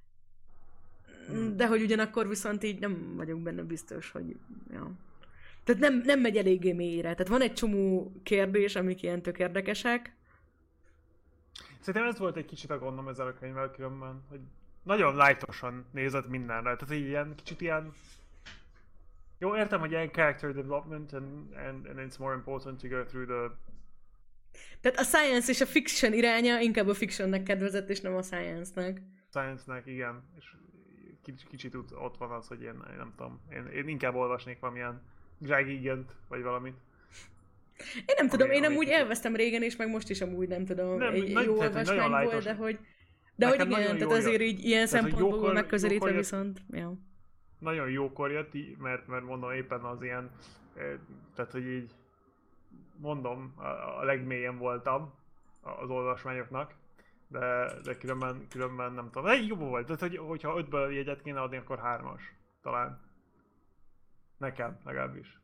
De hogy ugyanakkor viszont így nem vagyok benne biztos, hogy... Ja. Tehát nem megy eléggé mélyre. Tehát van egy csomó kérdés, amik ilyen tök érdekesek. Szerintem ez volt egy kicsit a gondom ezzel a könyvvel különben, hogy nagyon lightosan nézett mindenre, tehát ilyen kicsit ilyen... Jó, értem, hogy ilyen character development and it's more important to go through the... Tehát a science és a fiction iránya inkább a fictionnek kedvezett, és nem a science-nek. Science-nek, igen, és kicsit ott van az, hogy én nem tudom, én inkább olvasnék valamilyen Greg Egan-t, vagy valamit. Én nem tudom, én amúgy elvesztem régen, és meg most is amúgy nem tudom, nem, egy jó olvasmány volt, de hogy... De hogy igen, tehát azért így ilyen szempontból megközelítve viszont, ja. Nagyon jókor jött, mert mondom éppen az ilyen, tehát hogy így mondom, a legmélyen voltam az olvasmányoknak, de különben nem tudom, egy jobb volt, tehát hogyha 5-ből jegyet kéne adni, akkor 3-as talán. Nekem legalábbis.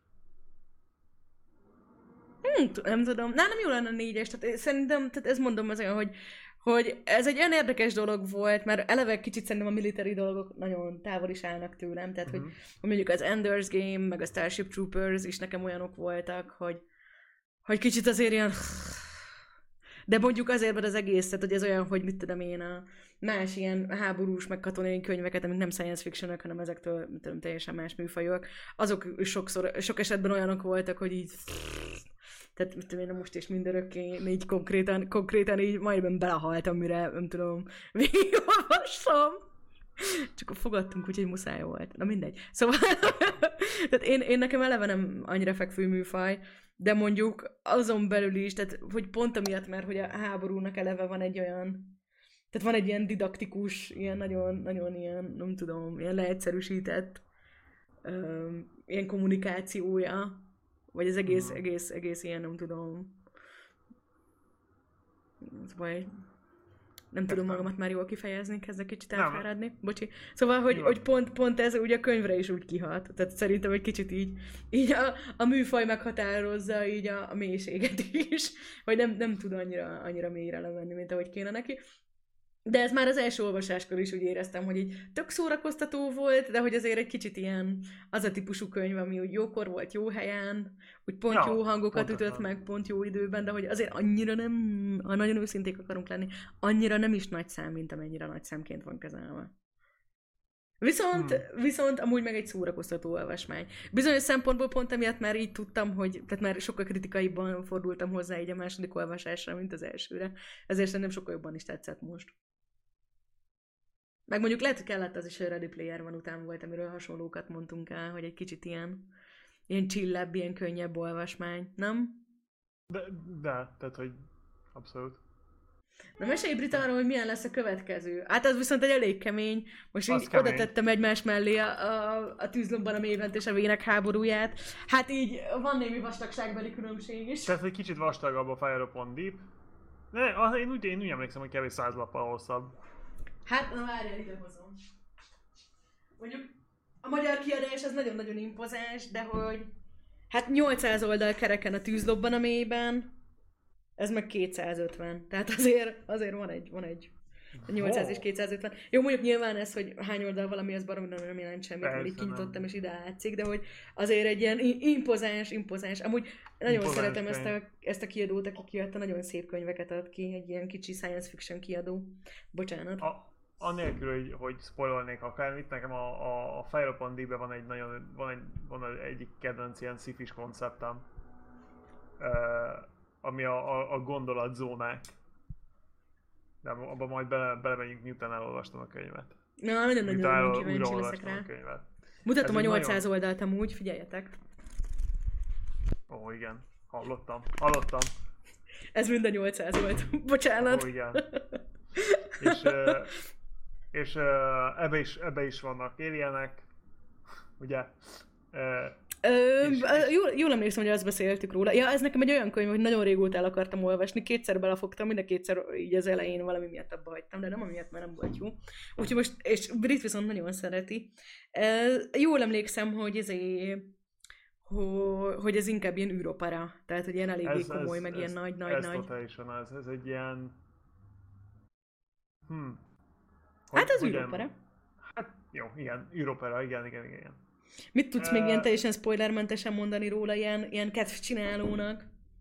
Nem tudom, nálam jó lenne 4-es, tehát szerintem, tehát ez mondom az olyan, hogy ez egy olyan érdekes dolog volt, mert eleve kicsit szerintem a military dolgok nagyon távol is állnak tőlem, tehát hogy mondjuk az Ender's Game, meg a Starship Troopers is nekem olyanok voltak, hogy kicsit azért ilyen... De mondjuk azért, mert az egész, tehát hogy ez olyan, hogy mit tudom én, a más ilyen háborús, meg katonai könyveket, amik nem science fictionok, hanem ezektől, mit tudom, teljesen más műfajok, azok sok esetben olyanok voltak, hogy így... Tehát mit tudom én, most és mindörökké így konkrétan így majdnem belehaltam, mire, nem tudom, végigolvastam. Csak fogadtunk, úgyhogy muszáj volt. Na mindegy. Szóval, tehát én nekem eleve nem annyira fekvő műfaj, de mondjuk azon belül is, tehát hogy pont amiatt, mert hogy a háborúnak eleve van egy olyan, tehát van egy ilyen didaktikus, ilyen nagyon ilyen, nem tudom, ilyen leegyszerűsített ilyen kommunikációja, vagy az egész ilyen, nem tudom, vagy nem tudom magamat már jól kifejezni, kezdek kicsit elfáradni. Bocsi. Szóval, hogy pont ez ugye a könyvre is úgy kihat. Tehát szerintem egy kicsit így a műfaj meghatározza így a mélységet is, vagy nem tud annyira mélyre lemenni, mint ahogy kéne neki. De ez már az első olvasáskor is úgy éreztem, hogy így tök szórakoztató volt, de hogy azért egy kicsit ilyen az a típusú könyv, ami úgy jókor volt, jó helyen, úgy pont jó hangokat ütött meg, pont jó időben, de hogy azért annyira nem, ha nagyon őszinték akarunk lenni, annyira nem is nagy szám, mint amennyire nagy számként van kezelve. Viszont amúgy meg egy szórakoztató olvasmány. Bizonyos szempontból pont emiatt már így tudtam, hogy tehát már sokkal kritikaiban fordultam hozzá így a második olvasásra, mint az elsőre. Ezért szerintem sokkal jobban is tetszett most. Meg mondjuk lehet, hogy kellett az is, hogy Ready Player One után volt, amiről hasonlókat mondtunk el, hogy egy kicsit ilyen chillebb, ilyen könnyebb olvasmány, nem? De tehát, hogy abszolút. Na mesélj, Brita, arról, hogy milyen lesz a következő. Hát az viszont egy elég kemény. Most így oda tettem egymás mellé a tűzlomban a mélyvent és a vének háborúját. Hát így van némi vastagságbeli különbség is. Tehát, hogy kicsit vastagabb a Fire Upon Deep. De én úgy emlékszem, hogy kevés 100 lappal hosszabb. Hát, na várjál, idehozom. Mondjuk a magyar kiadás az nagyon-nagyon impozáns, de hogy... Hát 800 oldal kereken a Tűzlobban a mélyben, ez meg 250. Tehát azért van egy 800 és 250. Jó, mondjuk nyilván ez, hogy hány oldal valami, az baromi nem jelent semmit, mert így kinyitottam és ide látszik, de hogy azért egy ilyen impozáns. Amúgy nagyon szeretem ezt a kiadót, aki kiadta, nagyon szép könyveket ad ki, egy ilyen kicsi science fiction kiadó. Bocsánat. Anélkül, hogy spoilernék akármit, nekem a Fire Upon D-ben van egyik kedvenc ilyen sci-fis konceptem, ami a gondolatzónák. De abban majd belemegyünk, miután elolvastam a könyvet. Na, nagyon kíváncsi leszek rá. Mutatom a 800 nagyon... oldalt amúgy, figyeljetek. Ó, igen. Hallottam. Ez mind a 800 volt. Bocsánat. Ó, igen. És ebbe is vannak alienek, ugye? Jól emlékszem, hogy azt beszéltük róla. Ja, ez nekem egy olyan könyv, hogy nagyon régóta el akartam olvasni, kétszer belefogtam, mind a kétszer így az elején valami miatt abba hagytam, de nem amiatt, mert nem volt jó. Úgyhogy most, és Brit viszont nagyon szereti. Jól emlékszem, hogy hogy ez inkább ilyen űropera, tehát hogy ilyen eléggé komoly, meg ilyen nagy. Ez totálisan ez egy ilyen... Hát az űropera. Hát jó, igen, űropera, igen. Mit tudsz még ilyen teljesen spoilermentesen mondani róla, ilyen kedvcsinálónak?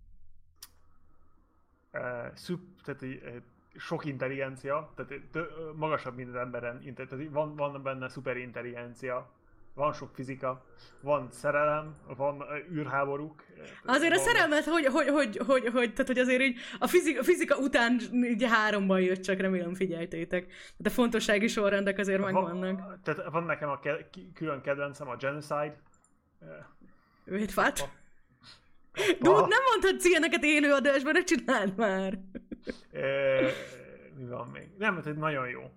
Tehát sok intelligencia, tehát magasabb, mint az emberen, tehát van benne szuperintelligencia, van sok fizika, van szerelem, van űrháborúk. Azért a szerelmet, tehát hogy azért így a fizika után így 3-ban jött, csak remélem figyeltétek. De a fontossági sorrendek azért megvannak. Tehát van nekem a külön kedvencem, a Genocide. Wait, what? Dude, nem mondhatsz ilyeneket élőadásban, ne csináld már! Mi van még? Nem, tehát nagyon jó.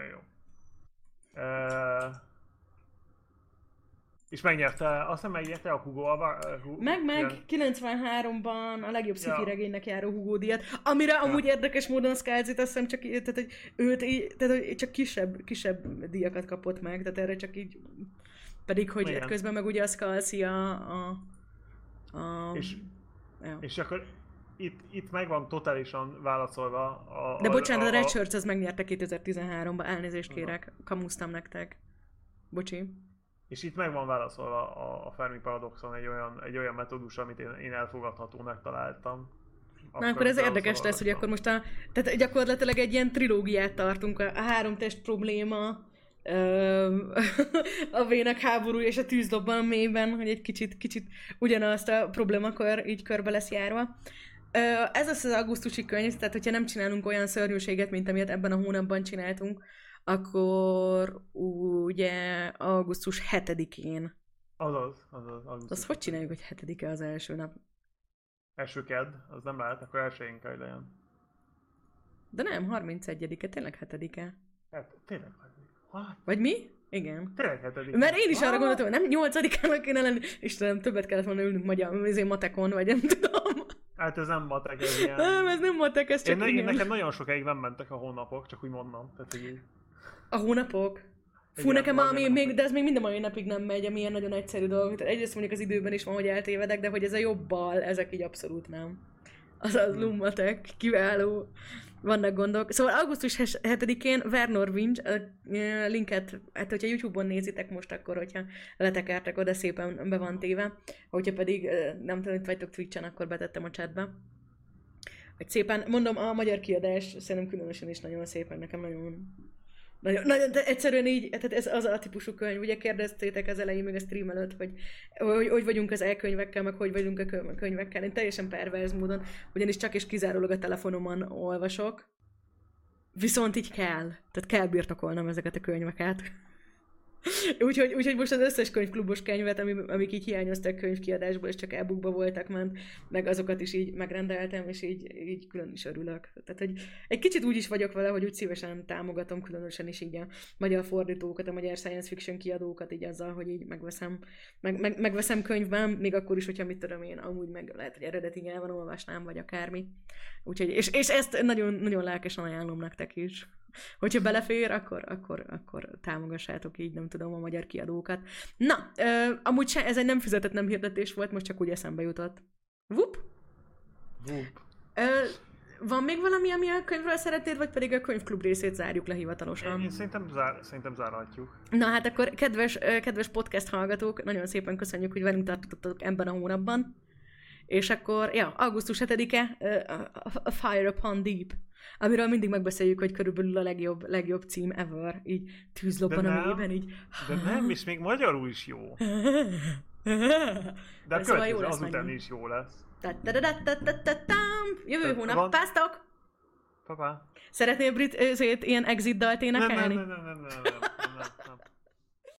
És megnyerte, azt hiszem megnyerte a Hugo Meg 93-ban a legjobb sci-fi regénynek járó Hugo díjat, amire amúgy érdekes módon Scalzi-t azt hiszem csak, tehát csak kisebb díjakat kapott meg, tehát erre csak így, pedig hogy közben meg ugye a Scalzi és akkor itt megvan totálisan válaszolva de bocsánat, a Red Shirts az megnyerte 2013-ban, elnézést kérek, kamusztam nektek. Bocsi. És itt meg van válaszolva a Fermi paradoxon egy olyan metódus, amit én elfogadhatónak találtam. Na akkor ez érdekes lesz, hogy akkor most tehát gyakorlatilag egy ilyen trilógiát tartunk, a 3 test probléma, a vének háborúja és a Tűzlobban a mélyben, hogy egy kicsit ugyanazt a problémakör így körbe lesz járva. Ez az augusztusi könyv, tehát hogyha nem csinálunk olyan szörnyűséget, mint amilyet ebben a hónapban csináltunk, akkor ugye augusztus 7-én. Azaz. Azt hogy csináljuk, hogy 7-e az első nap? Első kedd, az nem lehet, akkor elsőjén kell legyen. De nem, 31-e, tényleg 7-e. Hát, tényleg 7-e. Vagy mi? Igen. Tényleg 7-e. Mert én is arra gondoltam, hogy nem 8-án kéne lenni, Istenem, többet kellett volna ülnünk matekon, vagy nem tudom. Hát ez nem matek, ez ilyen... Nem, ez nem matek, ez csak én nekem nagyon sokáig nem mentek a hónapok, csak úgy mondom. Tehát, hogy... A hónapok? Fú, nekem de ez még minden mai napig nem megy, ami ilyen nagyon egyszerű dolog. Egyrészt mondjuk az időben is van, hogy eltévedek, de hogy ez a jobbal, ezek így abszolút nem. Az lummatek, kiváló. Vannak gondok. Szóval augusztus 7-én Vernor Winch, linket, hát hogyha YouTube-on nézitek most, akkor hogyha letekertek, oda szépen be van téve. Hogyha pedig nem tudom, hogy vagytok Twitch-en, akkor betettem a chatbe. Hogy szépen, mondom, a magyar kiadás szerintem különösen is nagyon szépen, nekem nagyon de egyszerűen így, tehát ez az a típusú könyv, ugye kérdeztétek az elején, még a stream előtt, hogy vagyunk az e-könyvekkel, meg hogy vagyunk a könyvekkel. Én teljesen perverz módon, ugyanis csak és kizárólag a telefonomon olvasok. Viszont így kell. Tehát kell birtokolnom ezeket a könyveket. Úgyhogy most az összes könyvklubos könyvet, amik így hiányoztak könyvkiadásból, és csak e-bookba voltak ment, meg azokat is így megrendeltem, és így külön is örülök. Tehát, hogy egy kicsit úgy is vagyok vele, hogy úgy szívesen támogatom különösen is így a magyar fordítókat, a magyar science fiction kiadókat, így azzal, hogy így megveszem könyvben, még akkor is, hogyha mit tudom én, amúgy meg lehet, hogy eredeti nyelven olvasnám, vagy akármi. Úgyhogy, és ezt nagyon, nagyon lelkesen ajánlom nektek is. Hogyha belefér, akkor támogassátok így, nem tudom, a magyar kiadókat. Na, amúgy ez egy nem fizetett nem hirdetés volt, most csak úgy eszembe jutott. Vup! Van még valami, ami a könyvről szeretnéd, vagy pedig a könyvklub részét zárjuk le hivatalosan? Én szerintem zárhatjuk. Na hát akkor, kedves podcast hallgatók, nagyon szépen köszönjük, hogy velünk tartottatok ebben a hónapban. És akkor, augusztus 7-e a Fire Upon Deep, amiről mindig megbeszéljük, hogy körülbelül a legjobb cím ever, így tűzlobban a mélyben, így... De nem, és még magyarul is jó. De a következő azután is jó lesz. Jövő hónap, pásztok! Papá. Szeretnél ilyen exit dalt énekelni? Nem.